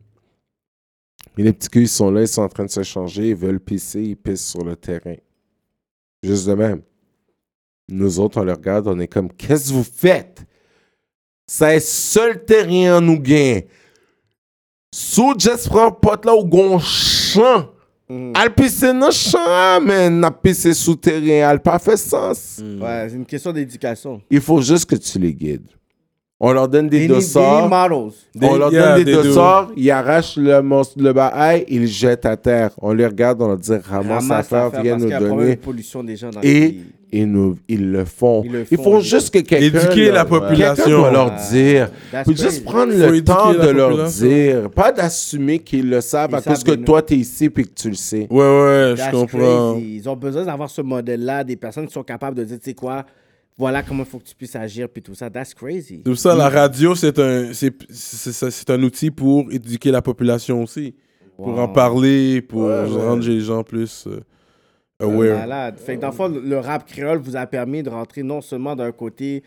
Et les petits culs, ils sont là, ils sont en train de se changer, ils veulent pisser, ils pissent sur le terrain. Juste de même. Nous autres, on les regarde, on est comme, qu'est-ce que vous faites? C'est le seul terrain en nous gain. Sous just prend pote là où gon champ. Al pisser dans le champ, mais n'a pissé sous terrain, al pas fait sens. Ouais, c'est une question d'éducation. Il faut juste que tu les guides. On leur donne des They need dossards. models. On leur Yeah, donne des they do. dossards, ils arrachent le bail, ils le jettent à terre. On les regarde, on leur dit ramasse l'affaire, viens parce nous qu'il y a un problème donner. de pollution des gens dans le Et pays. ils le font. Ils le Il font, faut oui. juste que quelqu'un... Éduquer la leur- population. Quelqu'un doit leur dire. That's Faut crazy. juste prendre Faut le éduquer temps la de leur population. dire. Pas d'assumer qu'ils le savent Ils à cause savent, que mais toi, t'es ici et que tu le sais. Ouais, ouais, je That's comprends. crazy. Ils ont besoin d'avoir ce modèle-là, des personnes qui sont capables de dire, tu sais quoi, voilà comment il faut que tu puisses agir, puis tout ça. That's crazy. Tout ça, la radio, c'est un outil pour éduquer la population aussi. Pour en parler, pour rendre les gens plus aware. Malade. Fait que dans le fond, le rap créole vous a permis de rentrer non seulement d'un côté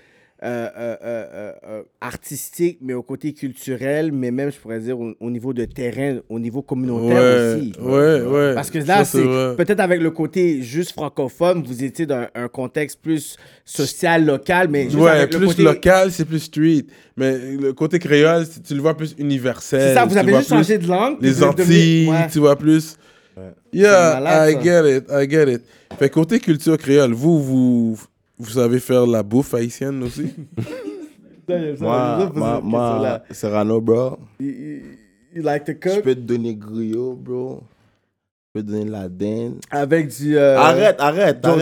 artistique, mais au côté culturel, mais même, je pourrais dire, au niveau de terrain, au niveau communautaire Ouais, aussi. ouais. Parce que là, Ça, c'est vrai. peut-être avec le côté juste francophone, vous étiez dans un contexte plus social, local, mais juste Ouais, avec le plus côté... local, c'est plus street. Mais le côté créole, tu le vois plus universel. C'est ça, vous Tu avez vois juste plus changé de langue. puis Les vous êtes devenu- Antilles, ouais. tu vois plus. Yeah, malade, I get it. Fait côté culture créole, vous savez faire la bouffe haïtienne aussi? Moi, Serrano, bro. You like to Je cook? peux te donner griot, bro. Je peux te donner la dinde. Avec du... Arrête. attends.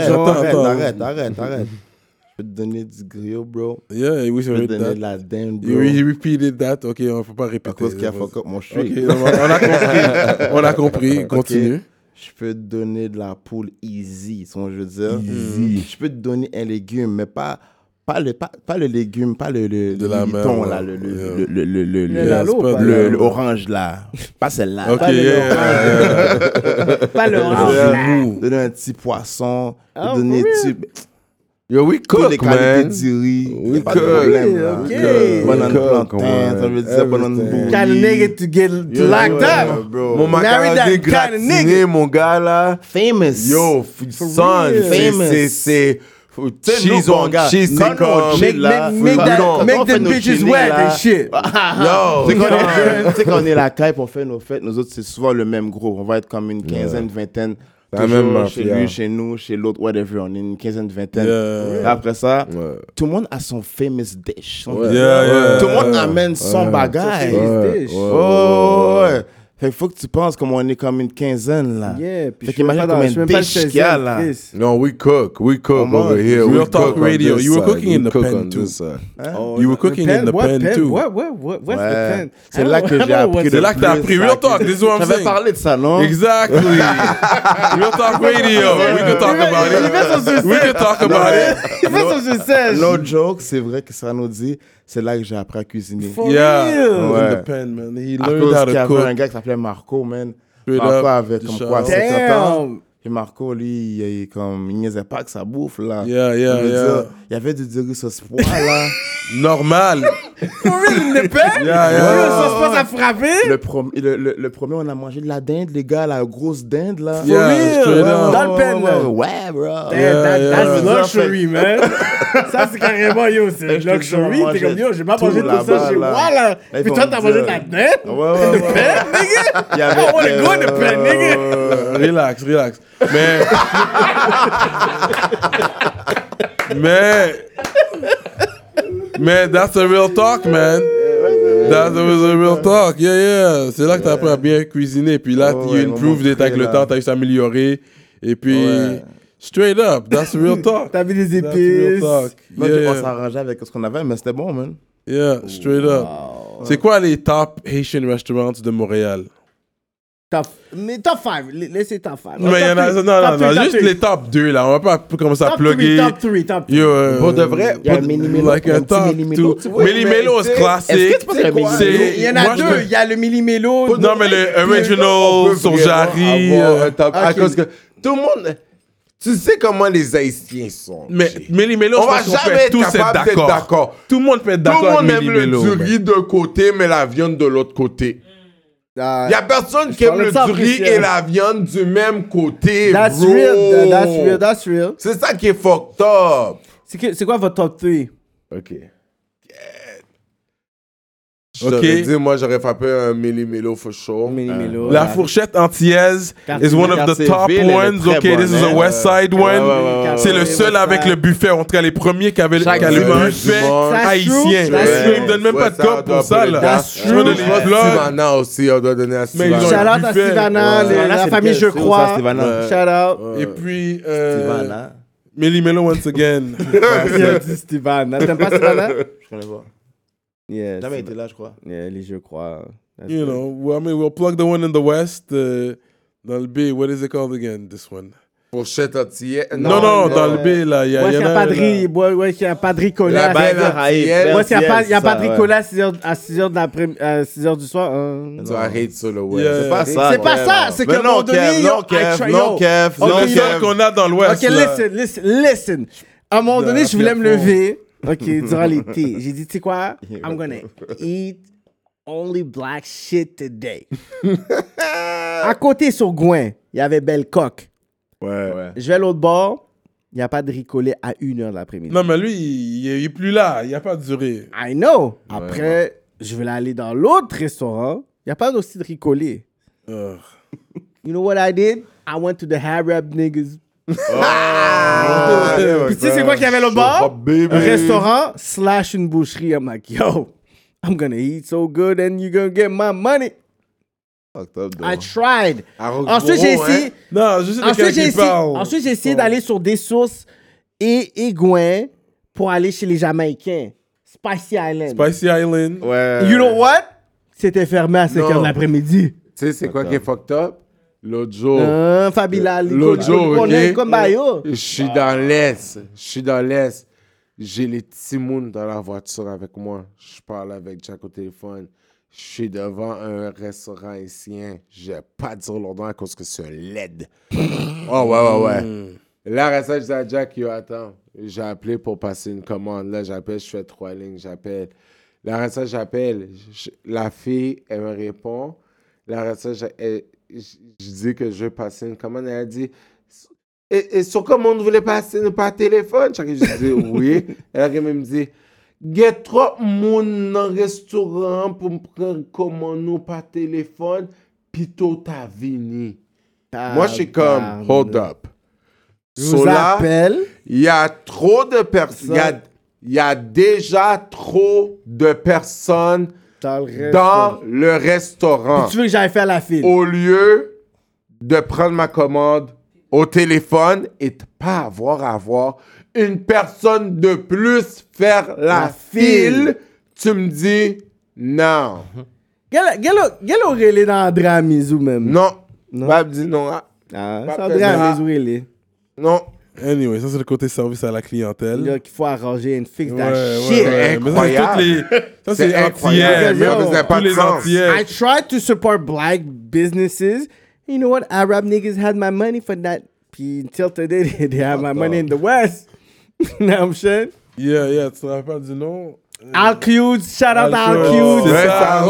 Je peux te donner du griot, bro. Yeah, we Je peux should te read donner that. de la dinde, bro. You repeated that. Ok, on ne peut pas À répéter. cause qu'il y a fuck up mon Ok, street. on a compris. Continue. Je peux te donner de la poule easy, c'est ce que je veux dire. Je peux te donner un légume, mais pas le légume, pas le De la mouton, mer, là, ouais. le lalo, c'est pas pas de- orange, là. Pas celle-là. Ok, Pas le yeah. Pas le Yeah. Donner un petit poisson. Ah, donner for real? Yo, we toutes les cook, qualités man. du riz. We Pas de cook. problème, là. Ok. Banane We cook, plantain, man. ça veut dire banane Everything. boule. kind of nigga to get locked Yeah, up. bro. Mon Marry that macaroni kind of gratiné, nigga. mon gars, là. Famous. Yo, son, real. Famous. c'est Tu sais, nous, She's bon, on gars, cheese, quand c'est nous, comme- on chill, là, Make on fait them nos bitches chillings, wet là. and shit. Yo, tu sais, quand on est la caille pour faire nos fêtes, nous autres, c'est souvent le même groupe. On va être comme une quinzaine, vingtaine. La même Toujours chez mafia. lui, chez nous, chez l'autre, whatever. On est une quinzaine, vingtaine. Yeah. Et après ça, Ouais. tout le monde a son famous dish. Son Ouais. Yeah. Tout le monde amène son bagage. Ouais, Oh, ouais. Fait qu'il faut que tu penses comme on est comme une quinzaine, là. Yeah, puis Fait je suis même qu'imagine pas dans- combien je suis de même pas le dish qu'il y a, 16e, là. Chris. No, we cook over here. Real We Talk cook on Radio. this You were side. cooking in We the cook pen on too. this side. Oh, You were cooking in the what pen, too. What's the Ouais. pen? C'est là que j'ai appris. C'est là que t'as appris Real Talk. This is what I'm J'avais saying. parlé de ça, non? Exactly. Real Talk Radio. We can talk about Il fait son it. We can talk about it. Il fait son jeu sèche. No joke, c'est vrai que ça nous dit, c'est là que j'ai appris à cuisiner. For Yeah. real. In Ouais. the pen, man. He À learned cause how qu'il y to avait un cook. gars qui s'appelait Marco, man. Straight Marco up. avait comme Shout quoi, out. 50 ans. Damn. Et Marco, lui, il niaisait pas que ça bouffe, là. Yeah, yeah, Je veux yeah. dire, il y avait du Doritos sauce pois, là. Normal. For real, une pen? Yeah, yeah. Ça se passe à frapper? Le premier, on a mangé de la dinde, les gars, la grosse dinde, là. Yeah, straight up. Dans le pen, là. Ouais, bro. Damn, Yeah, that's yeah. luxury, man. Ça, c'est carrément, yo, c'est Je te luxury. dis, on T'es comme, yo, j'ai pas tout mangé tout ça là-bas, chez là. moi, là. Là, ils Puis vont toi, me t'as mangé dire- de la dinde? Ouais. Il y avait, I wanna go in the pen, nigga. Relax, relax. Mais that's a real talk, man. That was a real talk. Yeah, yeah. C'est là que t'as appris à bien cuisiner. Puis là, Ouais, you ouais, improved m'ont it avec montré, le là. temps, t'as eu s'améliorer. Et puis, Ouais. straight up, that's real talk. T'as vu des That's real épices. talk. Moi, Yeah, on yeah. s'arrangeait avec ce qu'on avait, mais c'était bon, man. Yeah, straight up. C'est quoi les top Haitian restaurants de Montréal? Mais top 5, laissez top 5. Mais il y en a, non, juste les top 2 là. On va pas commencer à top plugger. 3, top 3, top 3. Yo, Pour de vrai, Il y a un mini-mélo, like a un petit top mini-mélo, 2. tu vois. Mini-mélo, Mais c'est tu sais, classique. est-ce que tu penses qu'il y a un mini-mélo? C'est- Il y en moi, a je deux. peux- Il y a le Millimélo. Non, mais le on original peut sur vraiment Jarry. avoir un top- à ok. cause que tout le monde... Tu sais comment les Haïtiens sont. Mais G. Mini-mélo, on je va pense qu'on peut jamais être tous être capable d'être d'accord. d'accord. Tout le monde peut être Tout d'accord le monde avec aime le Mini-mélo. du riz d'un côté, mais la viande de l'autre côté. Il y a personne qui aime parlais le de ça du après, riz c'est- et la viande du même côté, That's bro. real, that's real, that's real. C'est ça qui est fucked up. C'est quoi votre top 3? OK. Ok. J'aurais dit, moi, j'aurais frappé un Millimélo for sure. Millimélo. La fourchette antillaise Quartier- is one of the Quartier top Ville, elle est ones. très OK, this is a bonne, West Side one. ouais. C'est le seul avec le buffet. En tout cas, les premiers qui avaient le buffet dimanche. haïtien. That's true. Ils me donnent même pas de Ouais, code pour ça, là. That's Je me donne true. les plugs. Stivana aussi, on doit donner à Mais ils ont Stivana. un Shout out à buffet. Stivana, Ouais. la c'est famille lequel? Je C'est où crois. ça, Stivana? Shout out. Et puis, Stivana. Méli-Mélo once again. Il a dit Stivana. T'aimes pas Stivana? Je connais pas. Yeah, Jamais été là, je crois. Yeah, les Je crois. That's You good. know, well, I mean, we'll plug the one in the West. Dans le B, what is it called again, this one? Fourchette entière. Non, dans le B, là, il y Ouais, en qu'il y a a pas un, de là. riz. Ouais, qu'il y a pas de riz La collé. belle entière. Ouais, qu'il y a pas de riz riz collé à 6 heures de l'après-midi, à 6 heures du soir. Tu vas hate sur le web. Yeah. C'est pas ça. C'est pas Kev. ça, c'est Mais qu'à un non, moment donné, Kev, yo, non, Kev, I try- non, yo. Kev, C'est non, le seul Kev. qu'on a dans l'Ouest, Ok, là. listen. À un moment donné, je voulais me Pierre Fond. lever, ok, durant l'été. J'ai dit, tu sais quoi? I'm gonna eat only black shit today. À côté, sur Gouin, il y avait Belle Coque. Ouais. Je vais à l'autre bord, il n'y a pas de riz collé à 1h de l'après-midi. Non, mais lui, il est plus là. Il n'y a pas de durée. I know. Après, je vais aller dans l'autre restaurant, il n'y a pas aussi de riz collé. Ugh. You know what I did? I went to the Arab niggas. Ah, Puis tu sais c'est quoi qu'il y avait l'autre bord? baby. Un restaurant / une boucherie. I'm like, yo, I'm gonna eat so good and you're gonna get my money. I tried. Ensuite, j'ai essayé. Non, je sais de Ensuite, quel j'ai il essayé, parle. ensuite, j'ai essayé d'aller sur des sources et Gouin pour aller chez les Jamaïcains. Spicy Island. Spicy Island. Ouais. You know what? C'était fermé à 5h Non. de l'après-midi. Tu sais, c'est quoi qui est fucked up? L'autre jour. Fabila, L'autre jour, on est ok? comme Bayo. Je suis dans l'Est. J'ai les Timouns dans la voiture avec moi. Je parle avec Jack au téléphone. Je suis devant un restaurant haïtien. Je vais pas dire leur nom à cause que c'est un LED. Oh, ouais. Là, après ça, je dis à Jack, yo, attends. J'ai appelé pour passer une commande. Là, j'appelle, je fais 3 lignes, j'appelle. Là, après ça, j'appelle. La fille, elle me répond. Là, après ça, je dis que je veux passer une commande. Elle a dit, et sur comment on voulait passer par téléphone? Je dis oui. Elle me dit, il y a trop de monde dans le restaurant pour me prendre commande nous par téléphone, puis tout a venu. Moi, je suis comme, hold up. Je vous appelle. Il y a trop de personnes. Il y a déjà trop de personnes dans le restaurant. Puis tu veux que j'aille faire la file? Au lieu de prendre ma commande au téléphone et de pas avoir à voir une personne de plus faire la file, tu me dis non. Quel aurait dans André Mizou même? Non. Bab dit non. C'est André Mizou, il est. Non. Anyway, ça c'est le côté service à la clientèle. Là, qu'il faut arranger une fixe Ouais, shit. ouais. Mais ça, c'est toutes les... Ça, c'est incroyable. entière. Ça faisait pas Tous de les sens. entières. I tried to support black businesses. You know what? Arab niggas had my money for that. Puis until today, they have my money in the West. You know what I'm saying? Yeah, tu te rappelles du nom? Al-Qud, shout out to Al-Qud. Al-Qud. C'est ça.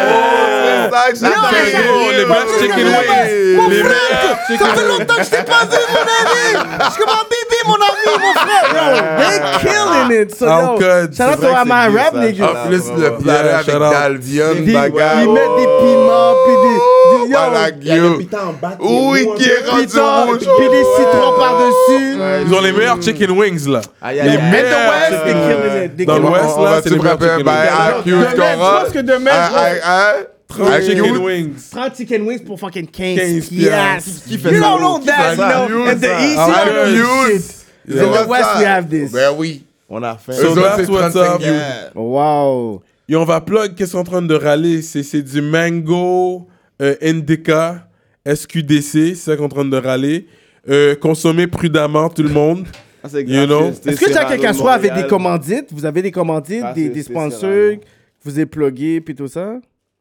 Les best chicken wings. Les meilleurs chicken Ça fait wings. longtemps que je t'ai pas vu, mon ami. Je suis comme un bébé, mon ami, mon frère. Yo, they killing it. So, yo, Al-Qud, shout out c'est to vrai que my c'est rap ça. niggas. En plus, le plat Yeah, avec shout out. Dalvion, Ils bagarre. mettent des piments, puis des... Yo, Il y a le piton en bas. Oui, qui est rendu pitons, rouge. puis des citrons par-dessus. Ils ont les meilleurs chicken wings, là. Aïe, Les aïe, aïe. And the meilleurs West, they chicken wings. killing it. They Dans killing it. l'Ouest, On là, va c'est se les meilleurs préparer chicken wings. à Cute Je pense que demain, je 30 chicken wings. 30 chicken wings pour fucking 15 15 piastres. Qui fait You ça? don't know Qui that, fait ça? you know. And the East, Ah, you don't know Cute. this shit. In the West, we have this. Ben oui. On a fait. So Eux autres, that's c'est what's 35 up. Yeah. Wow. Et on va plug, qu'est-ce qu'on est en train de râler? C'est du mango, indica, SQDC, c'est ça qu'on est en train de râler. Consommez prudemment, tout le monde. Ah, c'est You know? gratuit. Est-ce que Jack et Cyrano de Castro avait Montréal. des commandites? Vous avez des commandites, Ah, des c'est sponsors Cyrano. que vous avez plugués puis tout ça?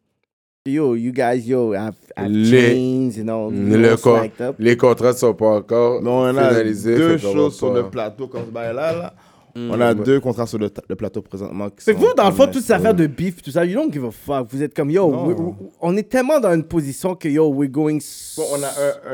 Yo, you guys, have Les- chains and all. all swiped up. Les contrats ne sont pas encore Mais on a finalisés. deux fait qu'on choses va sur pas- le plateau comme ce bail-là. On a deux contrats sur le plateau présentement. Fait que vous, dans le fond, toute cette affaire de beef, tout ça, you don't give a fuck. Vous êtes comme, yo, on est tellement dans une position que, yo, we're going... Bon, on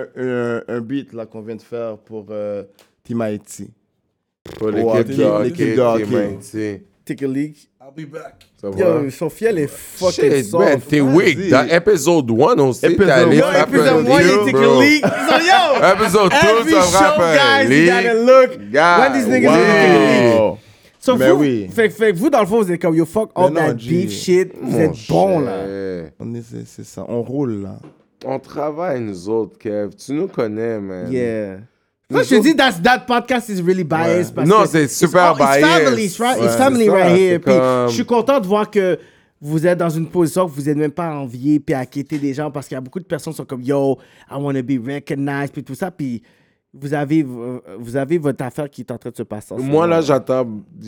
a un beat là qu'on vient de faire pour Team Haïti. Pour Oh, l'équipe de ok, hockey, l'équipe de hockey. Team Haïti. Take a leak. I'll be back. Ça va? Yo, Sophia, elle est fucking Shit, soft. man, t'es weak. Dans épisode 1 aussi, Épisode t'es allé one. Yo, frapper episode un 1, deal, you take a bro. leak. So, yo, Épisode 2, every ça show, frappe un guys, you gotta look. When these niggas are taking a leak. So, Mais vous, oui. fait que vous, dans le fond, vous êtes comme, yo, fuck all Mais non, that G. beef shit. Vous Mon êtes bon, là. cher. C'est ça, on roule là. On travaille, nous autres, Kev. Tu nous connais, man. Yeah. Moi, je te dis, that podcast is really biased. Parce Non, que c'est super it's biased. family, right? Ouais, It's family c'est ça, right here. c'est Puis, comme- je suis content de voir que vous êtes dans une position que vous n'êtes même pas envié puis à quitter des gens parce qu'il y a beaucoup de personnes qui sont comme, yo, I want to be recognized, puis tout ça. Puis, vous avez votre affaire qui est en train de se passer. en ce Moi, moment. là, j'attends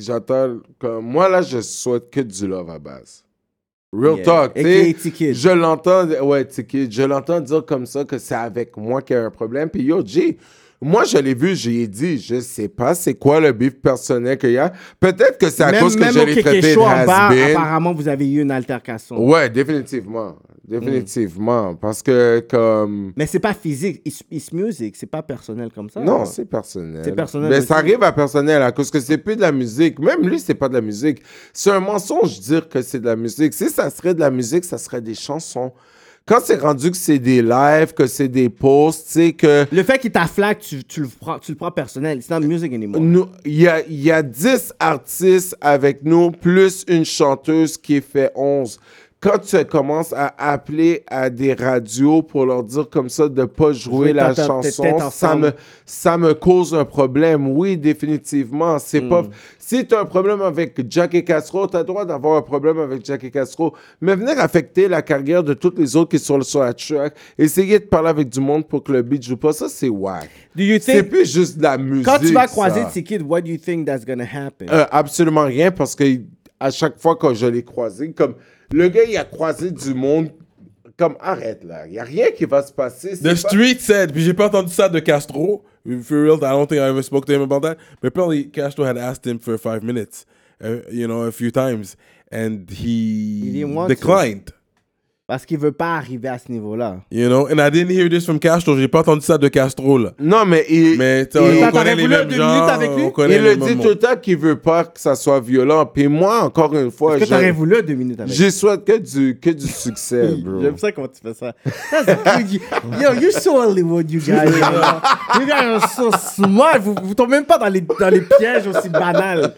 comme... Moi, là, je souhaite que du love à base. Real Yeah. talk, tu AKA sais. T-Kid. Je l'entends, ouais, T-Kid, je l'entends dire comme ça que c'est avec moi qu'il y a un problème. Puis yo, G, moi, je l'ai vu, j'ai dit, je sais pas c'est quoi le beef personnel qu'il y a. Peut-être que c'est à cause que je au l'ai Kéké traité de Show en bas, has-been. apparemment, vous avez eu une altercation. Ouais, définitivement. Définitivement. Parce que, comme... Mais c'est pas physique. It's music. C'est pas personnel comme ça. Non, c'est personnel. C'est personnel Mais aussi. ça arrive à personnel à cause que c'est plus de la musique. Même lui, c'est pas de la musique. C'est un mensonge de dire que c'est de la musique. Si ça serait de la musique, ça serait des chansons. Quand c'est rendu que c'est des lives, que c'est des posts, tu sais, que... Le fait qu'il t'a flag, tu le prends personnel. It's not music anymore. Il y a 10 artistes avec nous, plus une chanteuse qui fait 11. Quand tu commences à appeler à des radios pour leur dire comme ça de ne pas jouer Jouer la ta chanson, tête ensemble. ça me cause un problème. Oui, définitivement. C'est pas... Si tu as un problème avec Jack et Castro, tu as le droit d'avoir un problème avec Jack et Castro. Mais venir affecter la carrière de toutes les autres qui sont sur la track, essayer de parler avec du monde pour que le beat joue pas, ça, c'est whack. Do you C'est think, plus juste de la musique. quand tu vas croiser ça. T-Kid, what do you think that's gonna happen? Absolument rien, parce que à chaque fois que je l'ai croisé, comme le gars, il a croisé du monde, comme arrête là, il n'y a rien qui va se passer. The street said, puis j'ai pas entendu ça de Castro. For real, I don't think I ever spoke to him about that. But apparently Castro had asked him for 5 minutes, you know, a few times, and he didn't want to. declined. Parce qu'il veut pas arriver à ce niveau-là. You know, and I didn't hear this from Castro. J'ai pas entendu ça de Castro, là. Non, mais Mais T'as- on t'aurais connaît les voulu mêmes 2 gens. minutes avec lui? On connaît il les le mêmes dit mots. tout le temps qu'il veut pas que ça soit violent. Puis moi, encore une fois, Est-ce que t'aurais voulu 2 minutes avec lui? j'y souhaite que du succès, bro. J'aime ça comment tu fais ça. That's good. Yo, you're so Hollywood, you guys. You guys are so smart. Vous tombez même pas dans les pièges aussi banals.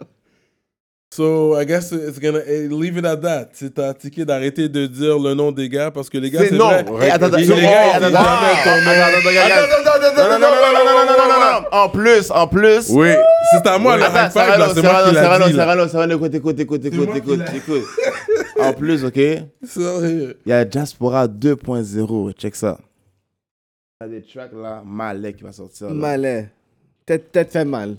So, I guess it's gonna leave it at that. C'est ta ticket d'arrêter de dire le nom des gars parce que les gars, C'est c'est non. vrai. Hey, attends, Les attends, gars, ils attends, disent jamais ton nom. Non. En plus. Oui, c'est à moi le high Attends, five, là. C'est moi qui l'a dit, là. Serrano, écoute. En plus, ok, il Sérieux. y a Diaspora 2.0, check ça. Il y a des tracks là, Malais qui va sortir. Là, Malais. Peut-être fait mal.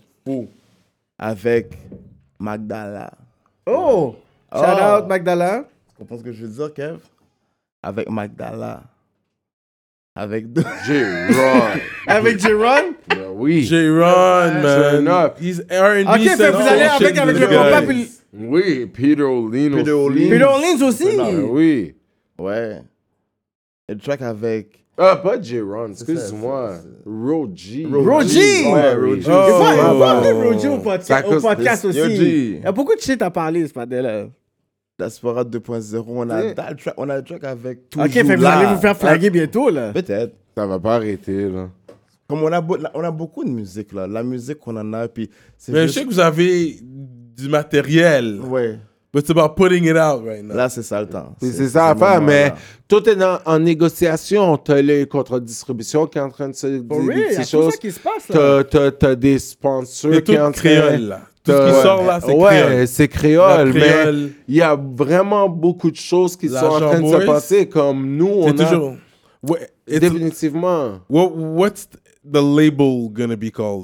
avec Magdala. Oh! Shout out, Magdala. Tu comprends ce que je veux dire, Kev? Avec Magdala. Avec J-Ron. Avec J-Ron. Ben oui. J-Ron, Turn man. up. He's R&B. Ok, fait que vous allez avec sensation, le this compas guy. puis Oui, Peter O'Lean Peter aussi. O'Lean. Peter Orleans aussi. Ben oui. Ouais. Et le track avec. Ah, pas J-Ron, ça, excuse-moi. c'est- Roji. Roji. Ouais, Roji. Il faut amener Oh. Roji au Ça cause- podcast aussi. Yo, G. Il y a beaucoup de shit à parler, ce matin-là. Diaspora 2.0, on a le track avec Toujours Ok, fait que vous là. allez vous faire flaguer bientôt, là. Peut-être. Ça va pas arrêter, là. Comme on a beaucoup de musique là. La musique qu'on en a, puis c'est Mais je juste... sais que vous avez du matériel. Ouais. But it's about putting it out right now. Là, c'est ça le temps. C'est ça à ce faire, mais moment-là. tout est en négociation. T'as les contrats de distribution qui est en train de se For dire real, il y des a petites tout choses. ça qui se passe, là. T'as des sponsors C'est qui tout en créole, là. Tout ce qui t'as- sort là, c'est ouais, créole. c'est créole, La mais créole. il y a vraiment beaucoup de choses qui sont en L'Agent train de se Boys, passer. Comme nous, on C'est a toujours... Ouais, it's- définitivement. What's the label gonna be called?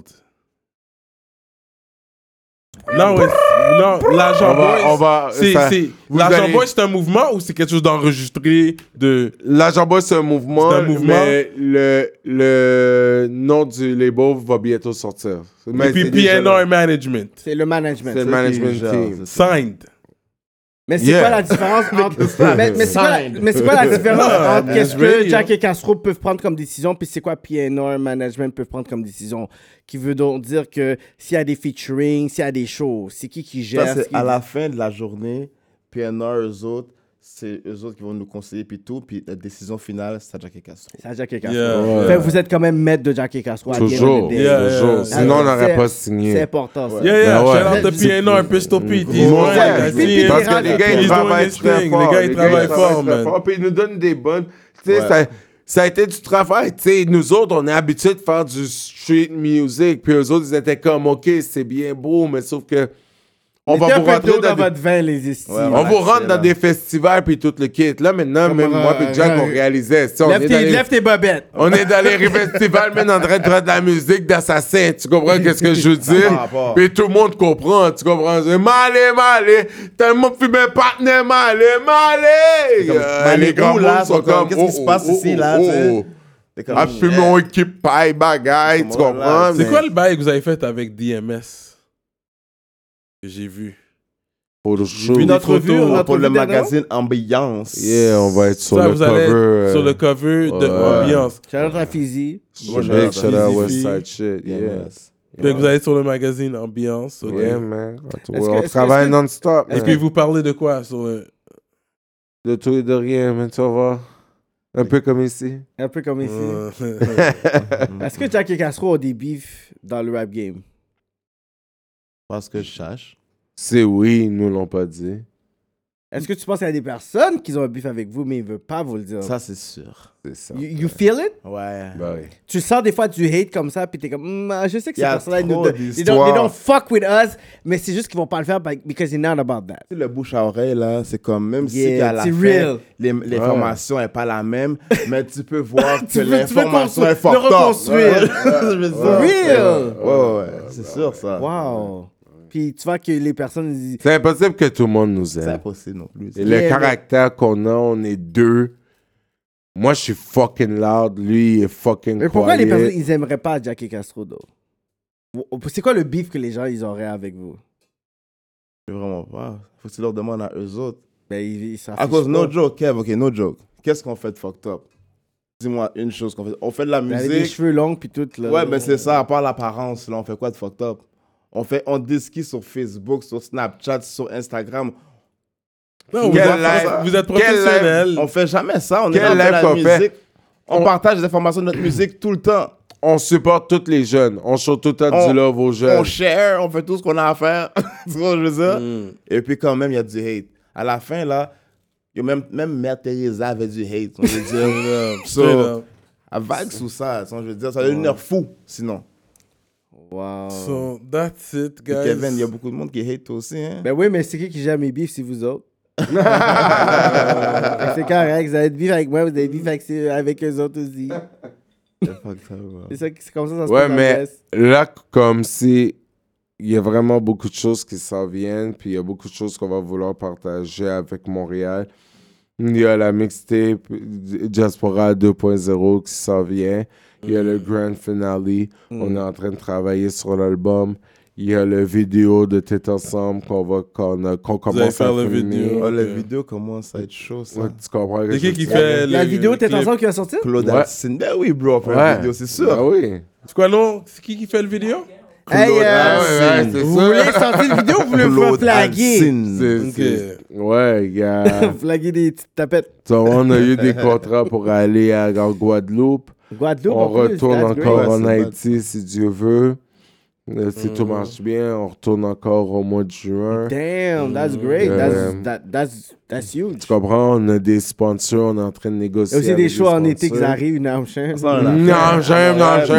Non, l'Agent Boys. on va- ça- vous L'Agent allez- Boys, c'est un mouvement ou c'est quelque chose d'enregistré de... L'Agent Boys, c'est un mouvement, C'est un mouvement. mais le nom du label va bientôt sortir. Mais Et puis c'est déjà là. PNR Management. C'est le management. C'est le management team. Signed. Mais c'est Yeah. quoi la différence entre... mais c'est quoi la différence entre qu'est-ce que really, Jack et Castro peuvent prendre comme décision puis c'est quoi PNR Management peuvent prendre comme décision? Qui veut donc dire que s'il y a des featuring, s'il y a des shows, c'est qui gère? Ça, ce c'est qui- à la fin de la journée, PNR, eux autres, c'est eux autres qui vont nous conseiller, puis tout, puis la décision finale, c'est à Jack et Castro. C'est à Jack et Castro. Yeah. Ouais. Fait que vous êtes quand même maître de Jack et Castro. à the end of the Toujours, day. Yeah, toujours. yeah. Sinon, on n'aurait C'est- pas C'est signé. important, ça. Yeah, Ben ouais. shout out to PNR, Pistol Pete. He's Ouais, right. I puis- see him. Parce que les gars, He's ils doing travaillent his très thing. fort. Les gars, ils travaillent fort, très man. fort, puis ils nous donnent des bonnes... Tu sais, Ouais. ça a été du travail. Tu sais, nous autres, on est habitués de faire du street music, puis eux autres, ils étaient comme, OK, c'est bien beau, mais sauf que... On va Mettez un vous peu rentrer d'eau dans dans des... votre vin, les estis. Ouais, On vous rentre c'est dans là. des festivals puis tout le kit. Là, maintenant, même moi et Jack, on réalisait. tu sais, on est dans les- Lève tes bobettes. on est dans les festivals, même en train de faire de la musique d'assassin. Tu comprends qu'est-ce que je veux dire? par rapport. Puis tout le monde comprend. Tu comprends? C'est Malé, tellement fumé partenaire, Malé. Malé Les grands où, là, mondes sont sont comme, comme... qu'est-ce qui se passe ici, là, tu sais? C'est comme, Ah, fume mon équipe paille, bagaille, tu Comment, là, comprends? C'est Mais- quoi le bail que vous avez fait avec DMS? Que j'ai vu. Pour le J'ai show. vu Notre des vue, photos. notre pour le vue d'Adam? magazine Ambiance. Yeah, on va être sur Ça, le vous allez cover. être sur le cover de ouais. Ambiance. Shout out à Fizi. Moi, Big j'adore shout out Easy West Fee. Side shit. Yeah. Fait que vous allez sur le magazine Ambiance. ok. Yeah, man. Est-ce On que- travaille est-ce que- non-stop. Est-ce man. que vous parlez de quoi sur le... De tout et de rien, mais tu vas voir. Un peu comme ici. Un peu comme ici. Euh, Est-ce que Jack et Castro ont des beefs dans le rap game? Parce que je cherche. C'est oui, ils nous l'ont pas dit. Est-ce que tu penses qu'il y a des personnes qui ont un beef avec vous, mais ils ne veulent pas vous le dire? Ça, c'est sûr. C'est ça. You feel it? Ouais. Bah oui. Tu sens des fois du hate comme ça, puis t'es comme, je sais que Y ces a personnes-là, ils nous trop donnent- they d'histoires. don't fuck with us, mais c'est juste qu'ils vont pas le faire because they're not about that. Le bouche à oreille, là, c'est comme, même si Yeah, à la c'est fin, real. l'information n'est pas la même, mais tu peux voir que Tu veux l'information construire- est fucked le up. reconstruire. Je veux dire. Real. Ouais, c'est sûr, ça. Wow. Puis tu vois que les personnes disent, C'est impossible que tout le monde nous C'est aime. impossible non plus. Et Yeah, le caractère qu'on a, on est deux. Moi, je suis fucking loud. Lui, il est fucking mais pourquoi les quiet. personnes, ils aimeraient pas Jack et Castro, though? C'est quoi le beef que les gens, ils auraient avec vous? Je sais vraiment pas. Faut que tu leur demandes à eux autres. Ben, il s'en À fiche cause, pas. no joke, Kev, ok, no joke. Qu'est-ce qu'on fait de fucked up? Dis-moi une chose qu'on fait. On fait de la Ben, avec des musique. cheveux longs puis tout, là. Ouais, mais c'est ça, à part l'apparence, là, on fait quoi de fucked up? On disque sur Facebook, sur Snapchat, sur Instagram. Non, Quel vous êtes live- quel professionnel. On fait jamais ça, on est Quel là, on fait live la qu'on fait? musique. On partage des informations de notre musique tout le temps. On supporte tous les jeunes. On show tout le temps On- du love aux On jeunes. share, on fait tout ce qu'on a à faire. Tu vois ce que je veux dire? Et puis quand même, il y a du hate. À la fin, là, même Mère Teresa avait du hate. On veut dire. So, à vague sous ça, je veux dire, ça a une heure fou, sinon. Wow. So, that's it, Et guys. Kevin, il y a beaucoup de monde qui hate toi aussi, hein? Ben oui, mais c'est qui gère mes beefs, c'est vous autres. Fait que c'est correct, vous avez beef avec moi, vous avez beef avec eux autres aussi. C'est comme ça se Ouais, passe dans mais l'Est. là, comme si il y a vraiment beaucoup de choses qui s'en viennent, puis il y a beaucoup de choses qu'on va vouloir partager avec Montréal. Il y a la mixtape Diaspora 2.0 qui s'en vient. Il y a le grand finale. On est en train de travailler sur l'album. Il y a le vidéo de T'es ensemble qu'on commence faire à le filmer. vidéo. Oh, la vidéo commence à être chaud, ça. Ouais, tu comprends ce que C'est je qui veux dire? fait La le vidéo T'es clip? ensemble qui va sortir? Claude Ouais. Alcine. Ben oui, bro, on fait Ouais. la vidéo, c'est sûr. Ah oui. C'est quoi le nom? C'est qui fait le vidéo? Hey, Claude ouais, Alcine. c'est vous ça. voulez sortir une vidéo ou vous voulez Claude flaguer? Alcine. Ouais, il y a... Flaguer des petites tapettes. On a eu des contrats pour aller en Guadeloupe. Guadeloupe, On en plus, retourne that's encore great. en Ouais, c'est Haïti, si Dieu veut. Si tout marche bien, on retourne encore au mois de juin. Damn, that's great. That's huge. Tu comprends? On a des sponsors, on est en train de Il y négocier. a aussi des avec shows en été qui sponsors. arrivent, une enchaîne. Non, j'aime.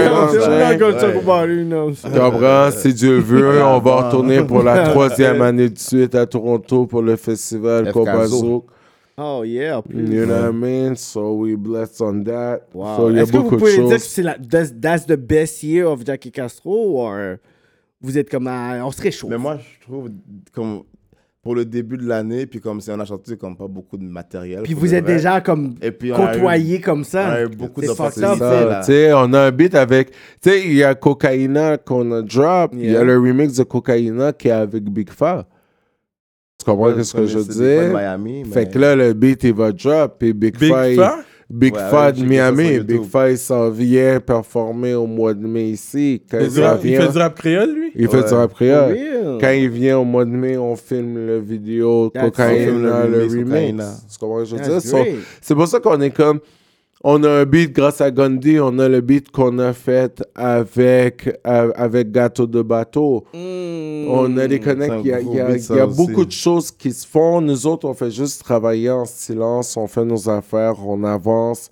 Tu comprends? Si Dieu veut, on va retourner pour la 3e année de suite à Toronto pour le festival FKZO. Kobazouk. Oh yeah, en plus. You know what I mean? So we blessed on that. Wow. So il y a Est-ce que vous beaucoup de pouvez dire que choses. c'est that's the best year of Jackie Castro ou vous êtes comme on se réchauffe? Mais moi, je trouve, comme pour le début de l'année, puis comme si on a chanté comme pas beaucoup de matériel. Puis pour vous de êtes vrai. déjà comme Et puis, on a côtoyé comme On ça. a eu beaucoup C'est d'opportunités. fucked up, Ça, là. tu sais, on a un beat avec. Tu sais, il y a Cocaïna qu'on a drop. Il y Yeah. a le remix de Cocaïna qui est avec Big Fa. Tu comprends ce que je veux C'est des fois de dire? Miami, mais- Fait que là, le beat, il va drop. Puis Big Big Fa, Fa? Big Ouais, Fa ouais, de j'ai Miami. vu ça sur Big YouTube. Fa, il s'en vient performer au mois de mai ici. Quand Il il s'en fait vient, du rap créole, lui? il fait du Ouais. rap créole. Real. Quand il vient au mois de mai, on filme le vidéo That's Cocaïna, it. le remix remix. Cocaïna. Tu comprends ce que je veux dire? That's So, great. c'est pour ça qu'on est comme... On a un beat grâce à Gandhi, on a le beat qu'on a fait avec Gâteau de Bateau. On a des connects, C'est un il y a, gros il y a- beat, ça il y a aussi. beaucoup de choses qui se font. Nous autres, on fait juste travailler en silence, on fait nos affaires, on avance,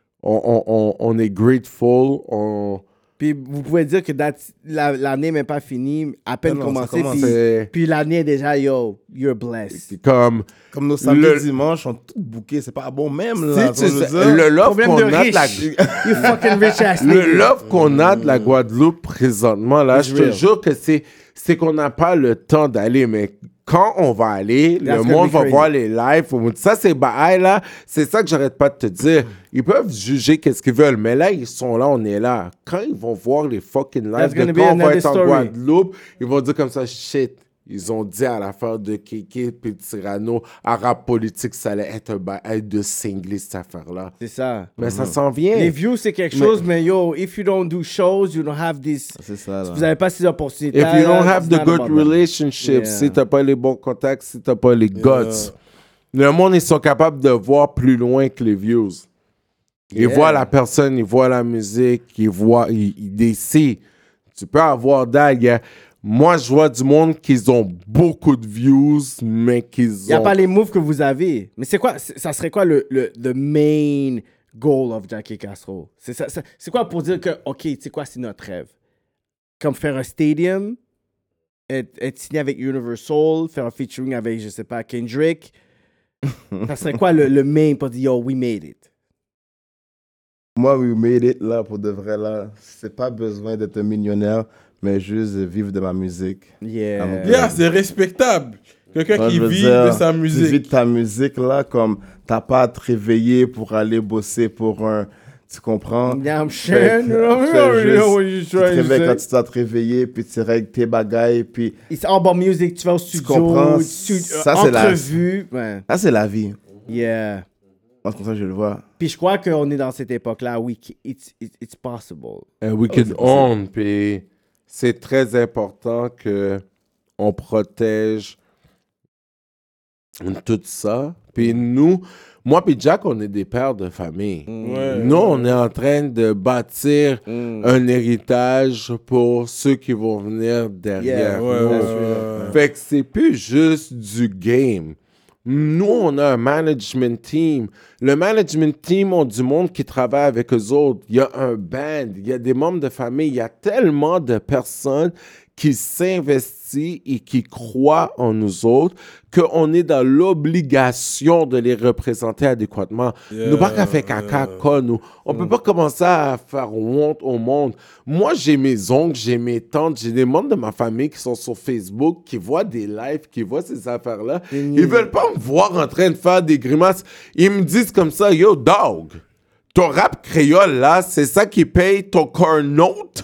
on est grateful, Puis vous pouvez dire que l'année n'est pas finie, à peine Non, non, ça commencé, commence. puis l'année est déjà, yo, you're blessed. c'est comme... Comme nos samedis Le- dimanches sont tous bookés, c'est pas bon même Si là. tu je veux sais, dire. le love Problème qu'on de a de la... riche. You fucking rich ass nigga. Le love qu'on a de la Guadeloupe présentement, là, je te real. jure que c'est qu'on n'a pas le temps d'aller, mais quand on va aller, That's le gonna monde be va crazy. voir les lives. Ça, c'est bail, là. C'est ça que j'arrête pas de te dire. Ils peuvent juger qu'est-ce qu'ils veulent, mais là, ils sont là, on est là. Quand ils vont voir les fucking lives, That's gonna de be quand on va another être en story. Guadeloupe, ils vont dire comme ça, shit. Ils ont dit à l'affaire de Kéké puis Tirano, à rap politique, ça allait être un bail de cingler, cette affaire-là. C'est ça. Mais ça s'en vient. Les views, c'est quelque chose, mais yo, if you don't do shows, you don't have this... C'est ça là. Vous n'avez pas ces opportunités. If you don't have it's the not good about that. relationships, Yeah. si t'as pas les bons contacts, si t'as pas les guts, le monde, ils sont capables de voir plus loin que les views. Ils Yeah. voient la personne, ils voient la musique, ils décident. Tu peux avoir d'ailleurs. Moi, je vois du monde qui ont beaucoup de views, mais qu'ils Il n'y a ont... pas les moves que vous avez. Mais c'est quoi, ça serait quoi le main goal of Jackie Castro? C'est quoi pour dire que, OK, tu sais quoi, c'est notre rêve? Comme faire un stadium, être signé avec Universal, faire un featuring avec, je sais pas, Kendrick. Ça serait quoi le main pour dire, yo, we made it? Moi, we made it là pour de vrai là. C'est pas besoin d'être un millionnaire, mais juste vivre de ma musique. Yeah. Yeah, c'est respectable. Quelqu'un Moi, qui je veux vit dire, de sa Tu vis musique. de ta musique là, comme t'as pas à te réveiller pour aller bosser pour un Tu comprends? Damn shit. Fait que, Tu tu te réveilles quand tu dois te réveiller, puis tu règles tes bagailles, puis It's all about music. Tu vas au studio. comprends? Ça, c'est la- entrevue. Ouais. ça, c'est la vie. Yeah. Moi, c'est comme ça que je le vois. Puis je crois qu'on est dans cette époque-là. Oui, it's possible. And we can own. Puis c'est très important que on protège tout ça. Puis nous, moi puis Jack, on est des pères de famille. Nous, on est en train de bâtir un héritage pour ceux qui vont venir derrière nous. Fait que c'est plus juste du game. Nous, on a un management team. Le management team ont du monde qui travaille avec eux autres. Il y a un band, il y a des membres de famille. Il y a tellement de personnes qui s'investissent et qui croient en nous autres qu'on est dans l'obligation de les représenter adéquatement. Nous, pas qu'à faire caca, quoi, nous. On peut pas commencer à faire honte au monde. Moi, j'ai mes oncles, j'ai mes tantes, j'ai des membres de ma famille qui sont sur Facebook, qui voient des lives, qui voient ces affaires-là. Ils veulent pas me voir en train de faire des grimaces. Ils me disent comme ça, yo, dog, ton rap créole, là, c'est ça qui paye ton car note?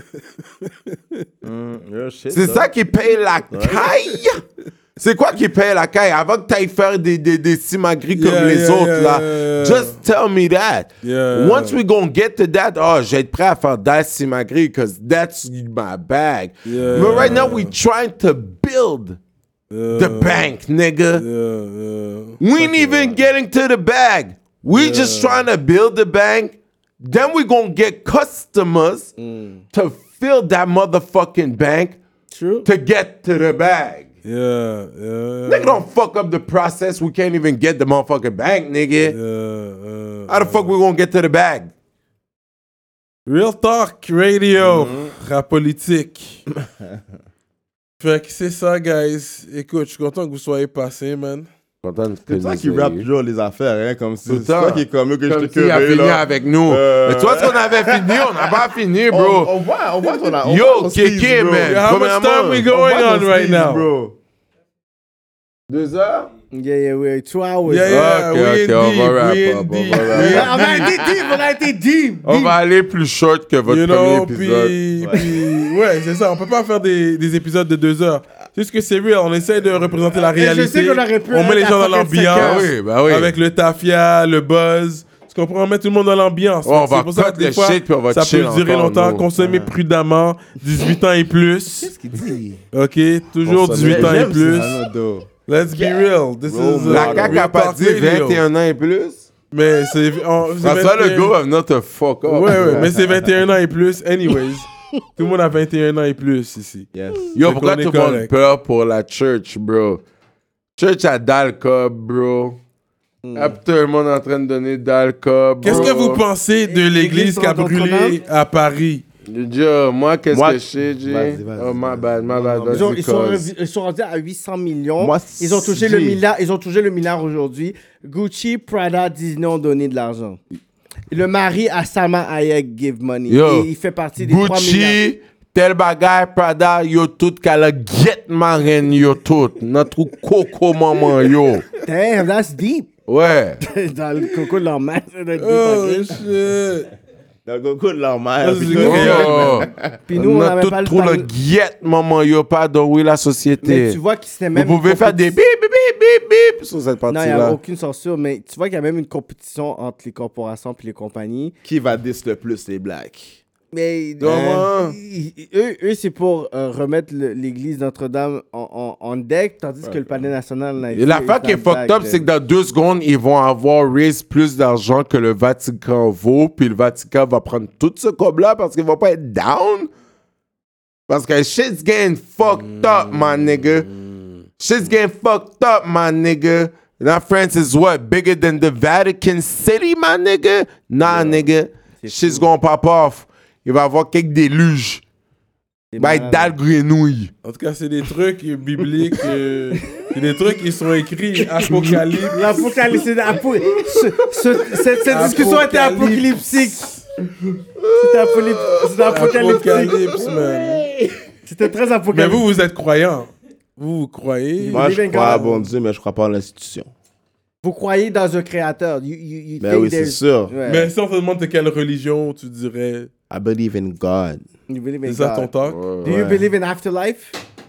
C'est ça qui paye la caille? C'est quoi qui paye la caille? Avant que tu ailles faire des simagris comme les autres, là. Just tell me that. Once we gonna get to that, oh, j'ai être prêt à faire that simagri because that's my bag. But right now, we trying to build the bank, nigga. We ain't even getting to the bag. We just trying to build the bank. Then we gonna get customers to fill that motherfucking bank to get to the bag. Nigga, don't fuck up the process. We can't even get the motherfucking bank, nigga. How the fuck we gonna get to the bag? Real Talk Radio, rap politique. Fait que c'est ça, guys. Écoute, je suis content que vous soyez passés, man. C'est toi qui rappe toujours les affaires, hein, comme si c'est toi qui est comme eux que je te Comme s'il a fini là. avec nous. Mais toi, ce qu'on avait fini, on n'a pas fini, bro. On voit ton on Yo, voit ton Kéké, skills, bro. man. How much time we On going voit on ton right skills, now? bro. 2 heures? Yeah, 2 hours. Yeah, Ok, we ok, in on deep, va wrap we in up, deep. on va wrap On a été deep, on a été deep. On va aller plus short que votre You premier know, épisode. puis c'est ça, on peut pas faire des épisodes de 2 heures. C'est juste que c'est real, on essaie de représenter la réalité. Je sais qu'on aurait pu on met les être gens à dans fucking l'ambiance, 5 heures. Bah oui. avec le tafia, le buzz. Tu comprends? On met tout le monde dans l'ambiance. Oh, on C'est va pour ça cut que des le fois, shit, puis on va ça chill peut durer encore, longtemps. nous. Consommez prudemment, 18 ans et plus. Qu'est-ce qu'il dit? OK? Toujours 18 ans et plus. Let's be real. This is La CAQ a pas dit 21 ans et plus? Mais c'est... François Legault va venir te fuck up. Ouais, mais c'est 21 ans et plus, anyways. Tout le monde a 21 ans et plus ici. Yes. Yo, Fait pourquoi qu'on est tout le monde correct. peur pour la church, bro? Church à Dalcob, bro. Tout le monde en train de donner Dalcob. Qu'est-ce bro. que vous pensez de l'église qui a brûlé à Paris? Yo, moi, qu'est-ce Moi- que je sais, G? Vas-y, Oh, my bad, vas-y, Ils sont rendus à 800 millions. Moi, Ils ont touché si. le milliard. Ils ont touché le milliard aujourd'hui. Gucci, Prada, Disney ont donné de l'argent. Le mari à Salma Hayek give money. Yo, Et il fait partie des 3 milliards. Gucci, tel bagay, Prada, yo tout, kala get marine, yo tout. Notre coco maman, yo. Damn, that's deep. Ouais. Dans le coco de leur mère. ça doit être deep, Oh, ok? shit. Dans le coco de leur mère. Ça, puis c'est tout. Oh. Puis nous, on Notre n'avait tout pas le trop le temps. get maman, yo, pardon, oui, la Mais société. tu vois que c'était Vous même. pouvez une faire des compétition- bip, bip, bip, bip, bip sur cette Non, il n'y a partie-là. aucune censure, mais tu vois qu'il y a même une compétition entre les corporations et les compagnies. Qui va diss le plus les blacks? Mais Comment? eux c'est pour remettre l'église Notre-Dame en deck, tandis que le palais national... n'a Et été- l'affaire qui est fucked up, c'est que dans 2 secondes, ils vont avoir raise plus d'argent que le Vatican vaut, puis le Vatican va prendre tout ce cob-là parce qu'ils vont pas être down. Parce que shit's getting fucked up, my nigga. Shit's getting fucked up, my nigga. Now France is what? Bigger than the Vatican City, my nigga? Nah, nigga. Shit's gonna pop off. Il va y avoir quelques déluges. Il va être dalle grenouille. En tout cas, c'est des trucs bibliques. C'est des trucs qui sont écrits. Apocalypse. L'Apocalypse, cette discussion était apocalyptique. C'était apocalyptique. Apocalypse, man. C'était très Mais apocalyptique. vous êtes croyants. Vous croyez. Moi, je believe in crois à God. bon Dieu, mais je crois pas en l'institution. Vous croyez dans un créateur. You Ben think oui, c'est there's- sûr. Ouais. Mais si on te demande de quelle religion, tu dirais. I believe in God. You believe in C'est ça God. ton talk? Do you believe in afterlife?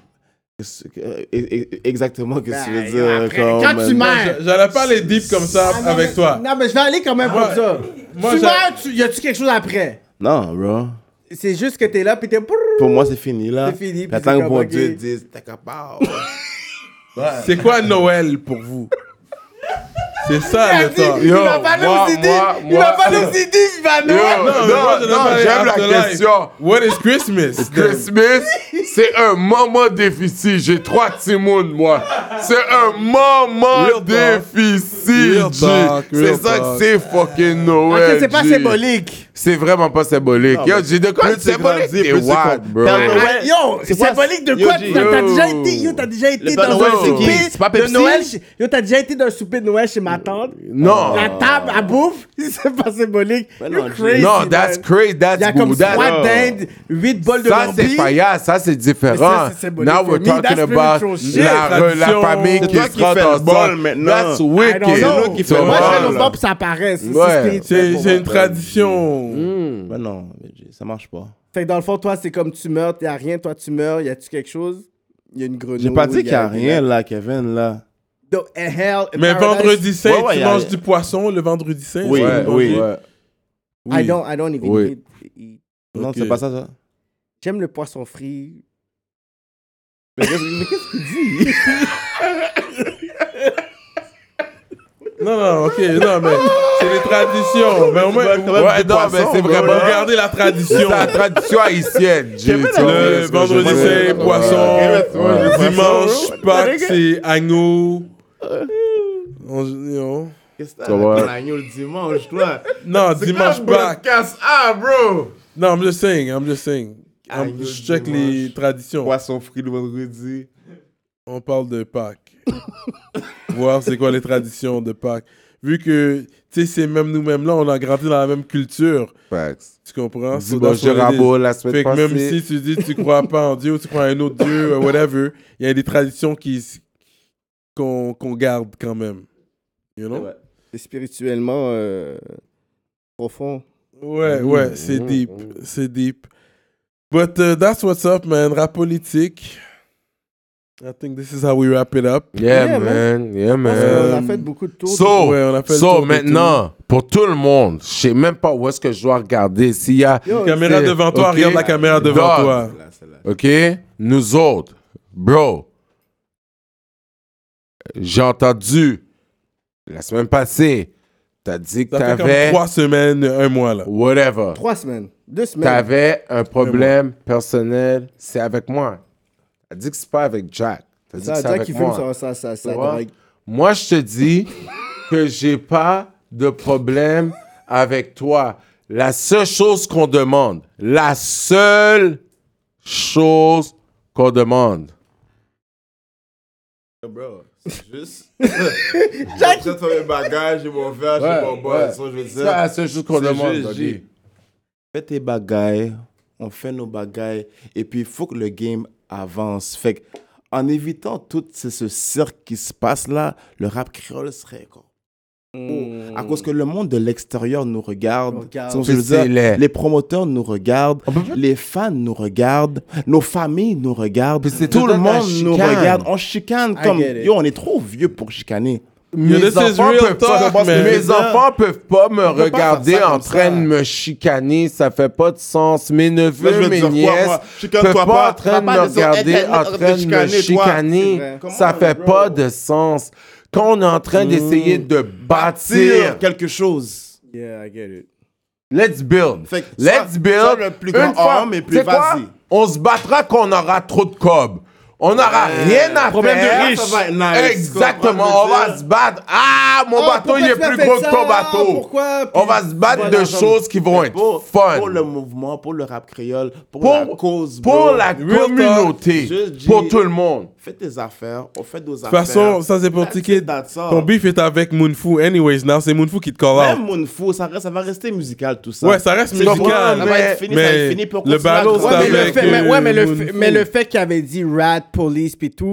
Exactement, qu'est-ce que tu veux Ben, dire? après, quand tu meurs. J'allais pas aller deep comme ça Ah, non, avec mais- toi. Non, mais je vais aller quand même Moi- pour ça. moi, tu j'ai- meurs, y a-tu quelque chose après? Non, bro. C'est juste que t'es là, puis t'es... Pour moi, c'est fini, là. C'est fini, puis J'attends c'est que comme, bon ok. Dieu dise, t'as capable. C'est quoi Noël pour vous? C'est ça le talk. Il va pas nous aider. Il va pas nous aider, il va nous... Moi, je demande j'aime la afterlife. question. What is Christmas? Christmas, c'est un moment difficile. J'ai 3 Timounes, moi. C'est un moment Real talk. difficile, Real G. talk, real C'est ça talk. que c'est fucking Noël. Ok, c'est pas G. symbolique. C'est vraiment pas symbolique. Yo, j'ai de quoi plus tu symbolique? grandis, T'es plus tu wack, com- bro. Père Noël. Ah, yo, c'est quoi, symbolique de yo, quoi? G, T'as déjà yo. été, t'as déjà été Père dans Noël, un c'est qui? souper C'est pas de Pepsi? Noël. Yo, t'as déjà été dans un souper de Noël chez ma tante. Non. La table à bouffe, c'est pas symbolique. Mais You're non, G. crazy, Non, that's man. crazy. Il y a That's comme good. That's- 3 dindes, 8 bols de Ça, lambi. c'est paillasse. Ça, c'est différent. Mais ça, c'est symbolique Now for we're me. talking That's about spiritual shit. la Tradition. famille C'est qui toi se qui rentre fais le ensemble. bol maintenant. That's I wicked. don't know. nous qui fait Moi, le je fais bol. le bord puis ça apparaît. C'est Ouais. spirituel pour C'est moi. une tradition. Ben non, ça marche pas. Fait que dans le fond, toi, c'est comme tu meurs, y a rien, toi, tu meurs, y a-tu quelque chose? Y a une grenouille. J'ai pas dit qu'il y a rien, là, Kevin, là. Donc, hell, Mais paradise, vendredi saint, Ouais, ouais, tu y a- manges du poisson le vendredi saint? Oui, c'est oui. mangé? Ouais. I don't even Oui. eat. Non, Ok. c'est pas ça, ça. J'aime le poisson frit. Mais qu'est-ce qu'il dit? Non, ok, non, mais c'est les traditions. Mais au moins, quand même Ouais, du non, poisson, mais c'est bro. vraiment. regardez la tradition. C'est la tradition haïtienne. G. Tu vois Le ce que je veux vendredi dire? saint, poisson. Ouais. Dimanche, Pâques, c'est agneau. On- Qu'est-ce que Ça va. t'as l'agneau le dimanche, toi? Non, dimanche, Pâques. Casse A, bro! Non, I'm just saying. Agneau Je check dimanche. les traditions. Poisson frit le vendredi. On parle de Pâques. Voir c'est quoi les traditions de Pâques. Vu que, tu sais, c'est même nous-mêmes là, on a grandi dans la même culture. Facts. Tu comprends? So Dimanche that's what de it is. rabot la semaine Fait que même passée. si tu dis tu crois pas en Dieu ou tu crois à un autre Dieu, whatever, il y a des traditions qu'on garde quand même. You know? Ouais. C'est spirituellement profond. Ouais, c'est deep. C'est deep. But that's what's up, man. Rap politique. I think this is how we wrap it up. Yeah, Yeah, man. Yeah, On a man. fait beaucoup de tours. So, Ouais, on a fait le tour de maintenant, pour tout le monde, je sais même pas où est-ce que je dois regarder. S'il y a, Caméra c'est- devant toi, ok. regarde la caméra devant Dog. toi. OK? Nous autres, bro, j'ai entendu la semaine passée, t'as dit que Ça fait comme t'avais 3 semaines, 1 mois là. whatever. 3 semaines. 2 semaines. T'avais un problème personnel, c'est avec moi. T'as dit que c'est pas avec Jack. T'as dit que Ça, c'est Jack avec qui fume moi. ça Tu vois? drogue. Moi, je te dis que j'ai pas de problème avec toi. La seule chose qu'on demande, la seule chose qu'on demande, Bro, c'est juste. J'ai fait mes bagages, j'ai mon verre, j'ai mon bol. Ça, je veux c'est dire. la seule chose qu'on C'est demande. juste, Doggy. G. Fais tes bagailles, on fait nos bagailles, et puis il faut que le game avance. Fait que, en évitant tout ce cirque qui se passe là, le rap créole serait quoi? À cause que le monde de l'extérieur nous regarde. Regarde. C'est ce que je veux C'est dire. laid. Les promoteurs nous regardent, les fans nous regardent, nos familles nous regardent, Puis c'est tout tout le le monde temps nous chicane. regarde. On chicane I comme get it. yo, on est trop vieux pour chicaner. Yo, this is real talk, man. Mes enfants peuvent pas me On peut pas regarder faire ça en comme train ça. de me chicaner. Ça fait pas de sens. Mes Là, je neveux, veux mes dire quoi, nièces moi? peuvent Chicane-toi pas pas, en train de papa, me les autres, regarder elle, en train de me chicaner, toi. chicaner. C'est vrai. Ça fait bro. pas de sens. Quand on est en train d'essayer de bâtir, quelque chose. Yeah, I get it. let's build. Fait que Let's sois- build. sois le plus grand Une fois, homme et puis tu sais quoi? vas-y. On se battra quand on aura trop de cob. On n'aura rien à problème de faire. riche. Ça va être nice. Exactement. Comprends, On je veux va dire. se battre. Ah, mon bateau, pourquoi il est tu as plus fait gros que ça? ton bateau. Pourquoi? On va se battre de choses qui vont être fun. Pour le mouvement, pour le rap créole, pour Pour- la cause, pour bro. la communauté, Juste dis- pour tout le monde. Fais tes affaires, on fait nos De affaires. toute façon, ça c'est pour ticket. That's all. Ton beef est avec Moonfoo. Anyways, now c'est Moonfoo qui te call Même out. Moonfoo, ça va rester musical tout ça. Ouais, ça reste Tu comprends? musical. Ça va être fini, ça va être fini pour le continuer à battle, grandir. c'est Ouais, mais, avec, le fait, mais, ouais, Moonfoo. mais le fait qu'il avait dit rat, police, puis tout,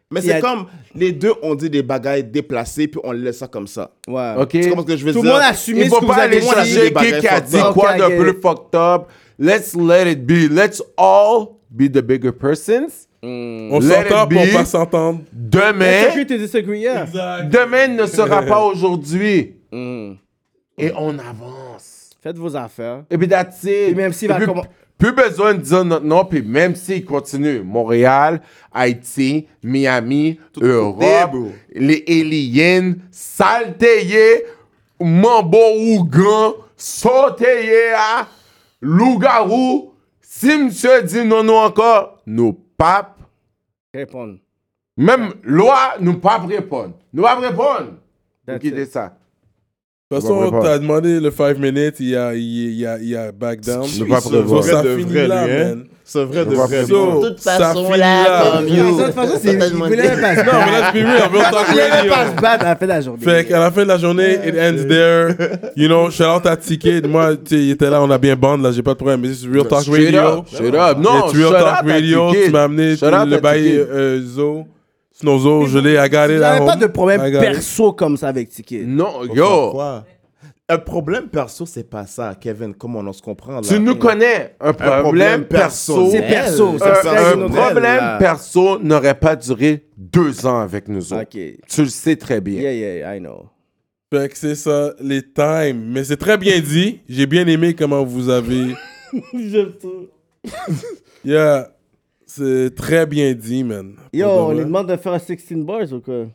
Mais Il y a- c'est comme les deux ont dit des bagailles déplacées, puis on laisse ça comme ça. Ouais. OK? Tu comprends ce que je veux Tout dire? le monde a assumé Il ce faut que vous pas avez aller dit. chercher bagailles qui a fucked dit up. quoi Ok, de I get plus it. fucked up. Let's let it be. Let's all be the bigger persons. On Let s'entend it pour be. pas s'entendre. Demain, Disagree to disagree, yeah. demain ne sera pas aujourd'hui. Mm. Et on avance. Faites vos affaires. Et puis that's it. Et même s'il va Et puis, comment- plus besoin de dire notre nom, puis même s'il continue, Montréal, Haïti, Miami, Europe, bro. les aliens, salteye, mambo ougan, sauteye, loup-garou, si monsieur dit non, non encore, nous papes, Répondre. même loi, nous papes répondre. Nous papes répondre. Vous That's quittez it. ça. De toute On va façon, répondre. t'as demandé le 5 minutes, il a back down. Nous papes So, répondre. ça de finit vrai, là, lui, hein. man. C'est vrai de On va vrai. faire bro. So, De toute ça façon, finit là, là. comme De yo. toute façon, c'est T'as il demandé. voulait même pas se Non, mais let's be real, real talk Il voulait même pas se radio. battre à la fin de la journée. Fait qu'à la fin de la journée, it ends there. You know, shout out à Ticket. Moi, tu sais, il était là, on a bien band, là, j'ai pas de problème. Mais c'est Real Talk Straight Radio. up, straight up. Non, It's Real shout Talk out à Radio. Ticket. Tu m'as amené Shout out le à bail Ticket. Zo. Sinon, Zo, je l'ai, I got it Vous at n'avez pas home. de problème I got it. perso comme ça avec Ticket. Non, yo, Pourquoi? Un problème perso, c'est pas ça, Kevin. Comment on se comprend là? tu nous connais. Un problème perso. C'est perso. Un, c'est très un personnel, problème là. perso n'aurait pas duré 2 ans avec nous autres. Ok. Tu le sais très bien. Yeah, I know. Fait que c'est ça, les times. Mais c'est très bien dit. J'ai bien aimé comment vous avez. J'aime tout. Yeah. C'est très bien dit, man. Yo, Pour de on vrai. lui demande de faire un 16 bars ou quoi?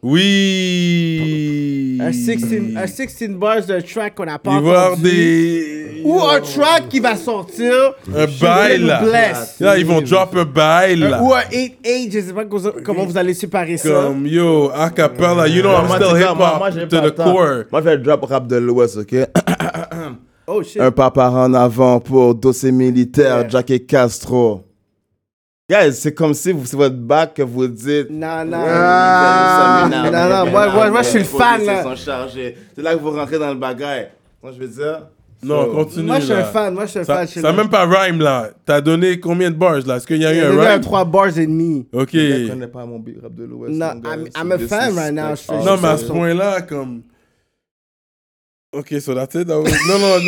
Oui. Un 16 bars d'un track qu'on n'a pas Il va y avoir entendu. des. Ou un track qui va sortir. Un bail, là. Bless. Là, ils vont drop un bail, là. Ou un 8-8, je sais pas comment vous allez séparer ça. Comme, yo, acapella, you know, I'm Moi, still tu sais, hip-hop j'ai to pas the le temps. core. Moi, je vais drop rap de l'Ouest, ok? Oh shit. Un papa en avant pour dossier militaire, Yeah. Jack et Castro. Guys, c'est comme si c'est votre bac que vous dites. Non, non. Non, Moi, je suis le fan, là. Sont chargés. C'est là que vous rentrez dans le bagaille. Moi, je veux dire. Non, continue. Moi, je suis un là. fan. Moi, je suis un Ça fan. ça a même pas rhyme, là. T'as donné combien de bars, là? Est-ce qu'il y a eu Il y un a rhyme? 3 bars et demi. Ok. Je connais pas mon big rap de l'Ouest. Non, mon gars. I'm a C'est fan des- right now. Je fais Non, mais à ce juste- point-là, comme. Ok, so that's it. Non, non,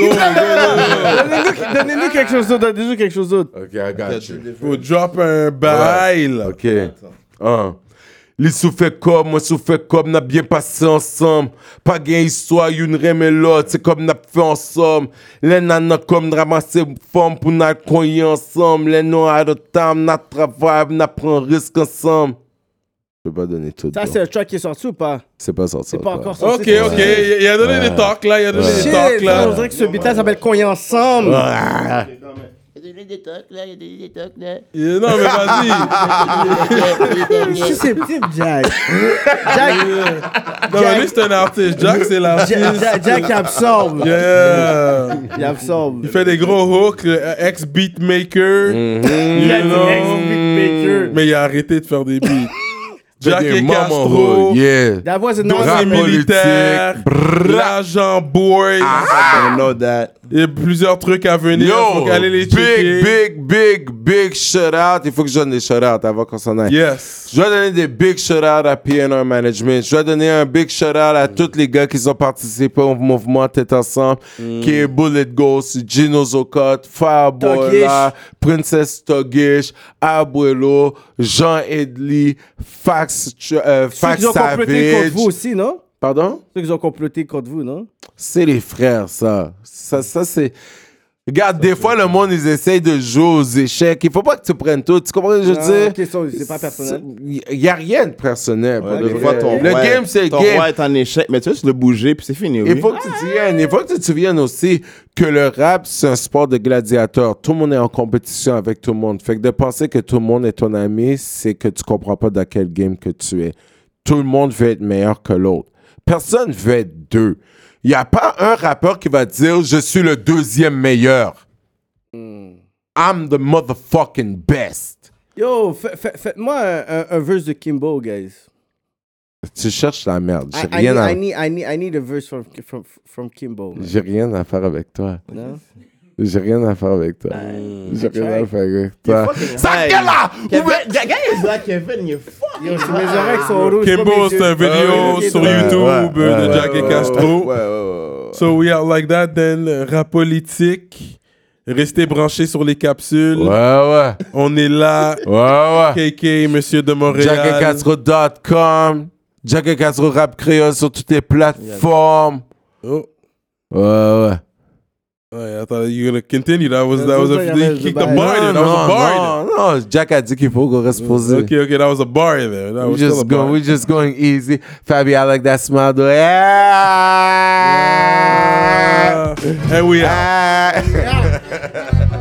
go. Donnez-nous quelque chose d'autre. Donnez-nous quelque chose d'autre. Ok, I got you. Faut drop un bail, là. Ok. Li sou fè kom, moi sou fè kom, n'a bien passé ensemble. Pas gen histoire, yon reme l'autre, c'est comme n'a fait ensemble. Les nanas comme ramasser forme pour n'a koye ensemble. Les non à de temps, n'a travail, n'a prend risque ensemble. Je peux pas donner tout. Ça, c'est un track qui est sorti ou pas? C'est pas sorti. C'est pas encore sorti. Ok, ok. Il a donné des talks, là. Il a donné des talks, Shit, là. on dirait que ce beat-là s'appelle Cogner ensemble. Il y a des tocs là, il y a des tocs là. Non, mais vas-y. Je suis susceptible, Jack. Jack, Non, mais lui, c'est un artiste. Jack, c'est l'artiste. Jack absorbe. Yeah. Il absorbe. Il fait des gros hooks, ex-beatmaker. You know. Mais il a arrêté de faire des beats. Jack et Castro. Yeah. That was a Dossier non militaire. L'agent boy. I know that. Il y a plusieurs trucs à venir. Yo, Faut aller les checker. big shout out. Il faut que je donne des shout out avant qu'on s'en aille. Yes. Je dois donner des big shout-out à PNR Management. Je dois donner un big shout-out à tous les gars qui ont participé au mouvement Tête Ensemble, qui est Bullet Ghost, Gino Zocot, Fireboy, là, Princess Togish, Abuelo, Jean Edley, Fax Ceux qui ont comploté contre vous Savage. aussi, non? Pardon? Ceux qui ont comploté contre vous, non? C'est les frères, ça. Ça c'est... Regarde, des fois, le monde, ils essayent de jouer aux échecs. Il faut pas que tu prennes tout. Tu comprends ce que je veux dire? C'est pas personnel. Il n'y a rien de personnel. pour de Des vrai. fois, ton le roi- game, c'est le ton game. roi est en échec, mais tu veux juste le bouger, puis c'est fini. Il Oui. faut que tu te viennes. Il faut que tu te viennes aussi que le rap, c'est un sport de gladiateur. Tout le monde est en compétition avec tout le monde. Fait que de penser que tout le monde est ton ami, c'est que tu comprends pas dans quel game que tu es. Tout le monde veut être meilleur que l'autre. Personne veut être deux. Il n'y a pas un rappeur qui va dire « Je suis le deuxième meilleur ». I'm the motherfucking best. Yo, faites-moi un verse de Kimbo, guys. Tu cherches la merde. J'ai I rien need a verse from Kimbo. man. J'ai rien à faire avec toi. Non? J'ai rien à faire avec toi. J'ai rien à faire avec toi. Ça gueule là! Kevin, il est fucking. Yo, sur mes oreilles qui sont rouges. Kimbo, c'est une vidéo sur YouTube de Jack et Castro. Ouais. So we are like that then. Rap politique. Restez branchés sur les capsules. Ouais. On est là. Ouais. KK, Monsieur de Montréal. JacketCastro.com. Jack et Castro Rap Créole sur toutes les plateformes. Oh. Ouais. I thought you were gonna continue. That was Yeah, you kicked the bar there. That was a bar Non, Jack a dit qu'il faut qu'on reste posé. there. Okay, that was a bar there. That was still a bar. We're just going easy. Fabi, I like that smile though. Yeah. And we out.